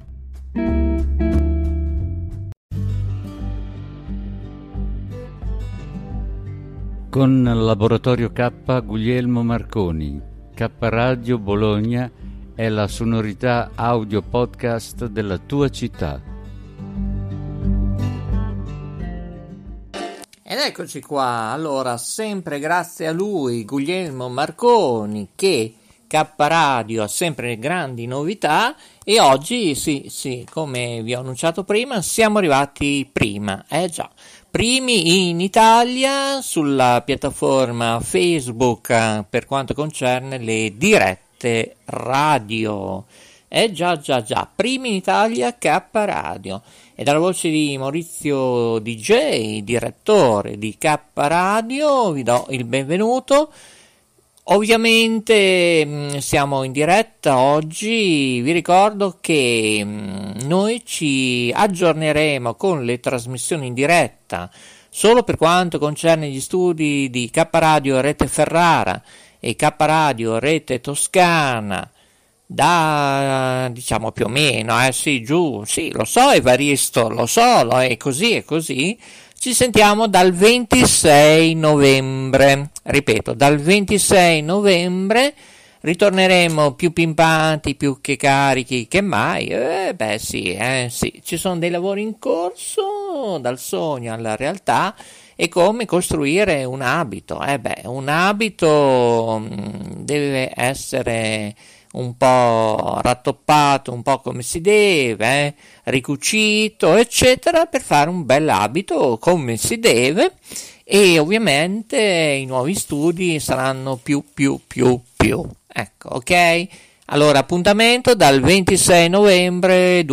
Con Laboratorio K Guglielmo Marconi, K Radio Bologna è la sonorità audio podcast della tua città. Ed eccoci qua, allora sempre grazie a lui, Guglielmo Marconi, che K Radio ha sempre grandi novità e oggi, sì, sì, come vi ho annunciato prima, siamo arrivati prima, eh già, primi in Italia sulla piattaforma Facebook per quanto concerne le dirette radio. Eh già, già, già, primi in Italia K Radio. E dalla voce di Maurizio D J, direttore di K Radio, vi do il benvenuto. Ovviamente mh, siamo in diretta oggi, vi ricordo che mh, noi ci aggiorneremo con le trasmissioni in diretta solo per quanto concerne gli studi di K Radio Rete Ferrara e K Radio Rete Toscana, da diciamo più o meno, eh sì, giù, sì, lo so Evaristo, lo so, lo è così e così. Ci sentiamo dal ventisei novembre, ripeto, dal ventisei novembre ritorneremo più pimpanti, più che carichi che mai. Eh, beh sì, eh sì, ci sono dei lavori in corso, dal sogno alla realtà, e come costruire un abito. Eh beh, un abito mh, deve essere un po' rattoppato, un po' come si deve, eh? ricucito, eccetera, per fare un bel abito come si deve. E ovviamente i nuovi studi saranno più, più, più, più. Ecco, ok? Allora, appuntamento dal ventisei novembre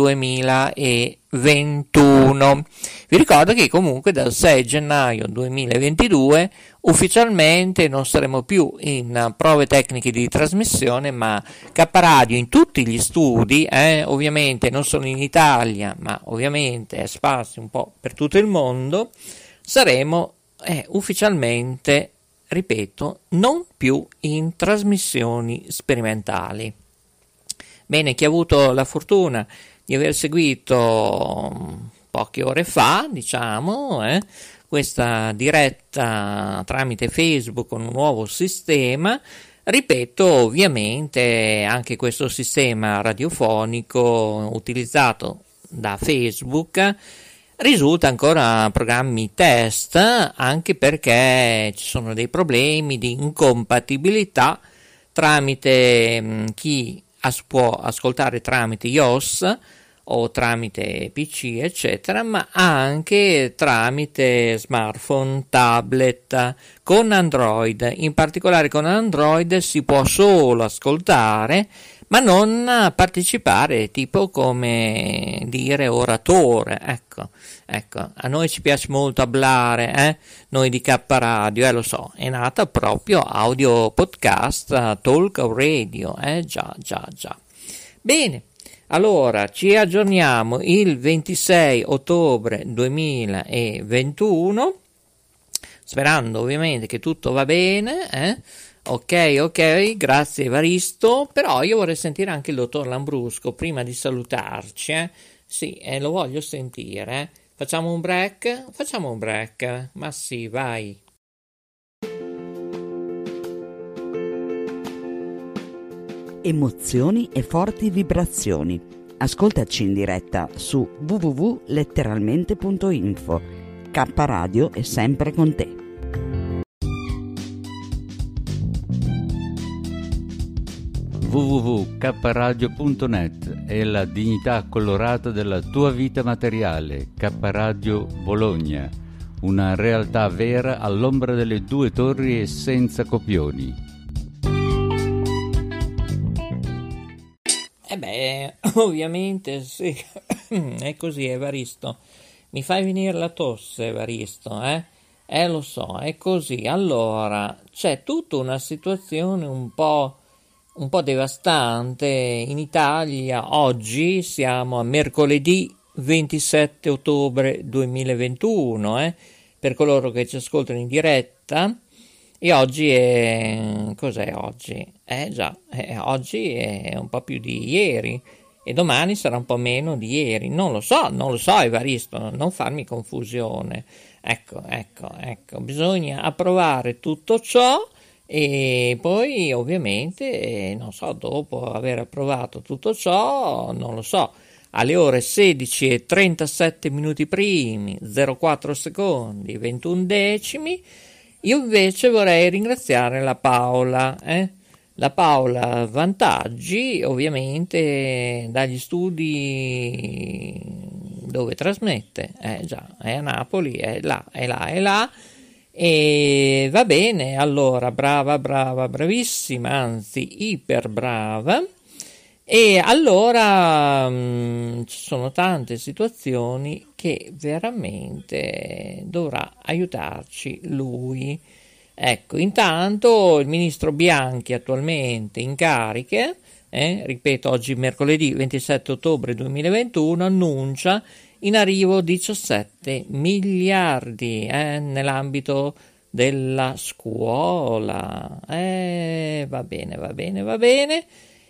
duemilaventuno. Vi ricordo che comunque dal sei gennaio duemilaventidue ufficialmente non saremo più in prove tecniche di trasmissione, ma K Radio in tutti gli studi, eh, ovviamente non solo in Italia, ma ovviamente sparsi un po' per tutto il mondo, saremo eh, ufficialmente, ripeto, non più in trasmissioni sperimentali. Bene, chi ha avuto la fortuna di aver seguito poche ore fa, diciamo, eh, questa diretta tramite Facebook con un nuovo sistema. Ripeto, ovviamente anche questo sistema radiofonico utilizzato da Facebook risulta ancora programmi test, anche perché ci sono dei problemi di incompatibilità tramite mh, chi as- può ascoltare tramite iOS o tramite P C, eccetera, ma anche tramite smartphone, tablet, con Android. In particolare con Android si può solo ascoltare, ma non partecipare, tipo come dire oratore. Ecco, ecco, a noi ci piace molto hablare, eh? Noi di K Radio, eh, lo so, è nata proprio audio podcast, talk radio, eh? Già, già, già. Bene. Allora, ci aggiorniamo il ventisei ottobre duemilaventuno, sperando ovviamente che tutto va bene, eh? Ok, ok, grazie Evaristo, però io vorrei sentire anche il dottor Lambrusco prima di salutarci, eh? Sì, eh, lo voglio sentire, eh? Facciamo un break? Facciamo un break, ma sì, vai. Emozioni e forti vibrazioni. Ascoltaci in diretta su w w w punto letteralmente punto info. K Radio è sempre con te. w w w punto k radio punto net è la dignità colorata della tua vita materiale. K Radio Bologna, una realtà vera all'ombra delle due torri e senza copioni. Eh beh, ovviamente sì, è così Evaristo, mi fai venire la tosse Evaristo, eh? Eh lo so, è così. Allora, c'è tutta una situazione un po', un po' devastante in Italia. Oggi siamo a mercoledì ventisette ottobre duemilaventuno, eh? Per coloro che ci ascoltano in diretta. E oggi è... cos'è oggi? Eh già, eh, oggi è un po' più di ieri e domani sarà un po' meno di ieri. Non lo so, non lo so Evaristo, non farmi confusione. Ecco, ecco, ecco, bisogna approvare tutto ciò e poi ovviamente, non so, dopo aver approvato tutto ciò, non lo so, alle ore sedici e trentasette minuti primi, zero quattro secondi, ventuno decimi, io invece vorrei ringraziare la Paola, eh? La Paola Vantaggi, ovviamente dagli studi dove trasmette, eh già, è a Napoli, è là, è là, è là, e va bene, allora, brava, brava, bravissima, anzi, iper brava. E allora mh, ci sono tante situazioni che veramente dovrà aiutarci lui. Ecco, intanto il ministro Bianchi, attualmente in cariche, eh, ripeto, oggi mercoledì ventisette ottobre duemilaventuno, annuncia in arrivo diciassette miliardi eh, nell'ambito della scuola. Eh, va bene, va bene, va bene.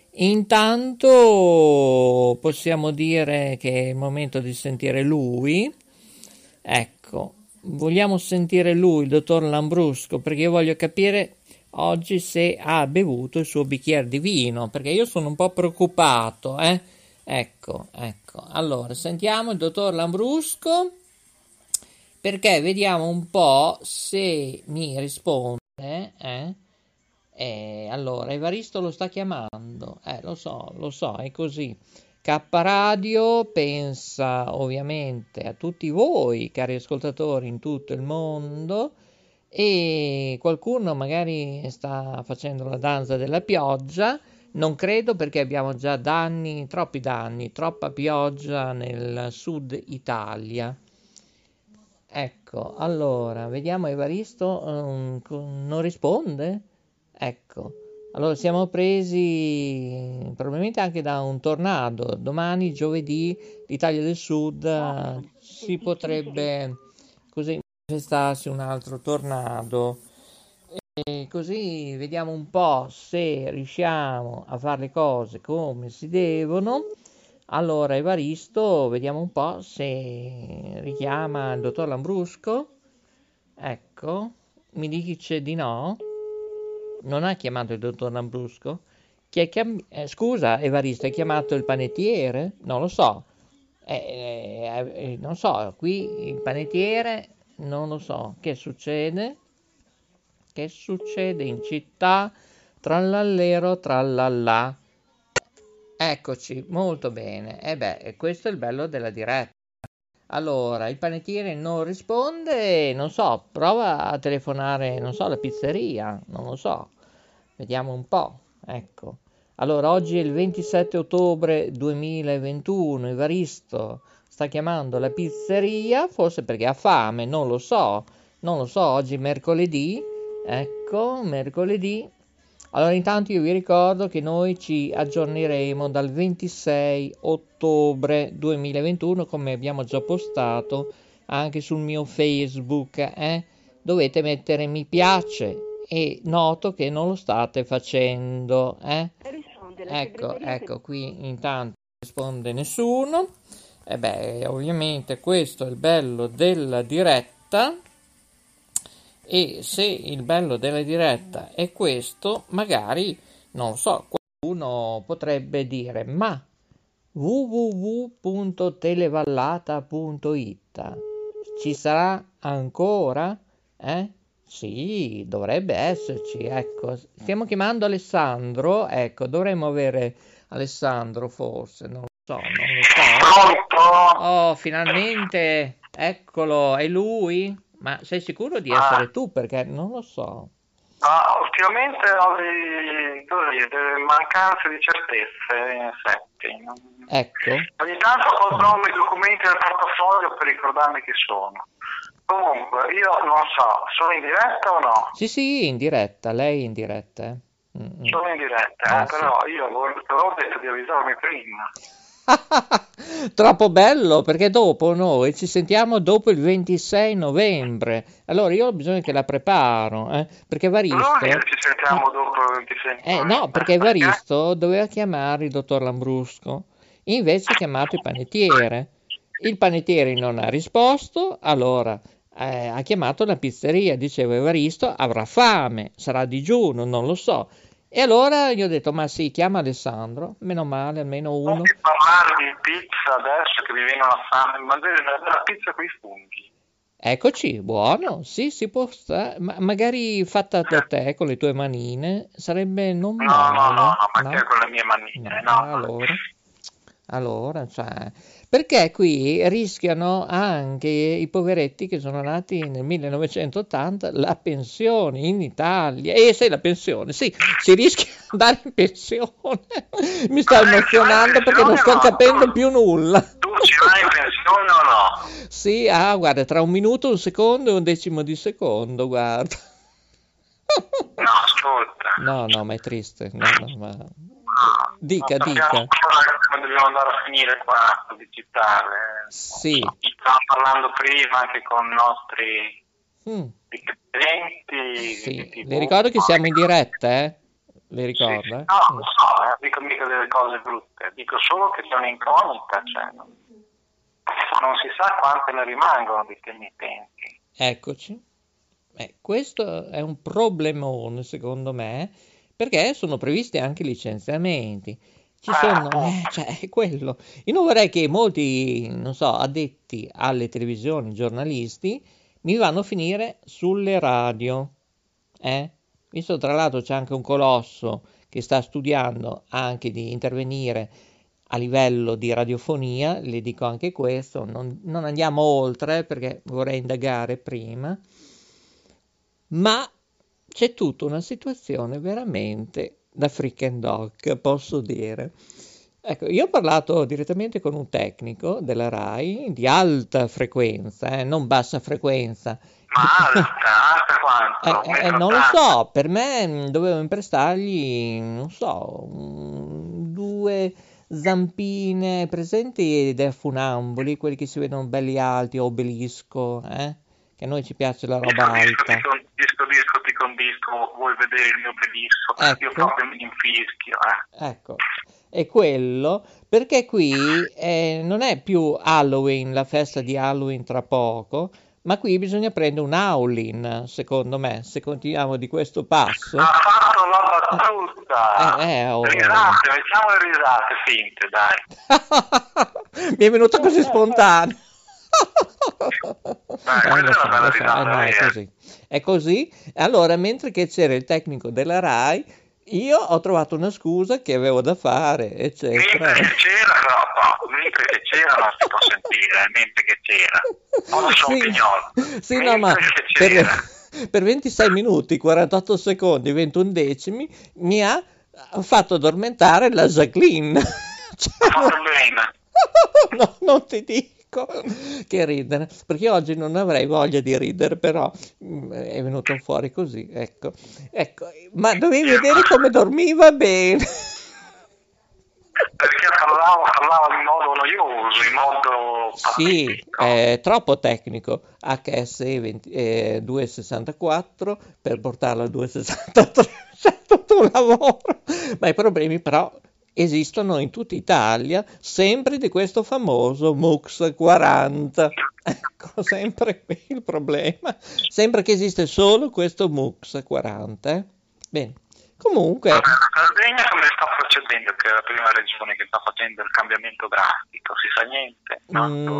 Intanto possiamo dire che è il momento di sentire lui. Ecco, vogliamo sentire lui, il dottor Lambrusco, perché io voglio capire oggi se ha bevuto il suo bicchiere di vino, perché io sono un po' preoccupato, eh? Ecco, ecco. Allora, sentiamo il dottor Lambrusco, perché vediamo un po' se mi risponde, eh? Eh, allora, Evaristo lo sta chiamando, eh, lo so, lo so, è così. K Radio pensa ovviamente a tutti voi, cari ascoltatori in tutto il mondo, e qualcuno magari sta facendo la danza della pioggia. Non credo, perché abbiamo già danni, troppi danni, troppa pioggia nel sud Italia. Ecco, allora, vediamo Evaristo, um, non risponde? Ecco, allora siamo presi probabilmente anche da un tornado. Domani, giovedì, l'Italia del Sud uh, si potrebbe così manifestarsi un altro tornado. E così vediamo un po' se riusciamo a fare le cose come si devono. Allora, Evaristo, vediamo un po' se richiama il dottor Lambrusco. ecco, mi dice di no. Non ha chiamato il dottor Lambrusco? Chi è chiam- eh, scusa, Evaristo, hai chiamato il panettiere? Non lo so. Eh, eh, eh, non so, qui il panettiere, non lo so. Che succede? Che succede in città? Trallallero, trallallà. Eccoci, molto bene. E beh, questo è il bello della diretta. Allora, il panettiere non risponde, non so, prova a telefonare, non so, alla pizzeria, non lo so. Vediamo un po', ecco. Allora, oggi è il ventisette ottobre duemilaventuno, Evaristo sta chiamando la pizzeria, forse perché ha fame, non lo so, non lo so, oggi è mercoledì, ecco, mercoledì. Allora, intanto io vi ricordo che noi ci aggiorneremo dal ventisei ottobre duemilaventuno, come abbiamo già postato anche sul mio Facebook, eh? Dovete mettere mi piace e noto che non lo state facendo, eh? Ecco, ecco, qui intanto non risponde nessuno. E beh, ovviamente questo è il bello della diretta. E se il bello della diretta è questo, magari, non so, qualcuno potrebbe dire, ma w w w punto televallata punto it ci sarà ancora? Eh? Sì, dovrebbe esserci, ecco. Stiamo chiamando Alessandro, ecco, dovremmo avere Alessandro forse, non lo so, non lo so. Oh, finalmente, eccolo, è lui? Ma sei sicuro di essere tu? Perché non lo so. Ah, ultimamente ho dei, così, delle mancanze di certezze in effetti. Ecco. Ogni tanto controllo i documenti del portafoglio per ricordarmi chi sono. Comunque, io non so, sono in diretta o no? Sì, sì, in diretta, lei in diretta. Eh. Mm-hmm. Sono in diretta, ah, eh, sì. Però io avevo detto di avvisarmi prima. Troppo bello, perché dopo noi ci sentiamo dopo il ventisei novembre. Allora io ho bisogno che la preparo, eh, perché Evaristo... Non che ci sentiamo dopo il ventisei novembre. Eh no, perché Evaristo doveva chiamare il dottor Lambrusco, invece ha chiamato il panettiere. Il panettiere non ha risposto, allora eh, ha chiamato la pizzeria, diceva Evaristo avrà fame, sarà a digiuno, non lo so. E allora gli ho detto, ma sì, chiama Alessandro, meno male, almeno uno. Non ti parlare di pizza adesso che mi viene una fame, ma la pizza con i funghi. Eccoci, buono, sì, si può stare, ma magari fatta da te con le tue manine, sarebbe non no, male. No, no, no, ma no? che con le mie manine, no. no allora, allora, cioè... Perché qui rischiano anche i poveretti che sono nati nel millenovecentottanta la pensione in Italia. E eh, sai, la pensione, sì, si rischia di andare in pensione. Mi sto emozionando perché non sto capendo più nulla. Tu ci vai in pensione o no? Sì, ah, guarda, tra un minuto, un secondo e un decimo di secondo, guarda. No, ascolta. No, no, ma è triste. No, no, ma... Dica, non dica. Come dobbiamo andare a finire qua a digitale. Sì. Stavamo parlando prima anche con i nostri mm. dipendenti. Sì. Le ricordo che siamo in diretta, eh? Le ricordo? Sì, eh? No, lo so, eh, dico mica delle cose brutte, dico solo che c'è un'incognita, cioè non, non si sa quante ne rimangono di emittenti. Eccoci. Eh, questo è un problemone, secondo me, perché sono previsti anche licenziamenti. Ci sono, eh, cioè, è quello. Io non vorrei che molti, non so, addetti alle televisioni, giornalisti, mi vanno a finire sulle radio, eh? Visto tra l'altro c'è anche un colosso che sta studiando anche di intervenire a livello di radiofonia, le dico anche questo, non, non andiamo oltre perché vorrei indagare prima, ma c'è tutta una situazione veramente da freak and dog, posso dire. Ecco, io ho parlato direttamente con un tecnico della RAI di alta frequenza, eh, non bassa frequenza. Ma alta, alta quanto? Eh, eh, non lo so, per me dovevo imprestargli, non so, um, due zampine presenti dei funamboli, quelli che si vedono belli alti, obelisco, eh? Che a noi ci piace la roba disco, alta. Disco, disco, disco, ti condisco, vuoi vedere il mio obelisco? Ecco. Io proprio mi infischio, eh. Ecco, è quello, perché qui eh, non è più Halloween, la festa di Halloween tra poco, Ma qui bisogna prendere un all-in, secondo me, se continuiamo di questo passo. Ha fatto la battuta! Eh, eh, oh. Risate, mettiamo le risate finte, dai. Mi è venuto così spontaneo. Dai, Eh, lo questa è so, una bella lo so, risata. eh, no, è eh. così. È così. Allora, mentre che c'era il tecnico della Rai, io ho trovato una scusa che avevo da fare, eccetera. Mentre che c'era, però, no, mentre che c'era non si può sentire, eh, mentre che c'era. Oggi sono Sì, pignolo. sì, no, ma Mentre che c'era. per, per ventisei minuti, quarantotto secondi, ventuno decimi, mi ha fatto addormentare la Jacqueline. Cioè, Ha fatto bene. no, non ti dico che ridere, perché oggi non avrei voglia di ridere, però mm, è venuto fuori così, ecco, ecco, ma dovevi vedere come dormiva bene. Perché parlava, parlava in modo noioso, in modo Sì, patetico. è troppo tecnico. H S E venti, eh, duecentosessantaquattro per portarlo a duecentosessantatré, c'è tutto un lavoro. Ma i problemi però esistono in tutta Italia, sempre di questo famoso MUX quaranta. Ecco, sempre qui il problema. Sembra che esiste solo questo MUX quaranta. Eh? Bene, comunque... Vabbè, la Sardegna come sta procedendo, che è la prima regione che sta facendo il cambiamento drastico, si sa niente? No?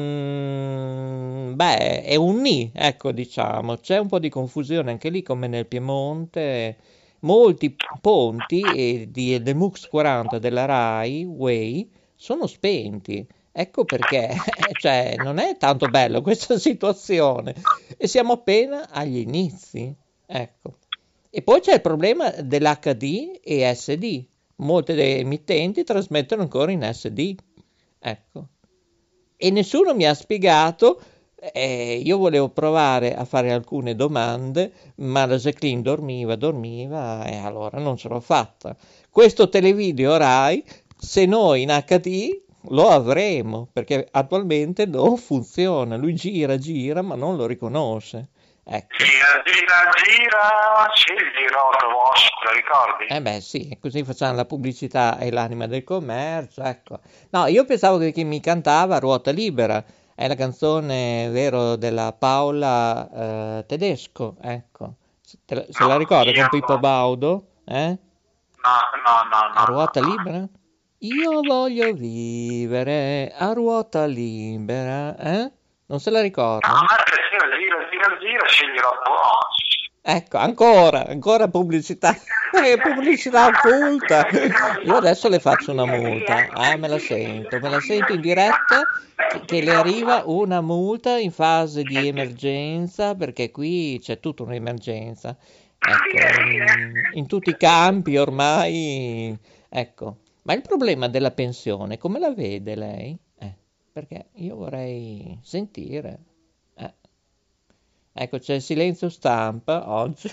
Mm, beh, è un ni, ecco, diciamo, c'è un po' di confusione anche lì, come nel Piemonte. Molti ponti eh, di, del MUX quaranta della Rai Way sono spenti. Ecco perché, cioè, non è tanto bello questa situazione e siamo appena agli inizi, ecco. E poi c'è il problema dell'H D e S D. Molte delle emittenti trasmettono ancora in S D, ecco. E nessuno mi ha spiegato. Eh, io volevo provare a fare alcune domande, ma la Jacqueline dormiva, dormiva e allora non ce l'ho fatta. Questo televideo Rai, se noi in H D lo avremo, perché attualmente non funziona. Lui gira, gira, ma non lo riconosce. Ecco. Gira, gira, gira, scegli Roto Wash, lo ricordi? Eh beh sì, così facciamo la pubblicità e l'anima del commercio, ecco. No, io pensavo che chi mi cantava Ruota Libera. È la canzone, vero, della Paola eh, Tedesco, ecco. Se, te la, se No, la ricordi io con Pippo no. Baudo? Eh? No, no, no, no. A ruota no. libera? Io voglio vivere a ruota libera, eh? Non se la ricorda? No, ma che gira, gira, gira, gira, scegli Roto Wash. Ecco, ancora, ancora pubblicità, eh, pubblicità occulta. Io adesso le faccio una multa, ah, me la sento, me la sento in diretta che, che le arriva una multa in fase di emergenza, perché qui c'è tutta un'emergenza, ecco, in, in tutti i campi ormai, ecco. Ma il problema della pensione, come la vede lei? Eh, perché io vorrei sentire. Eh. Ecco, c'è il silenzio stampa oggi.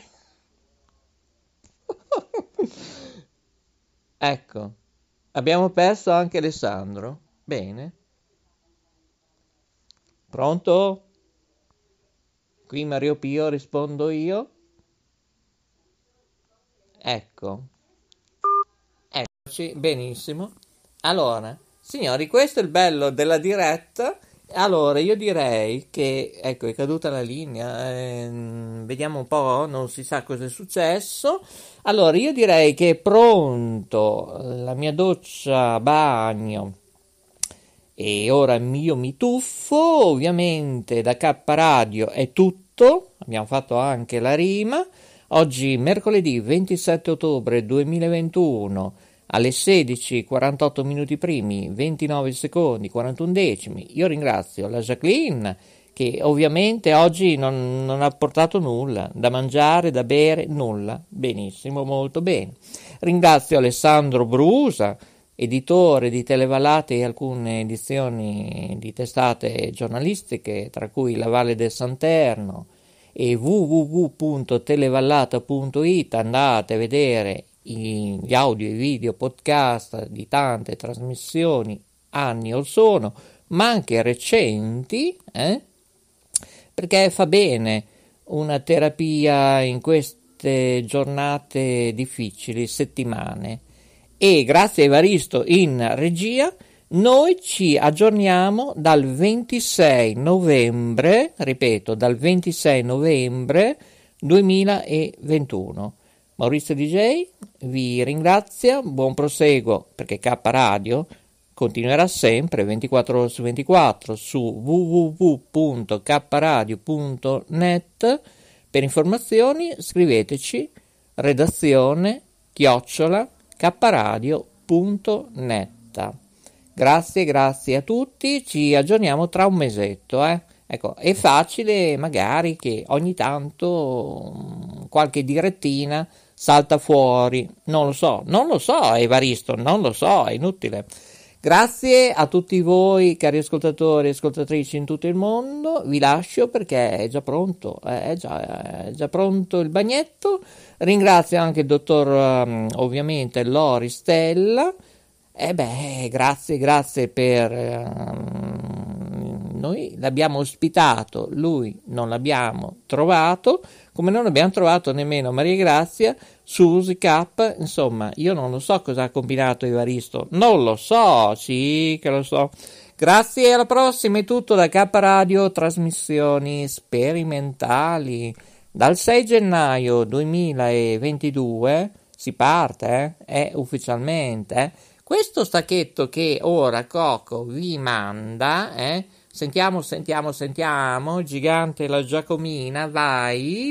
Ecco, abbiamo perso anche Alessandro. Bene. Pronto? Qui Mario Pio, rispondo io. Ecco. Eccoci, benissimo. Allora, signori, questo è il bello della diretta. Allora, io direi che, ecco, è caduta la linea, ehm, vediamo un po', non si sa cosa è successo. Allora, io direi che è pronto la mia doccia, bagno, e ora io mi tuffo. Ovviamente da K Radio è tutto, abbiamo fatto anche la rima. Oggi, mercoledì ventisette ottobre duemilaventuno, alle sedici e quarantotto minuti primi, ventinove secondi, quarantuno decimi. Io ringrazio la Jacqueline, che ovviamente oggi non, non ha portato nulla, da mangiare, da bere, nulla. Benissimo, molto bene. Ringrazio Alessandro Brusa, editore di Televallate e alcune edizioni di testate giornalistiche, tra cui La Valle del Santerno e w w w punto televallata punto it. Andate a vedere gli audio e video podcast di tante trasmissioni anni or sono, ma anche recenti, eh? Perché fa bene una terapia in queste giornate difficili, settimane. E grazie a Evaristo in regia Noi ci aggiorniamo dal ventisei novembre, ripeto, dal ventisei novembre duemilaventuno. Maurizio D J vi ringrazia, buon proseguo, perché K Radio continuerà sempre ventiquattro ore su ventiquattro su w w w punto k radio punto net. Per informazioni scriveteci redazione chiocciola kradio punto net. Grazie, grazie a tutti, ci aggiorniamo tra un mesetto. Eh. Ecco, è facile magari che ogni tanto qualche direttina salta fuori, non lo so, non lo so Evaristo, non lo so, è inutile. Grazie a tutti voi cari ascoltatori e ascoltatrici in tutto il mondo, vi lascio perché è già pronto, è già, è già pronto il bagnetto. Ringrazio anche il dottor um, ovviamente Lori Stella, e beh grazie, grazie per... Um, noi l'abbiamo ospitato, lui non l'abbiamo trovato, come non abbiamo trovato nemmeno Maria Grazia, Susi K, insomma, io non lo so cosa ha combinato Evaristo, non lo so, sì che lo so. Grazie, alla prossima, è tutto da K Radio, trasmissioni sperimentali. Dal sei gennaio duemilaventidue si parte, eh? È ufficialmente, eh? Questo stacchetto che ora Coco vi manda, eh? Sentiamo, sentiamo, sentiamo, Gigante la Giacomina, vai.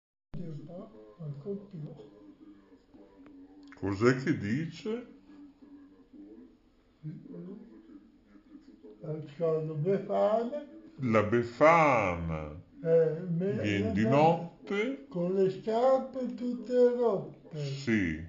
Cos'è che dice? La Befana. Eh, Viene di notte. Con le scarpe tutte rotte. Sì.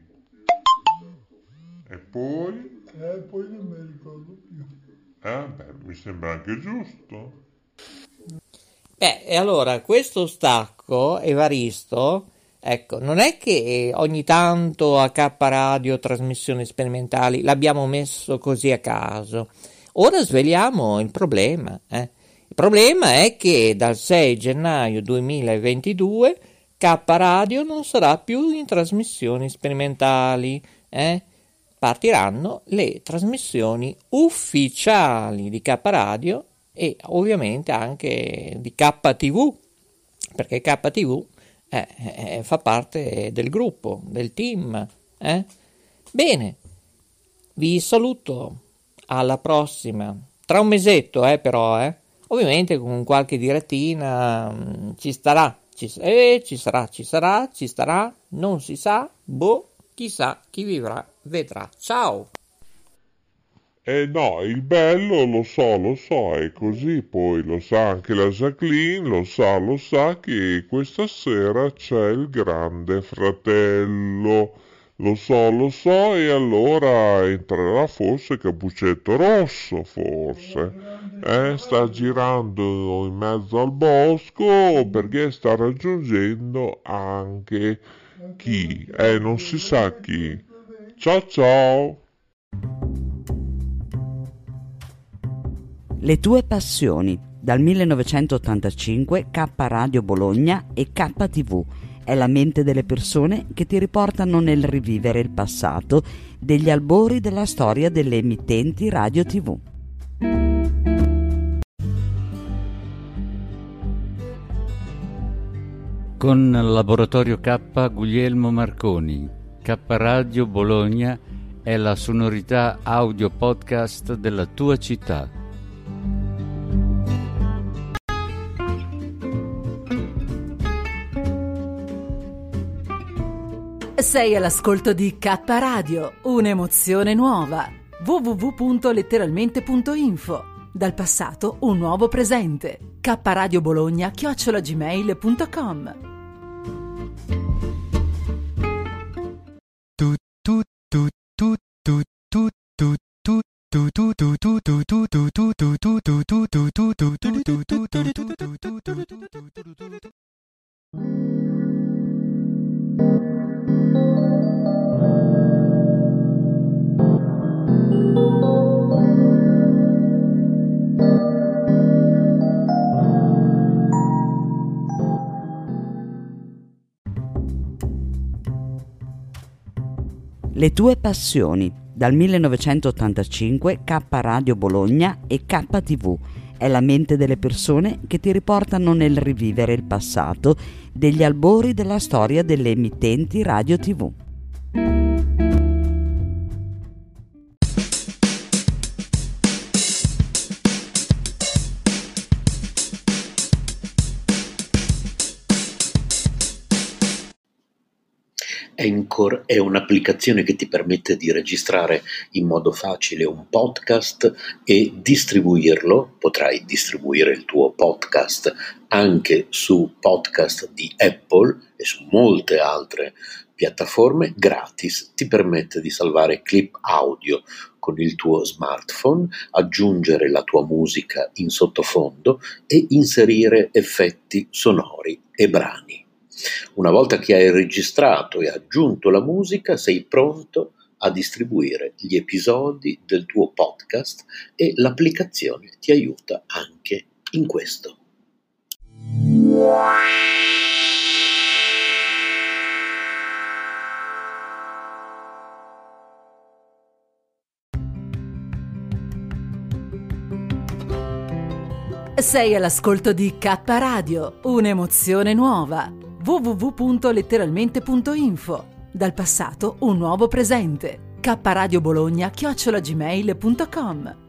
E poi? E eh, poi non mi ricordo più. Eh, beh, mi sembra anche giusto. Beh, e allora, questo stacco, Evaristo, ecco, non è che ogni tanto a K Radio, trasmissioni sperimentali, l'abbiamo messo così a caso. Ora sveliamo il problema, eh. Il problema è che dal sei gennaio duemilaventidue K Radio non sarà più in trasmissioni sperimentali, eh. Partiranno le trasmissioni ufficiali di K Radio e ovviamente anche di K T V, perché K T V eh, eh, fa parte del gruppo, del team. Eh? Bene, vi saluto, alla prossima, tra un mesetto eh, però, eh? Ovviamente con qualche direttina mh, ci starà, ci, eh, ci sarà, ci sarà, ci starà, non si sa, boh. Chissà, chi vivrà vedrà. Ciao! Eh no, il bello lo so, lo so, è così, poi lo sa anche la Jacqueline, lo sa, lo sa che questa sera c'è il Grande Fratello. Lo so, lo so, e allora entrerà forse Cappuccetto Rosso, forse. Eh, sta girando in mezzo al bosco perché sta raggiungendo anche... chi? Eh, non si sa chi. Ciao ciao! Le tue passioni. Dal millenovecentottantacinque K Radio Bologna e K T V è la mente delle persone che ti riportano nel rivivere il passato degli albori della storia delle emittenti radio tivù. Con Laboratorio K Guglielmo Marconi, K Radio Bologna è la sonorità audio podcast della tua città. Sei all'ascolto di K Radio, un'emozione nuova. w w w punto letteralmente punto info. Dal passato un nuovo presente. K Radio Bologna chiocciola gmail punto com. Le tue passioni. Dal millenovecentottantacinque K Radio Bologna e K T V è la mente delle persone che ti riportano nel rivivere il passato degli albori della storia delle emittenti radio tivù. Anchor è un'applicazione che ti permette di registrare in modo facile un podcast e distribuirlo. Potrai distribuire il tuo podcast anche su podcast di Apple e su molte altre piattaforme gratis. Ti permette di salvare clip audio con il tuo smartphone, aggiungere la tua musica in sottofondo e inserire effetti sonori e brani. Una volta che hai registrato e aggiunto la musica, sei pronto a distribuire gli episodi del tuo podcast e l'applicazione ti aiuta anche in questo. Sei all'ascolto di K Radio, un'emozione nuova. w w w punto letteralmente punto info. Dal passato un nuovo presente. K Radio Bologna chiocciola gmail punto com.